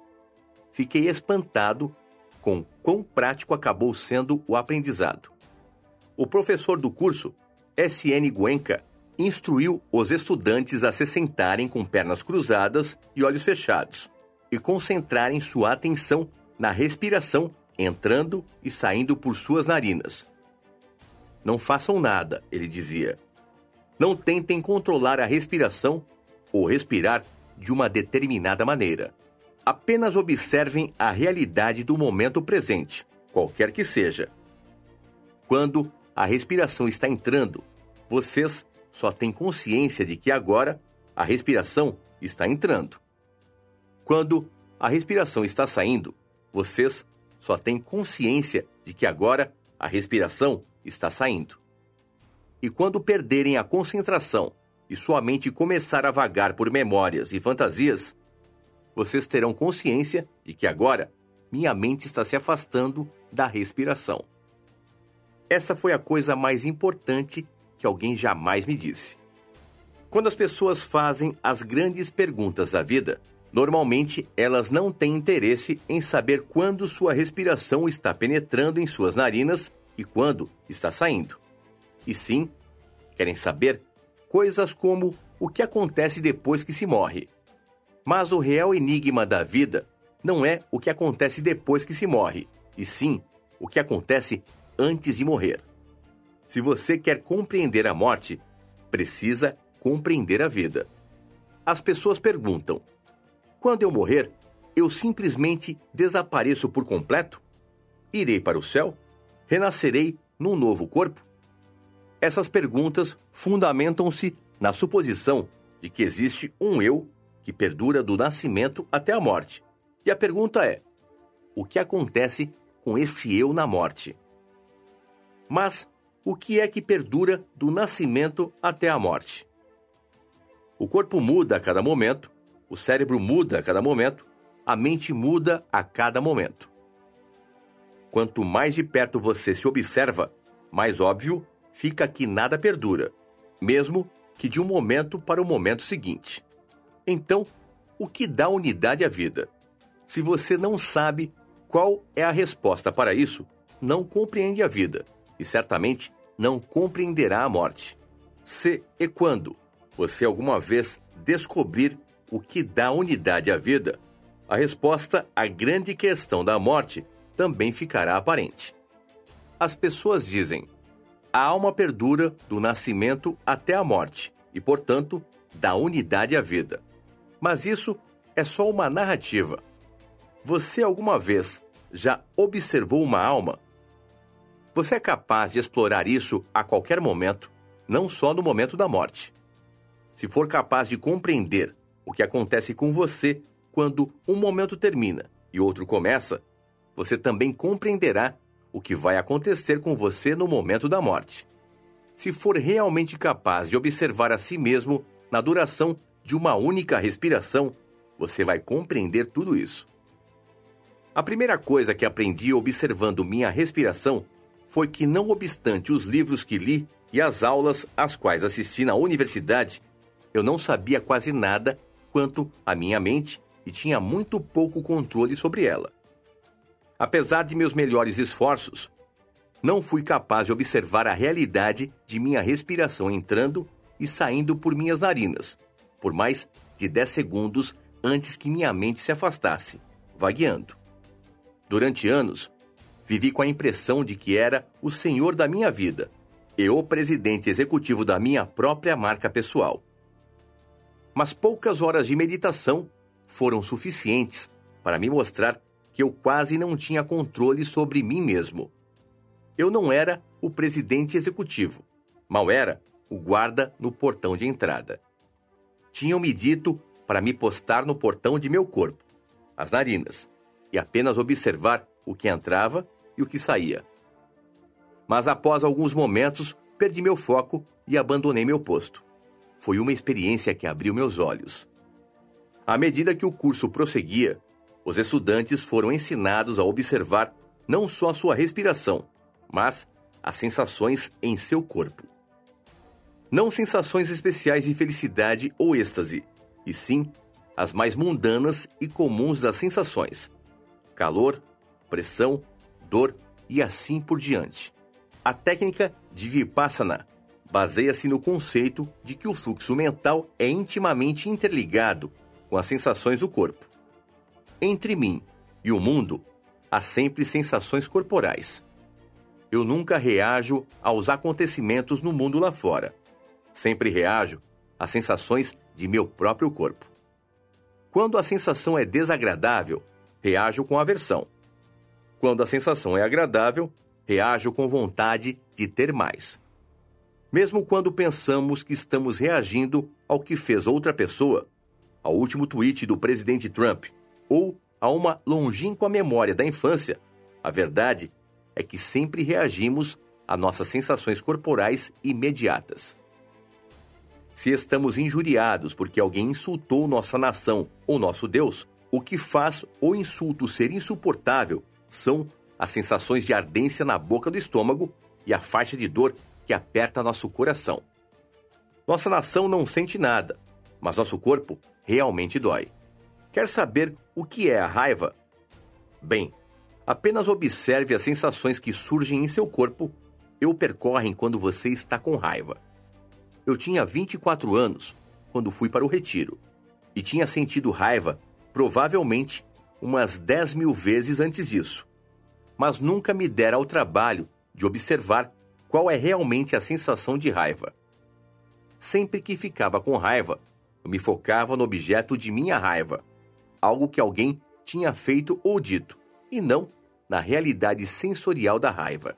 S1: Fiquei espantado com quão prático acabou sendo o aprendizado. O professor do curso, S N Goenka, instruiu os estudantes a se sentarem com pernas cruzadas e olhos fechados e concentrarem sua atenção na respiração entrando e saindo por suas narinas. Não façam nada, ele dizia. Não tentem controlar a respiração ou respirar de uma determinada maneira. Apenas observem a realidade do momento presente, qualquer que seja. Quando a respiração está entrando, vocês só têm consciência de que agora a respiração está entrando. Quando a respiração está saindo, vocês só têm consciência de que agora a respiração está saindo. E quando perderem a concentração e sua mente começar a vagar por memórias e fantasias, vocês terão consciência de que agora minha mente está se afastando da respiração. Essa foi a coisa mais importante que alguém jamais me disse. Quando as pessoas fazem as grandes perguntas da vida, normalmente elas não têm interesse em saber quando sua respiração está penetrando em suas narinas e quando está saindo. E sim, querem saber coisas como o que acontece depois que se morre. Mas o real enigma da vida não é o que acontece depois que se morre, e sim o que acontece antes de morrer. Se você quer compreender a morte, precisa compreender a vida. As pessoas perguntam: quando eu morrer, eu simplesmente desapareço por completo? Irei para o céu? Renascerei num novo corpo? Essas perguntas fundamentam-se na suposição de que existe um eu que perdura do nascimento até a morte. E a pergunta é: o que acontece com esse eu na morte? Mas o que é que perdura do nascimento até a morte? O corpo muda a cada momento, o cérebro muda a cada momento, a mente muda a cada momento. Quanto mais de perto você se observa, mais óbvio fica que nada perdura, mesmo que de um momento para o momento seguinte. Então, o que dá unidade à vida? Se você não sabe qual é a resposta para isso, não compreende a vida e certamente não compreenderá a morte. Se e quando você alguma vez descobrir o que dá unidade à vida, a resposta à grande questão da morte também ficará aparente. As pessoas dizem: a alma perdura do nascimento até a morte e, portanto, dá unidade à vida. Mas isso é só uma narrativa. Você alguma vez já observou uma alma? Você é capaz de explorar isso a qualquer momento, não só no momento da morte. Se for capaz de compreender o que acontece com você quando um momento termina e outro começa, você também compreenderá o que vai acontecer com você no momento da morte. Se for realmente capaz de observar a si mesmo na duração de uma única respiração, você vai compreender tudo isso. A primeira coisa que aprendi observando minha respiração foi que, não obstante os livros que li e as aulas às quais assisti na universidade, eu não sabia quase nada quanto à minha mente e tinha muito pouco controle sobre ela. Apesar de meus melhores esforços, não fui capaz de observar a realidade de minha respiração entrando e saindo por minhas narinas, por mais de dez segundos antes que minha mente se afastasse, vagueando. Durante anos, vivi com a impressão de que era o senhor da minha vida e o presidente executivo da minha própria marca pessoal. Mas poucas horas de meditação foram suficientes para me mostrar que eu quase não tinha controle sobre mim mesmo. Eu não era o presidente executivo, mal era o guarda no portão de entrada. Tinham me dito para me postar no portão de meu corpo, as narinas, e apenas observar o que entrava e o que saía. Mas após alguns momentos, perdi meu foco e abandonei meu posto. Foi uma experiência que abriu meus olhos. À medida que o curso prosseguia, os estudantes foram ensinados a observar não só sua respiração, mas as sensações em seu corpo. Não sensações especiais de felicidade ou êxtase, e sim as mais mundanas e comuns das sensações: calor, pressão, dor e assim por diante. A técnica de Vipassana baseia-se no conceito de que o fluxo mental é intimamente interligado com as sensações do corpo. Entre mim e o mundo, há sempre sensações corporais. Eu nunca reajo aos acontecimentos no mundo lá fora. Sempre reajo às sensações de meu próprio corpo. Quando a sensação é desagradável, reajo com aversão. Quando a sensação é agradável, reajo com vontade de ter mais. Mesmo quando pensamos que estamos reagindo ao que fez outra pessoa, ao último tweet do presidente Trump, ou a uma longínqua memória da infância, a verdade é que sempre reagimos a nossas sensações corporais imediatas. Se estamos injuriados porque alguém insultou nossa nação ou nosso Deus, o que faz o insulto ser insuportável são as sensações de ardência na boca do estômago e a faixa de dor que aperta nosso coração. Nossa nação não sente nada, mas nosso corpo realmente dói. Quer saber o que é a raiva? Bem, apenas observe as sensações que surgem em seu corpo e o percorrem quando você está com raiva. Eu tinha vinte e quatro anos quando fui para o retiro e tinha sentido raiva provavelmente umas dez mil vezes antes disso, mas nunca me dera ao trabalho de observar qual é realmente a sensação de raiva. Sempre que ficava com raiva, eu me focava no objeto de minha raiva, algo que alguém tinha feito ou dito, e não na realidade sensorial da raiva.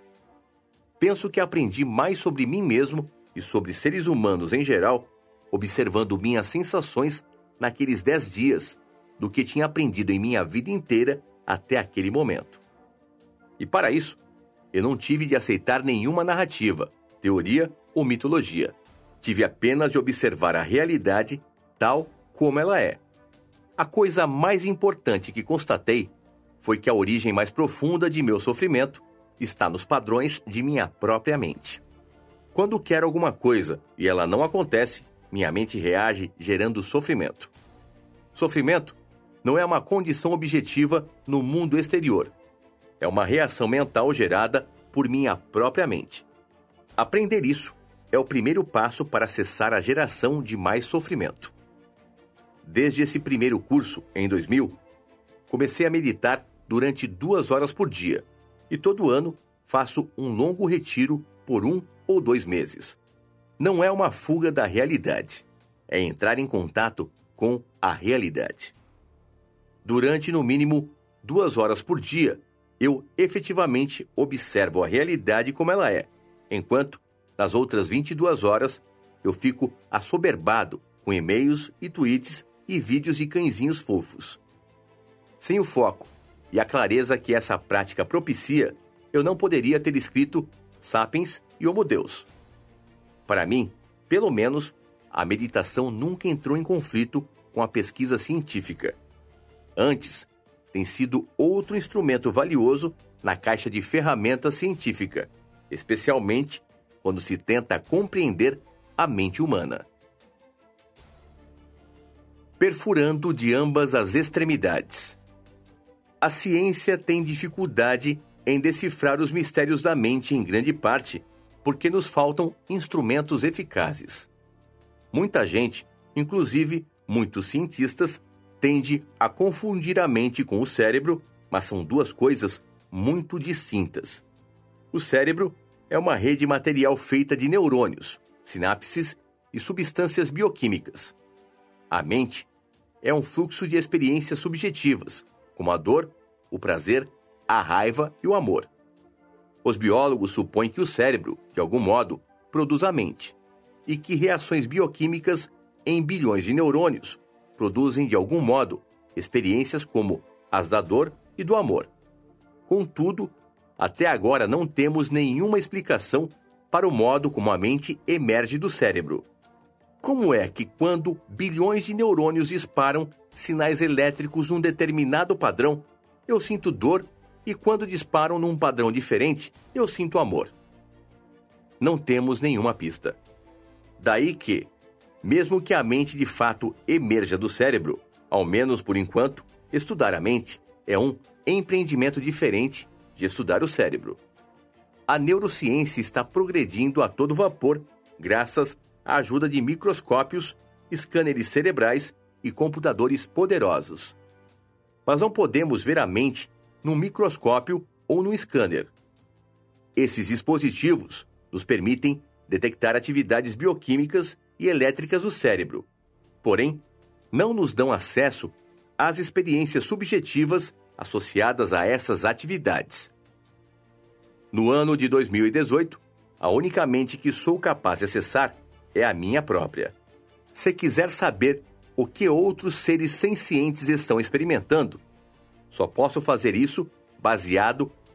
S1: Penso que aprendi mais sobre mim mesmo e sobre seres humanos em geral, observando minhas sensações naqueles dez dias, do que tinha aprendido em minha vida inteira até aquele momento. E para isso, eu não tive de aceitar nenhuma narrativa, teoria ou mitologia. Tive apenas de observar a realidade tal como ela é. A coisa mais importante que constatei foi que a origem mais profunda de meu sofrimento está nos padrões de minha própria mente. Quando quero alguma coisa e ela não acontece, minha mente reage gerando sofrimento. Sofrimento não é uma condição objetiva no mundo exterior. É uma reação mental gerada por minha própria mente. Aprender isso é o primeiro passo para cessar a geração de mais sofrimento. Desde esse primeiro curso, em dois mil, comecei a meditar durante duas horas por dia e todo ano faço um longo retiro por um ou dois meses. Não é uma fuga da realidade, é entrar em contato com a realidade. Durante, no mínimo, duas horas por dia, eu efetivamente observo a realidade como ela é, enquanto, nas outras vinte e duas horas, eu fico assoberbado com e-mails e tweets e vídeos de cãezinhos fofos. Sem o foco e a clareza que essa prática propicia, eu não poderia ter escrito Sapiens e Homo Deus. Para mim, pelo menos, a meditação nunca entrou em conflito com a pesquisa científica. Antes, tem sido outro instrumento valioso na caixa de ferramentas científica, especialmente quando se tenta compreender a mente humana. Perfurando de ambas as extremidades. A ciência tem dificuldade em decifrar os mistérios da mente em grande parte porque nos faltam instrumentos eficazes. Muita gente, inclusive muitos cientistas, tende a confundir a mente com o cérebro, mas são duas coisas muito distintas. O cérebro é uma rede material feita de neurônios, sinapses e substâncias bioquímicas. A mente é um fluxo de experiências subjetivas, como a dor, o prazer, a raiva e o amor. Os biólogos supõem que o cérebro, de algum modo, produz a mente, e que reações bioquímicas em bilhões de neurônios produzem, de algum modo, experiências como as da dor e do amor. Contudo, até agora não temos nenhuma explicação para o modo como a mente emerge do cérebro. Como é que, quando bilhões de neurônios disparam sinais elétricos num determinado padrão, eu sinto dor, e quando disparam num padrão diferente, eu sinto amor? Não temos nenhuma pista. Daí que, mesmo que a mente de fato emerja do cérebro, ao menos por enquanto, estudar a mente é um empreendimento diferente de estudar o cérebro. A neurociência está progredindo a todo vapor graças à ajuda de microscópios, scanners cerebrais e computadores poderosos. Mas não podemos ver a mente num microscópio ou num scanner. Esses dispositivos nos permitem detectar atividades bioquímicas e elétricas do cérebro, porém, não nos dão acesso às experiências subjetivas associadas a essas atividades. No ano de dois mil e dezoito, a única mente que sou capaz de acessar é a minha própria. Se quiser saber o que outros seres sencientes estão experimentando, só posso fazer isso baseado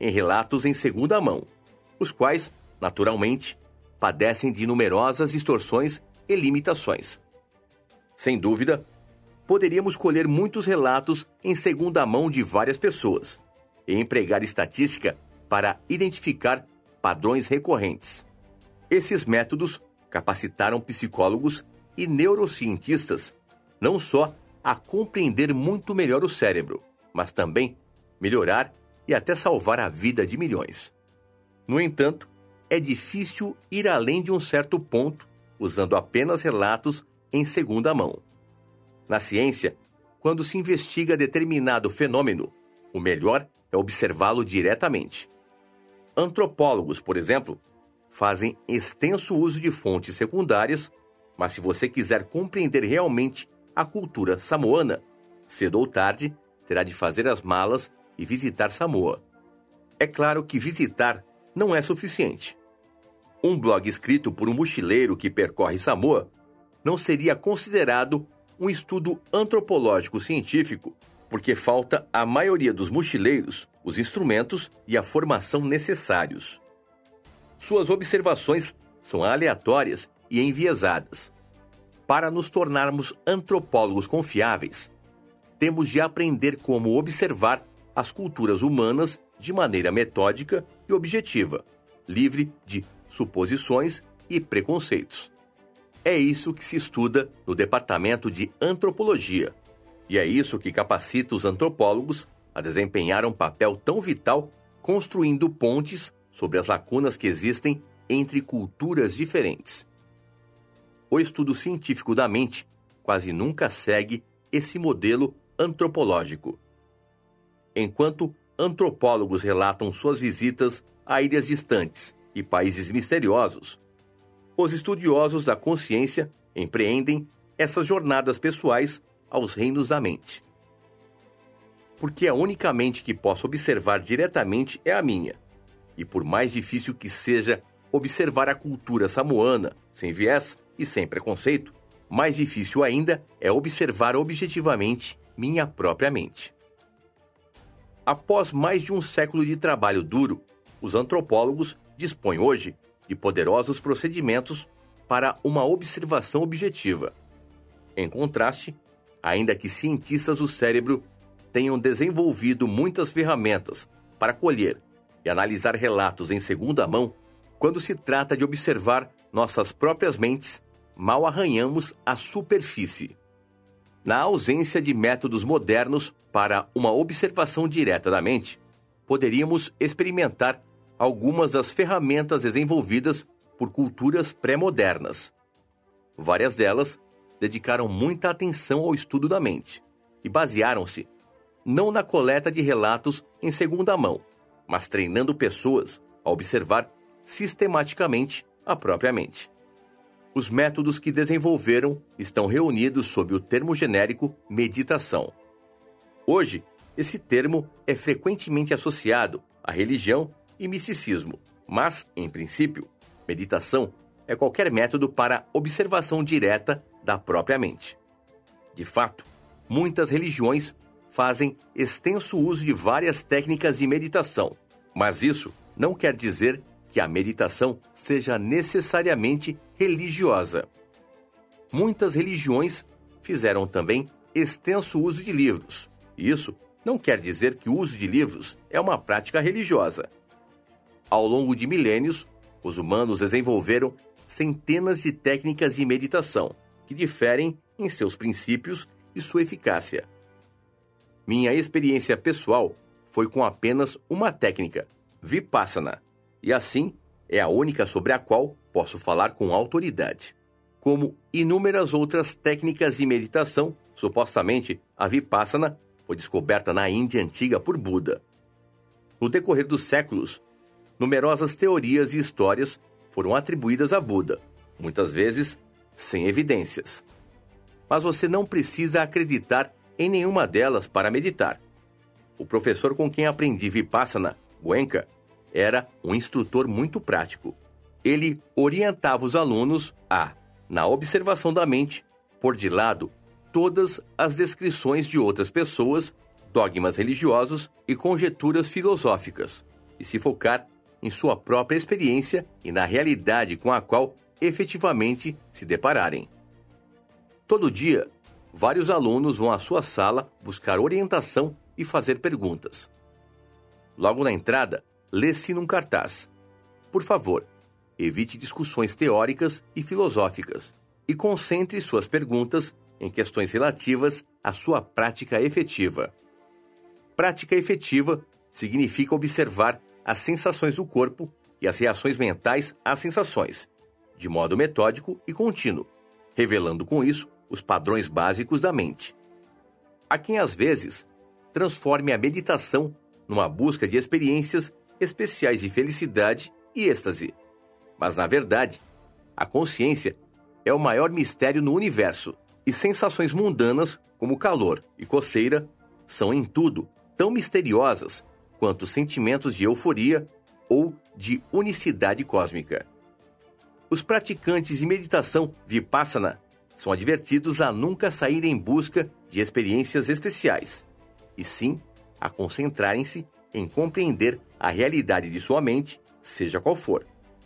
S1: em relatos em segunda mão, os quais, naturalmente, padecem de numerosas distorções e limitações. Sem dúvida, poderíamos colher muitos relatos em segunda mão de várias pessoas e empregar estatística para identificar padrões recorrentes. Esses métodos capacitaram psicólogos e neurocientistas não só a compreender muito melhor o cérebro, mas também melhorar e até salvar a vida de milhões. No entanto, é difícil ir além de um certo ponto usando apenas relatos em segunda mão. Na ciência, quando se investiga determinado fenômeno, o melhor é observá-lo diretamente. Antropólogos, por exemplo, fazem extenso uso de fontes secundárias, mas se você quiser compreender realmente a cultura samoana, cedo ou tarde terá de fazer as malas e visitar Samoa. É claro que visitar não é suficiente. Um blog escrito por um mochileiro que percorre Samoa não seria considerado um estudo antropológico científico, porque falta à maioria dos mochileiros os instrumentos e a formação necessários. Suas observações são aleatórias e enviesadas. Para nos tornarmos antropólogos confiáveis, temos de aprender como observar as culturas humanas de maneira metódica e objetiva, livre de suposições e preconceitos. É isso que se estuda no Departamento de Antropologia, e é isso que capacita os antropólogos a desempenhar um papel tão vital construindo pontes sobre as lacunas que existem entre culturas diferentes. O estudo científico da mente quase nunca segue esse modelo antropológico. Enquanto antropólogos relatam suas visitas a ilhas distantes e países misteriosos, os estudiosos da consciência empreendem essas jornadas pessoais aos reinos da mente. Porque a única mente que posso observar diretamente é a minha, e por mais difícil que seja observar a cultura samoana sem viés e sem preconceito, mais difícil ainda é observar objetivamente minha própria mente. Após mais de um século de trabalho duro, os antropólogos dispõem hoje de poderosos procedimentos para uma observação objetiva. Em contraste, ainda que cientistas do cérebro tenham desenvolvido muitas ferramentas para colher e analisar relatos em segunda mão, quando se trata de observar nossas próprias mentes, mal arranhamos a superfície. Na ausência de métodos modernos para uma observação direta da mente, poderíamos experimentar algumas das ferramentas desenvolvidas por culturas pré-modernas. Várias delas dedicaram muita atenção ao estudo da mente e basearam-se não na coleta de relatos em segunda mão, mas treinando pessoas a observar sistematicamente a própria mente. Os métodos que desenvolveram estão reunidos sob o termo genérico meditação. Hoje, esse termo é frequentemente associado à religião e misticismo, mas, em princípio, meditação é qualquer método para observação direta da própria mente. De fato, muitas religiões fazem extenso uso de várias técnicas de meditação, mas isso não quer dizer que a meditação seja necessariamente religiosa. Muitas religiões fizeram também extenso uso de livros. Isso não quer dizer que o uso de livros é uma prática religiosa. Ao longo de milênios, os humanos desenvolveram centenas de técnicas de meditação, que diferem em seus princípios e sua eficácia. Minha experiência pessoal foi com apenas uma técnica, Vipassana, e assim é a única sobre a qual posso falar com autoridade. Como inúmeras outras técnicas de meditação, supostamente a Vipassana foi descoberta na Índia antiga por Buda. No decorrer dos séculos, numerosas teorias e histórias foram atribuídas a Buda, muitas vezes sem evidências. Mas você não precisa acreditar em nenhuma delas para meditar. O professor com quem aprendi Vipassana, Goenka, era um instrutor muito prático. Ele orientava os alunos a, na observação da mente, pôr de lado todas as descrições de outras pessoas, dogmas religiosos e conjecturas filosóficas, e se focar em sua própria experiência e na realidade com a qual efetivamente se depararem. Todo dia, vários alunos vão à sua sala buscar orientação e fazer perguntas. Logo na entrada, lê-se num cartaz: por favor, evite discussões teóricas e filosóficas e concentre suas perguntas em questões relativas à sua prática efetiva. Prática efetiva significa observar as sensações do corpo e as reações mentais às sensações, de modo metódico e contínuo, revelando com isso os padrões básicos da mente. Há quem, às vezes, transforme a meditação numa busca de experiências especiais de felicidade e êxtase. Mas, na verdade, a consciência é o maior mistério no universo, e sensações mundanas, como calor e coceira, são em tudo tão misteriosas quanto sentimentos de euforia ou de unicidade cósmica. Os praticantes de meditação Vipassana são advertidos a nunca sair em busca de experiências especiais, e sim a concentrarem-se em compreender a realidade de sua mente, seja qual for.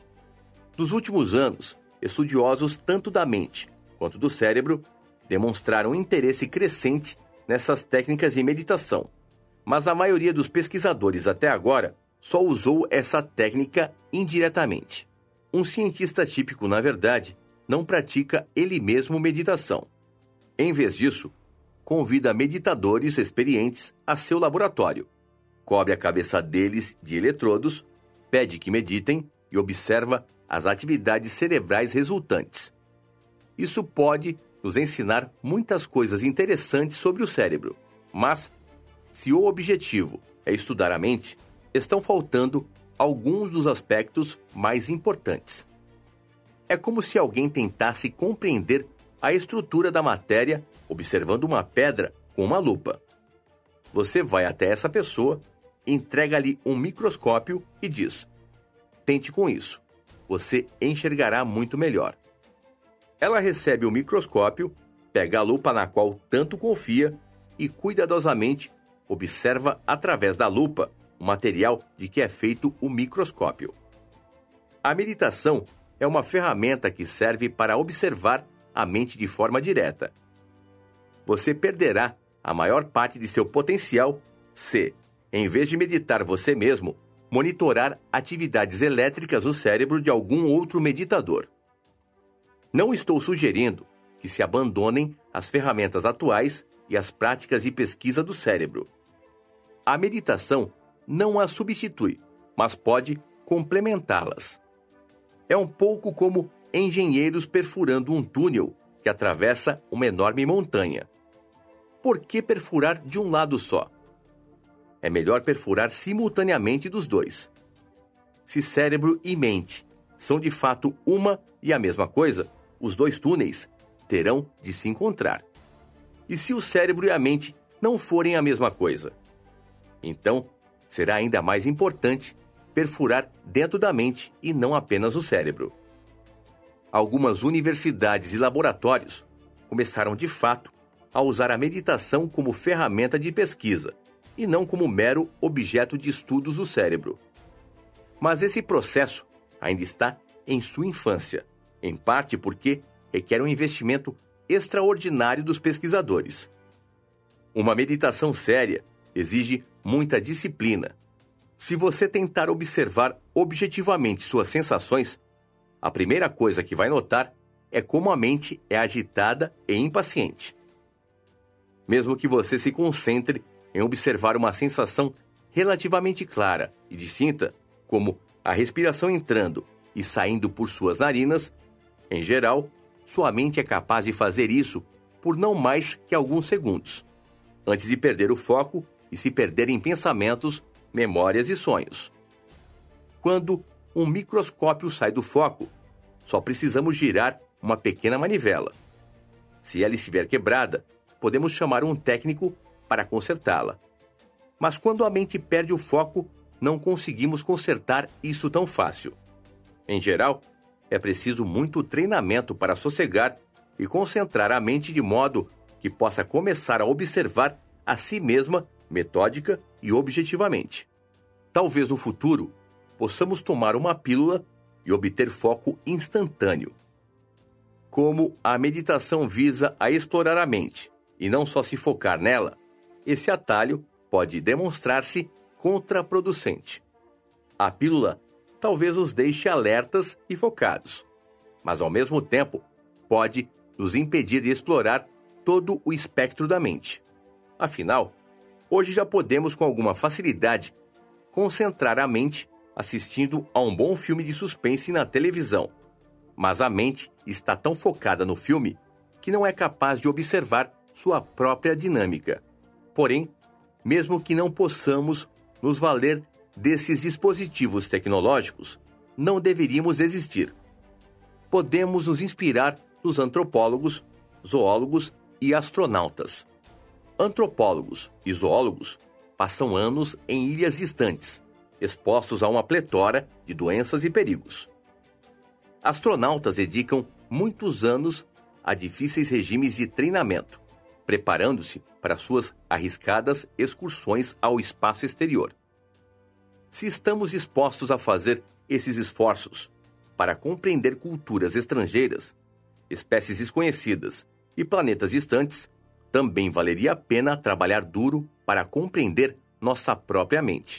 S1: Nos últimos anos, estudiosos tanto da mente quanto do cérebro demonstraram interesse crescente nessas técnicas de meditação, mas a maioria dos pesquisadores até agora só usou essa técnica indiretamente. Um cientista típico, na verdade, não pratica ele mesmo meditação. Em vez disso, convida meditadores experientes a seu laboratório, cobre a cabeça deles de eletrodos, pede que meditem e observa as atividades cerebrais resultantes. Isso pode nos ensinar muitas coisas interessantes sobre o cérebro, mas, se o objetivo é estudar a mente, estão faltando alguns dos aspectos mais importantes. É como se alguém tentasse compreender a estrutura da matéria observando uma pedra com uma lupa. Você vai até essa pessoa, entrega-lhe um microscópio e diz: tente com isso, você enxergará muito melhor. Ela recebe o microscópio, pega a lupa na qual tanto confia e cuidadosamente observa através da lupa o material de que é feito o microscópio. A meditação é uma ferramenta que serve para observar a mente de forma direta. Você perderá a maior parte de seu potencial se, em vez de meditar você mesmo, monitorar atividades elétricas do cérebro de algum outro meditador. Não estou sugerindo que se abandonem as ferramentas atuais e as práticas de pesquisa do cérebro. A meditação não as substitui, mas pode complementá-las. É um pouco como engenheiros perfurando um túnel que atravessa uma enorme montanha. Por que perfurar de um lado só? É melhor perfurar simultaneamente dos dois. Se cérebro e mente são de fato uma e a mesma coisa, os dois túneis terão de se encontrar. E se o cérebro e a mente não forem a mesma coisa? Então, será ainda mais importante perfurar dentro da mente e não apenas o cérebro. Algumas universidades e laboratórios começaram de fato a usar a meditação como ferramenta de pesquisa e não como mero objeto de estudos do cérebro. Mas esse processo ainda está em sua infância, em parte porque requer um investimento extraordinário dos pesquisadores. Uma meditação séria exige muita disciplina. Se você tentar observar objetivamente suas sensações, a primeira coisa que vai notar é como a mente é agitada e impaciente. Mesmo que você se concentre em observar uma sensação relativamente clara e distinta, como a respiração entrando e saindo por suas narinas, em geral, sua mente é capaz de fazer isso por não mais que alguns segundos, antes de perder o foco e se perder em pensamentos, memórias e sonhos. Quando um microscópio sai do foco, só precisamos girar uma pequena manivela. Se ela estiver quebrada, podemos chamar um técnico para consertá-la. Mas quando a mente perde o foco, não conseguimos consertar isso tão fácil. Em geral, é preciso muito treinamento para sossegar e concentrar a mente de modo que possa começar a observar a si mesma metódica e objetivamente. Talvez no futuro possamos tomar uma pílula e obter foco instantâneo. Como a meditação visa a explorar a mente e não só se focar nela, esse atalho pode demonstrar-se contraproducente. A pílula talvez nos deixe alertas e focados, mas ao mesmo tempo pode nos impedir de explorar todo o espectro da mente. Afinal, hoje já podemos com alguma facilidade concentrar a mente assistindo a um bom filme de suspense na televisão, mas a mente está tão focada no filme que não é capaz de observar sua própria dinâmica. Porém, mesmo que não possamos nos valer desses dispositivos tecnológicos, não deveríamos desistir. Podemos nos inspirar nos antropólogos, zoólogos e astronautas. Antropólogos e zoólogos passam anos em ilhas distantes, expostos a uma pletora de doenças e perigos. Astronautas dedicam muitos anos a difíceis regimes de treinamento, preparando-se para suas arriscadas excursões ao espaço exterior. Se estamos dispostos a fazer esses esforços para compreender culturas estrangeiras, espécies desconhecidas e planetas distantes, também valeria a pena trabalhar duro para compreender nossa própria mente.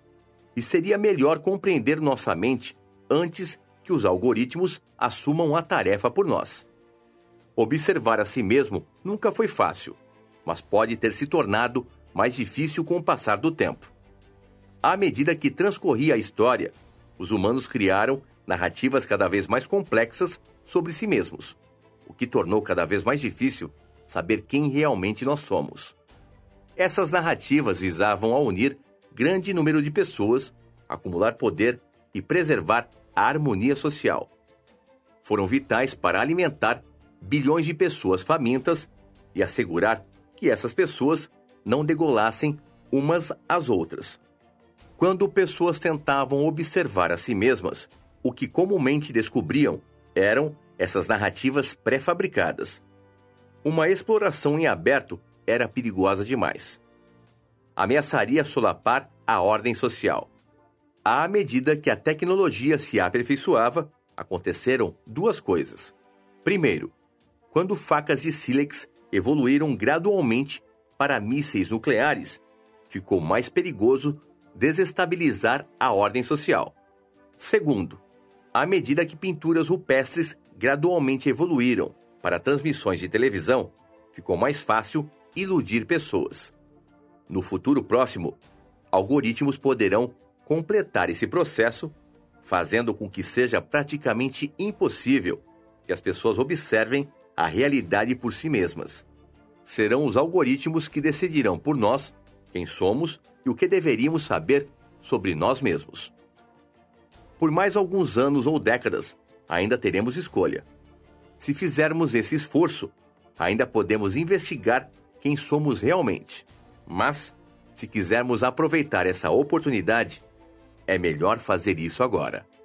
S1: E seria melhor compreender nossa mente antes que os algoritmos assumam a tarefa por nós. Observar a si mesmo nunca foi fácil, mas pode ter se tornado mais difícil com o passar do tempo. À medida que transcorria a história, os humanos criaram narrativas cada vez mais complexas sobre si mesmos, o que tornou cada vez mais difícil saber quem realmente nós somos. Essas narrativas visavam a unir grande número de pessoas, acumular poder e preservar a harmonia social. Foram vitais para alimentar bilhões de pessoas famintas e assegurar que essas pessoas não degolassem umas às outras. Quando pessoas tentavam observar a si mesmas, o que comumente descobriam eram essas narrativas pré-fabricadas. Uma exploração em aberto era perigosa demais. Ameaçaria solapar a ordem social. À medida que a tecnologia se aperfeiçoava, aconteceram duas coisas. Primeiro, quando facas de sílex evoluíram gradualmente para mísseis nucleares, ficou mais perigoso desestabilizar a ordem social. Segundo, à medida que pinturas rupestres gradualmente evoluíram para transmissões de televisão, ficou mais fácil iludir pessoas. No futuro próximo, algoritmos poderão completar esse processo, fazendo com que seja praticamente impossível que as pessoas observem a realidade por si mesmas. Serão os algoritmos que decidirão por nós quem somos e o que deveríamos saber sobre nós mesmos. Por mais alguns anos ou décadas, ainda teremos escolha. Se fizermos esse esforço, ainda podemos investigar quem somos realmente. Mas, se quisermos aproveitar essa oportunidade, é melhor fazer isso agora.